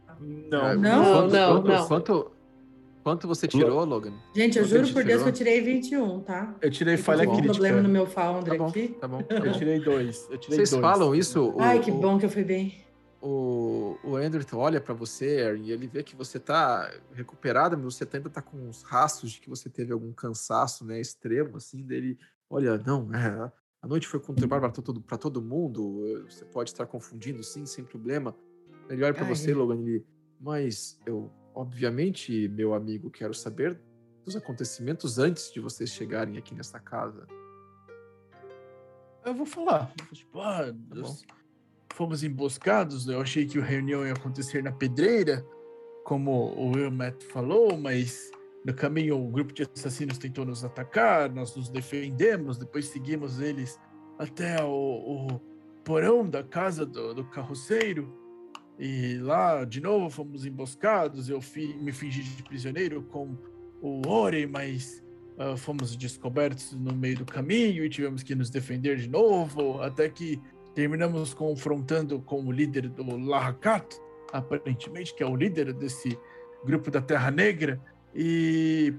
Não. Quanto você tirou, Logan? Gente, eu Quanto juro por Deus que eu tirei 21, tá? Eu tirei falha crítica. crítica. Um problema no meu Foundry aqui. Tá bom. Eu tirei 2. Vocês falam isso? Ai, que bom que eu fui bem. O Andrew olha pra você, Erin, e ele vê que você tá recuperada, mas você ainda tá com uns rastros de que você teve algum cansaço, né, extremo, assim, dele. Olha, não, a noite foi conturbada pra todo mundo, você pode estar confundindo, sim, sem problema. Ele olha pra você, Logan, mas eu, obviamente, meu amigo, quero saber dos acontecimentos antes de vocês chegarem aqui nessa casa. Eu vou falar. Tipo, fomos emboscados, eu achei que a reunião ia acontecer na pedreira, como o Wilmette falou, mas no caminho um grupo de assassinos tentou nos atacar, nós nos defendemos, depois seguimos eles até o porão da casa do carroceiro, e lá, de novo, fomos emboscados, eu me fingi de prisioneiro com o Ori, mas fomos descobertos no meio do caminho e tivemos que nos defender de novo, até que terminamos confrontando com o líder do Lahakat, aparentemente, que é o líder desse grupo da Terra Negra, e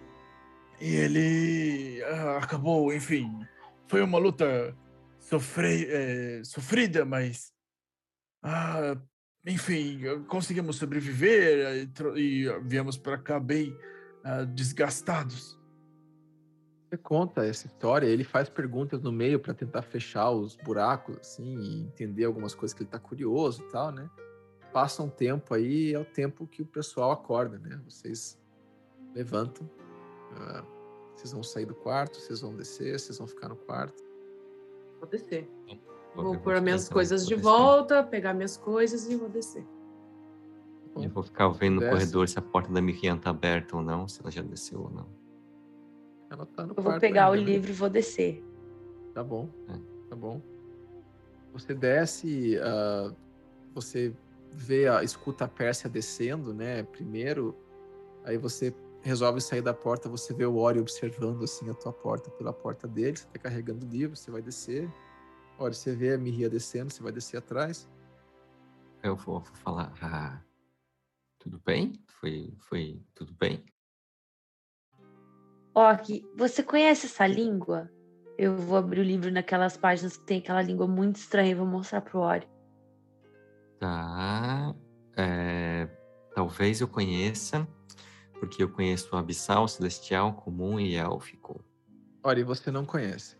ele acabou, enfim, foi uma luta sofrida, mas enfim, conseguimos sobreviver e viemos para cá bem desgastados. Você conta essa história, ele faz perguntas no meio para tentar fechar os buracos, assim, e entender algumas coisas que ele tá curioso e tal, né? Passa um tempo aí, é o tempo que o pessoal acorda, né? Vocês levantam, vocês vão sair do quarto, vocês vão descer, vocês vão ficar no quarto. Vou descer. Vou Vou pôr minhas então, coisas de descer. volta, pegar minhas coisas e vou descer. Eu vou ficar vendo no Desce. corredor se a porta da Miriam tá aberta ou não, se ela já desceu ou não. Ela tá no Eu quarto vou pegar o ainda, né? livro e vou descer. Tá bom, É. tá bom. Você desce, você escuta a Pérsia descendo, né? Primeiro, aí você resolve sair da porta, você vê o Ori observando assim a tua porta pela porta dele, você tá carregando o livro, você vai descer. Ori, você vê a Mihia descendo, você vai descer atrás. Eu vou falar, tudo bem? Foi tudo bem? Ok, você conhece essa língua? Eu vou abrir o livro naquelas páginas que tem aquela língua muito estranha e vou mostrar pro Ori. Tá. Talvez eu conheça, porque eu conheço o abissal, celestial, comum e élfico. Ori, você não conhece.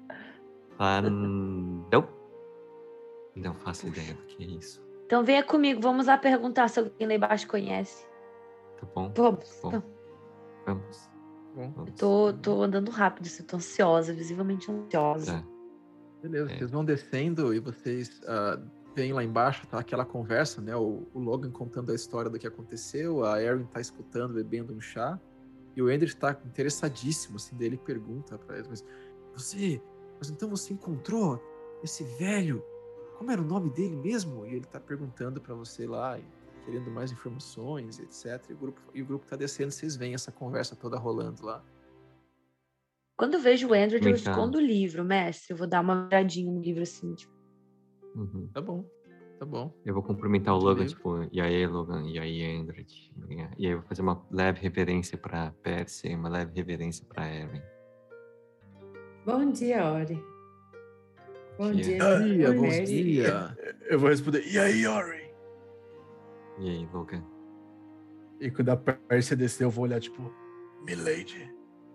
Não faço ideia do que é isso. Então venha comigo, vamos lá perguntar se alguém lá embaixo conhece. Tá bom? Vamos. Bom. Vamos. Vamos. Bom, Eu tô andando rápido, assim, tô ansiosa, visivelmente ansiosa. Tá. beleza, vocês vão descendo e vocês veem lá embaixo, tá aquela conversa, né? O Logan contando a história do que aconteceu, a Erin tá escutando, bebendo um chá, e o Andrew tá interessadíssimo, assim, daí ele pergunta pra ele, mas então você encontrou esse velho? Como era o nome dele mesmo? E ele tá perguntando pra você lá, querendo mais informações, etc. E o grupo tá descendo, vocês veem essa conversa toda rolando lá. Quando eu vejo o Andrew, eu Então. escondo o livro, mestre. Eu vou dar uma olhadinha no livro assim, tipo. Uhum. Tá bom. Eu vou cumprimentar o Muito Logan, livre. tipo, e aí, Logan, e aí, Andred. E aí eu vou fazer uma leve reverência pra Percy e uma leve reverência pra Erin. Bom dia, Ori. Bom dia, Bom nerd. dia. Eu vou responder, e aí, Ori? E aí, Logan? E quando a Pérsia descer, eu vou olhar, tipo, Milady.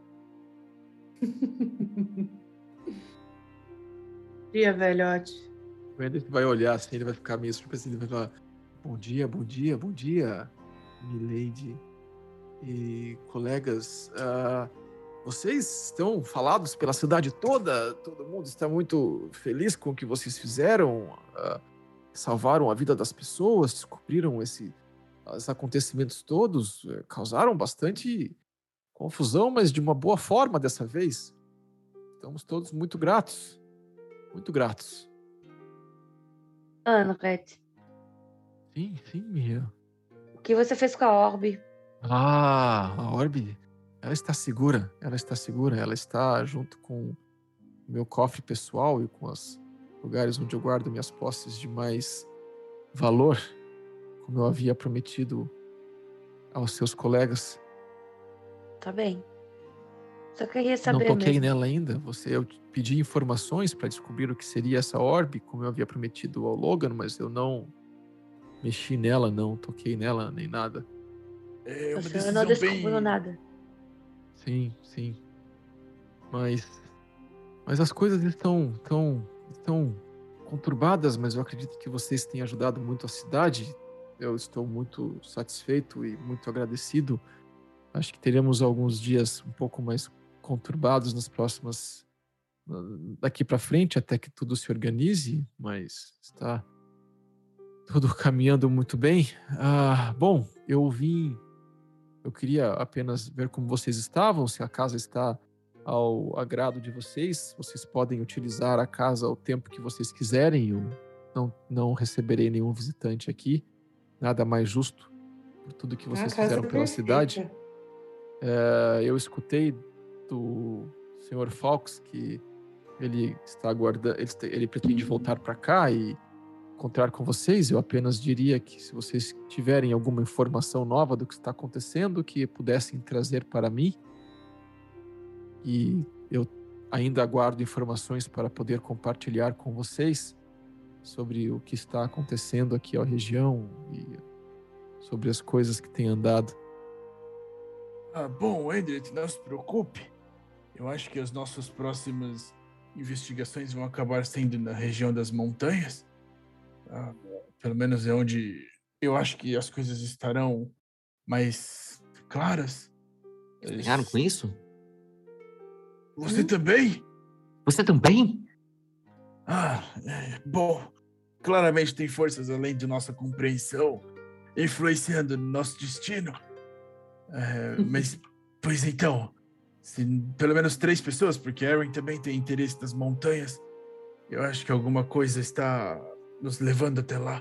Dia, velhote. O Andrew vai olhar assim, ele vai ficar meio surpreso, ele vai falar, bom dia, Milady e colegas. Vocês estão falados pela cidade toda? Todo mundo está muito feliz com o que vocês fizeram? Salvaram a vida das pessoas, descobriram esses acontecimentos todos, causaram bastante confusão, mas de uma boa forma dessa vez. Estamos todos muito gratos. Muito gratos. Anret, Sim, Mia. o que você fez com a Orbe? A Orbe, ela está segura. Ela está junto com o meu cofre pessoal e com os lugares onde eu guardo minhas posses de mais valor, como eu havia prometido aos seus colegas. Tá bem. Só queria saber Não toquei mesmo. nela ainda. Eu pedi informações para descobrir o que seria essa orbe, como eu havia prometido ao Logan, mas eu não mexi nela, não toquei nela, nem nada. É uma Você decisão não descobriu bem... nada. Sim. Mas as coisas estão conturbadas, mas eu acredito que vocês têm ajudado muito a cidade. Eu estou muito satisfeito e muito agradecido. Acho que teremos alguns dias um pouco mais conturbados daqui para frente, até que tudo se organize, mas está tudo caminhando muito bem. Bom, eu queria apenas ver como vocês estavam, se a casa está ao agrado de vocês. Vocês podem utilizar a casa o tempo que vocês quiserem. Eu não receberei nenhum visitante aqui. Nada mais justo por tudo que vocês fizeram pela cidade. Eu escutei do Sr. Fawkes que ele está aguardando, ele pretende voltar para cá e encontrar com vocês. Eu apenas diria que se vocês tiverem alguma informação nova do que está acontecendo, que pudessem trazer para mim. E eu ainda aguardo informações para poder compartilhar com vocês sobre o que está acontecendo aqui na região e sobre as coisas que têm andado. Bom, Andrew, não se preocupe. Eu acho que as nossas próximas investigações vão acabar sendo na região das montanhas. Pelo menos é onde eu acho que as coisas estarão mais claras. Vocês ganharam com isso? Você também? Você também? Bom, claramente tem forças além de nossa compreensão influenciando no nosso destino. Mas, pois então, se pelo menos 3 pessoas, porque Erin também tem interesse nas montanhas. Eu acho que alguma coisa está nos levando até lá.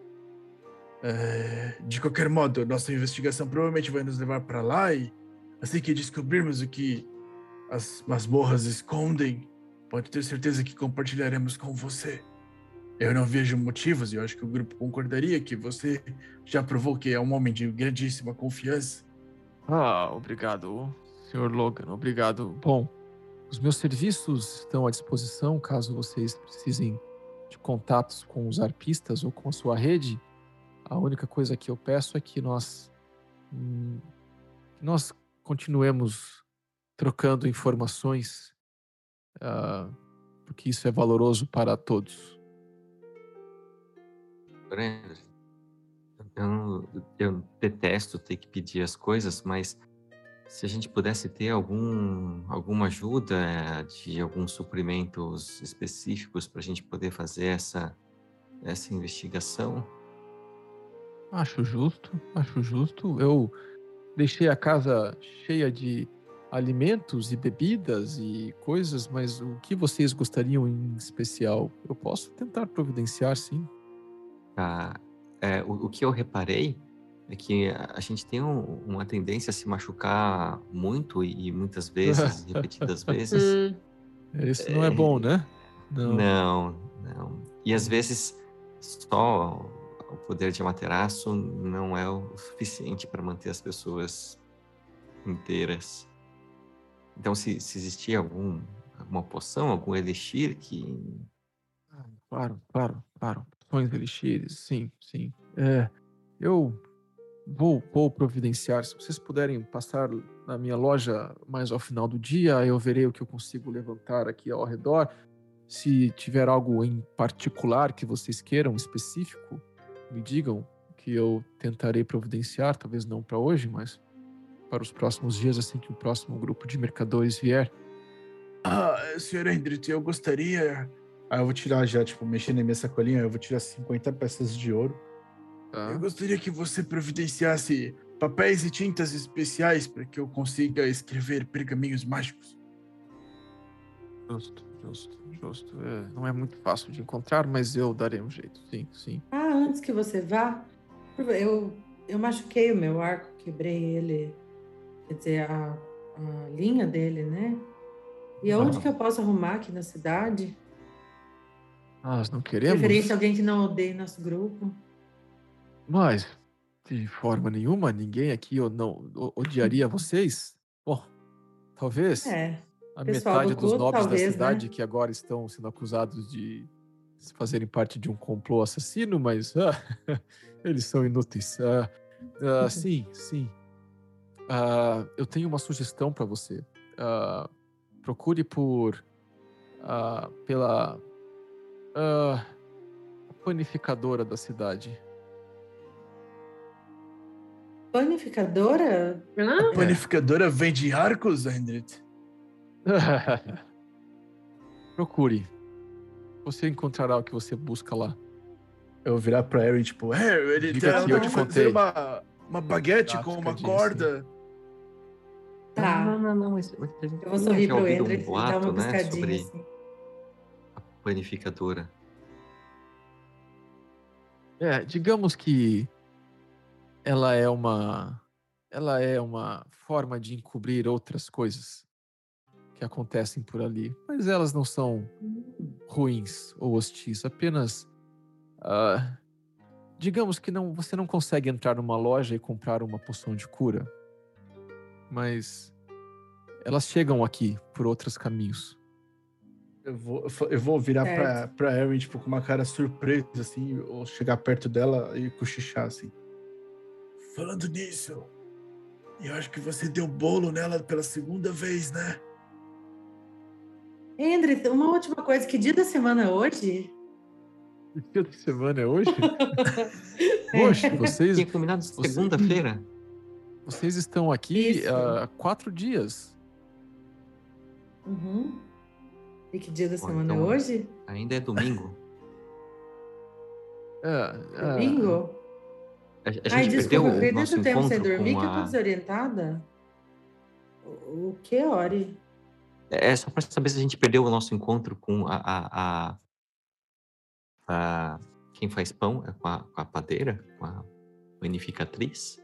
De qualquer modo, nossa investigação provavelmente vai nos levar para lá e assim que descobrirmos o que as masmorras escondem, pode ter certeza que compartilharemos com você. Eu não vejo motivos, e eu acho que o grupo concordaria que você já provou que é um homem de grandíssima confiança. Obrigado, Sr. Logan, obrigado. Bom, os meus serviços estão à disposição caso vocês precisem de contatos com os arpistas ou com a sua rede. A única coisa que eu peço é que nós continuemos trocando informações, porque isso é valoroso para todos. Brenda, eu detesto ter que pedir as coisas, mas se a gente pudesse ter alguma ajuda de alguns suprimentos específicos para a gente poder fazer essa investigação. Acho justo. Eu deixei a casa cheia de alimentos e bebidas e coisas, mas o que vocês gostariam em especial? Eu posso tentar providenciar, sim. O que eu reparei é que a gente tem uma tendência a se machucar muito e muitas vezes, repetidas vezes. Isso não é bom, né? Não. E às vezes só o poder de Amaterasu não é o suficiente para manter as pessoas inteiras. Então, se existir alguma poção, algum elixir que... Claro. Poções, elixires, sim. Eu vou providenciar. Se vocês puderem passar na minha loja mais ao final do dia, eu verei o que eu consigo levantar aqui ao redor. Se tiver algo em particular que vocês queiram, específico, me digam que eu tentarei providenciar, talvez não para hoje, mas para os próximos dias, assim que o próximo grupo de mercadores vier. Senhor Hendrit, eu gostaria... eu vou tirar já, mexendo na minha sacolinha, eu vou tirar 50 peças de ouro. Eu gostaria que você providenciasse papéis e tintas especiais para que eu consiga escrever pergaminhos mágicos. Justo. Não é muito fácil de encontrar, mas eu darei um jeito, sim. Antes que você vá, eu machuquei o meu arco, quebrei ele, quer dizer, a linha dele, né? E aonde que eu posso arrumar aqui na cidade? Nós não queremos... Preferência alguém que não odeie nosso grupo. Mas, de forma nenhuma, ninguém aqui não odiaria vocês. Bom, talvez a metade dos nobres da cidade, né, que agora estão sendo acusados de fazerem parte de um complô assassino, mas eles são inúteis. Sim. Eu tenho uma sugestão para você. Procure pela panificadora da cidade. Panificadora? A panificadora vende arcos, Hendrit? Procure. Você encontrará o que você busca lá. Eu vou virar pra Erin, ele tá fazer uma baguete com uma corda. Tá. Não, mas eu vou sorrir pro Hendrit e dar uma piscadinha sobre assim. A panificadora. Digamos que ela é uma forma de encobrir outras coisas que acontecem por ali, mas elas não são ruins ou hostis, apenas digamos que você não consegue entrar numa loja e comprar uma poção de cura, mas elas chegam aqui por outros caminhos. Eu vou virar pra Erin, com uma cara surpresa, assim, ou chegar perto dela e cochichar, assim. Falando nisso, eu acho que você deu bolo nela pela segunda vez, né? Hendrit, uma última coisa, que dia da semana é hoje? Que dia da semana é hoje? Poxa, vocês... Tinha combinado segunda-feira. Vocês estão aqui há 4 dias. Uhum. E que dia da semana então, é hoje? Ainda é domingo. Domingo? A gente perdeu o nosso tempo sem encontro dormir com que eu tô desorientada. O que, Ori? É só para saber se a gente perdeu o nosso encontro com quem faz pão, com a padeira, com a panificatriz.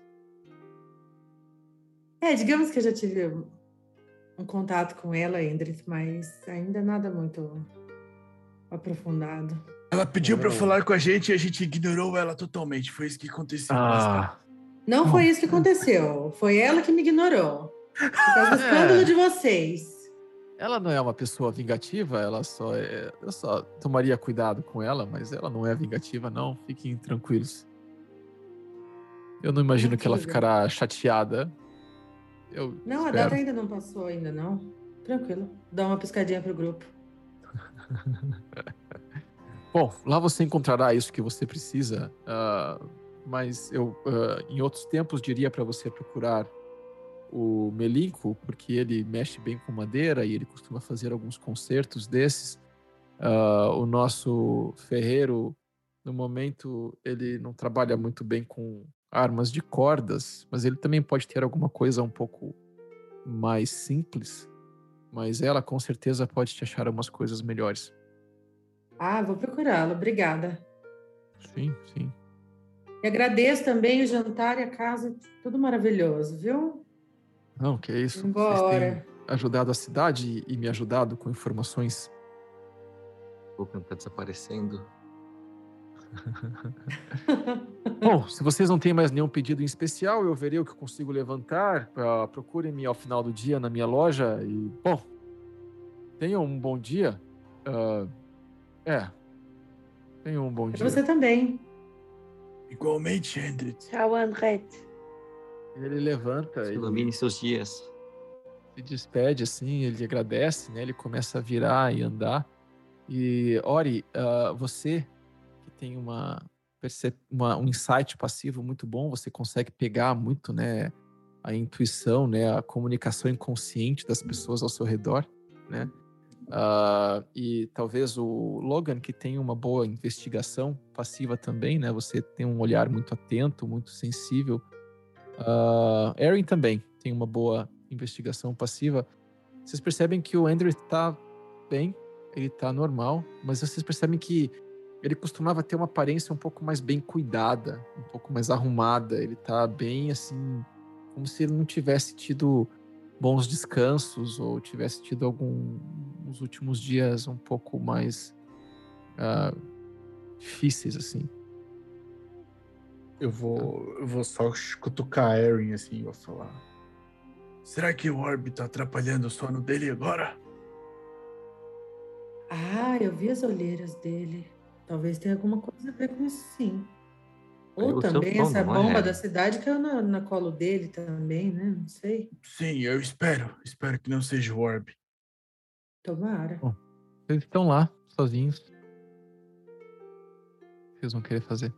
Digamos que eu já tive um contato com ela, Indrit, mas ainda nada muito aprofundado. Ela pediu pra falar com a gente e a gente ignorou ela totalmente. Foi isso que aconteceu. Não foi isso que aconteceu. Foi ela que me ignorou. Por causa do escândalo de vocês. Ela não é uma pessoa vingativa, eu só tomaria cuidado com ela, mas ela não é vingativa, não. Fiquem tranquilos. Eu não imagino que ela ficará chateada. A data ainda não passou, ainda não. Tranquilo. Dá uma piscadinha pro grupo. Bom, lá você encontrará isso que você precisa, mas eu, em outros tempos, diria para você procurar o Melinco, porque ele mexe bem com madeira e ele costuma fazer alguns concertos desses. O nosso ferreiro, no momento, ele não trabalha muito bem com armas de cordas, mas ele também pode ter alguma coisa um pouco mais simples, mas ela com certeza pode te achar umas coisas melhores. Vou procurá-lo. Obrigada. Sim. E agradeço também o jantar e a casa. Tudo maravilhoso, viu? Não, que é isso. Embora. Vocês têm ajudado a cidade e me ajudado com informações. O Logan tá desaparecendo. Bom, se vocês não têm mais nenhum pedido em especial, eu verei o que eu consigo levantar. Procurem-me ao final do dia na minha loja e, bom, tenham um bom dia. Tenham um bom dia. Você também. Igualmente, Hendrit. Tchau, Andret. Ele levanta e Ilumine seus dias. se despede assim, ele agradece, né? Ele começa a virar e andar. E, Ori, você que tem um insight passivo muito bom, você consegue pegar muito, né, a intuição, né, a comunicação inconsciente das pessoas ao seu redor, né? E talvez o Logan, que tem uma boa investigação passiva também, né? Você tem um olhar muito atento, muito sensível. Erin também tem uma boa investigação passiva. Vocês percebem que o Andrew tá bem, ele tá normal, mas vocês percebem que ele costumava ter uma aparência um pouco mais bem cuidada, um pouco mais arrumada. Ele tá bem assim, como se ele não tivesse tido bons descansos ou tivesse tido alguns últimos dias um pouco mais difíceis, assim. Eu vou só cutucar a Erin assim e vou falar. Será que o Orb tá atrapalhando o sono dele agora? Eu vi as olheiras dele. Talvez tenha alguma coisa a ver com isso, sim. Ou O seu também sono, essa não bomba é? da cidade caiu na colo dele também, né? Não sei. Sim, eu espero. Espero que não seja o Orb. Tomara. Bom, eles estão lá, sozinhos. O que vocês vão querer fazer?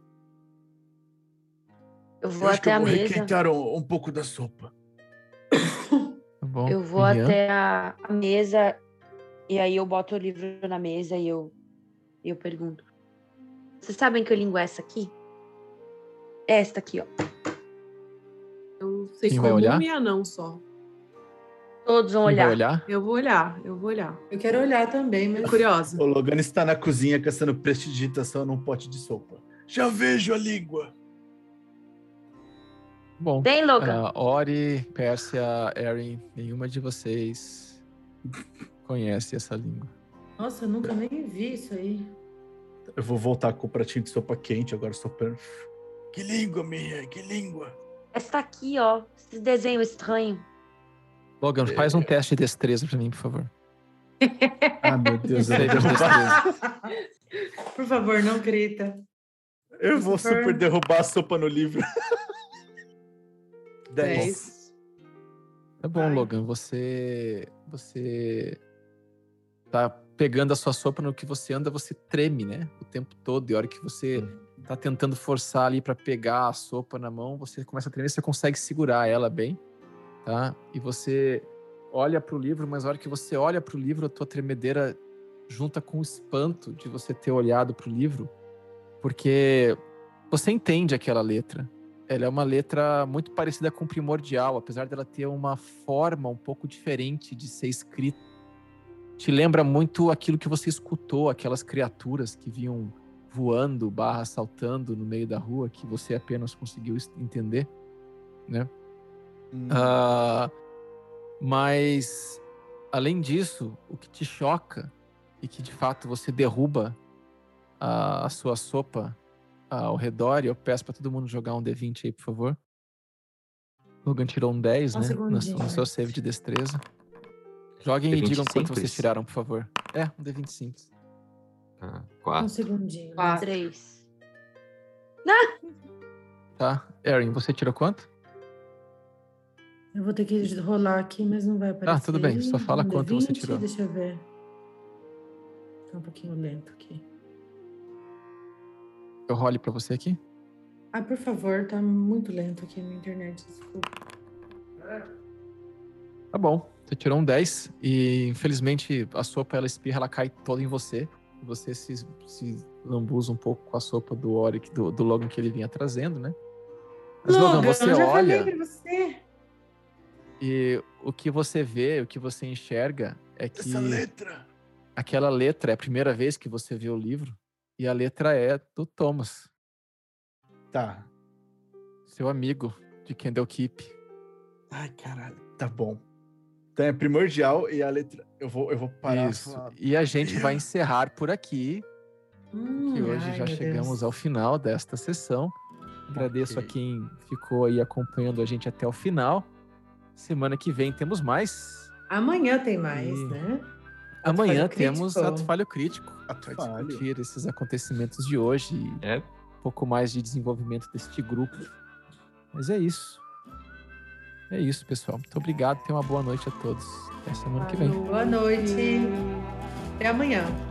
Eu Eu vou acho que até eu a vou mesa. requentar um pouco da sopa. Tá bom. Eu vou Rian? até a mesa e aí eu boto o livro na mesa e eu pergunto. Vocês sabem que língua é essa aqui? Esta aqui, ó. Eu sei Quem vai comum olhar? e anão só. Todos vão Quem vai olhar. olhar? Eu vou olhar. Eu quero olhar também, mas... Curiosa. O Logan está na cozinha caçando prestidigitação num pote de sopa. Já vejo a língua. Bom, Vem, Logan. Ori, Pérsia, Erin, nenhuma de vocês conhece essa língua. Nossa, eu nunca nem vi isso aí. Eu vou voltar com o pratinho de sopa quente, agora sopando. Que língua, minha, que língua. Essa aqui, ó. Esse desenho estranho. Logan, faz um teste de destreza pra mim, por favor. Ah, meu Deus, eu vou Save de derrubar. destreza. Por favor, não grita. Eu vou super derrubar a sopa no livro. 10. Tá bom, Vai. Logan, você tá pegando a sua sopa, no que você anda, você treme, né? O tempo todo. E a hora que você tá tentando forçar ali pra pegar a sopa na mão, você começa a tremer, você consegue segurar ela bem, tá? E você olha pro livro, mas a hora que você olha pro livro, a tua tremedeira junta com o espanto de você ter olhado pro livro, porque você entende aquela letra. ela é uma letra muito parecida com Primordial, apesar dela ter uma forma um pouco diferente de ser escrita. Te lembra muito aquilo que você escutou, aquelas criaturas que vinham voando, saltando no meio da rua, que você apenas conseguiu entender, né? Mas, além disso, o que te choca e que de fato você derruba a sua sopa ao redor, e eu peço para todo mundo jogar um D20 aí, por favor. Logan tirou um 10, né? No seu save de destreza. Joguem e digam quanto vocês tiraram, por favor. Um D20 simples. 4. Um segundinho. 3. Tá. Erin, você tirou quanto? Eu vou ter que rolar aqui, mas não vai aparecer. Tudo bem. Só fala quanto você tirou. Deixa eu ver. Tá um pouquinho lento aqui. Eu role pra você aqui? Por favor. Tá muito lento aqui na internet. Desculpa. Tá bom. Você tirou um 10 e, infelizmente, a sopa, ela espirra, ela cai toda em você. E você se lambuza um pouco com a sopa do Oric, do Logan que ele vinha trazendo, né? Mas, Logan, você eu já olha... falei pra você. E o que você vê, o que você enxerga é que... Essa letra! Aquela letra é a primeira vez que você vê o livro. E a letra é do Thomas. Tá. Seu amigo de Candlekeep. Ai, caralho. Tá bom. Então é Primordial e a letra... Eu vou parar. Isso. E a gente vai encerrar por aqui. Que hoje já chegamos ao final desta sessão. Agradeço a quem ficou aí acompanhando a gente até o final. Semana que vem temos mais. Amanhã tem mais, né? Amanhã temos Ato Falho Crítico. Para discutir esses acontecimentos de hoje. E um pouco mais de desenvolvimento deste grupo. Mas é isso. É isso, pessoal. Muito obrigado. Tenha uma boa noite a todos. Até semana que vem. Boa noite. Até amanhã.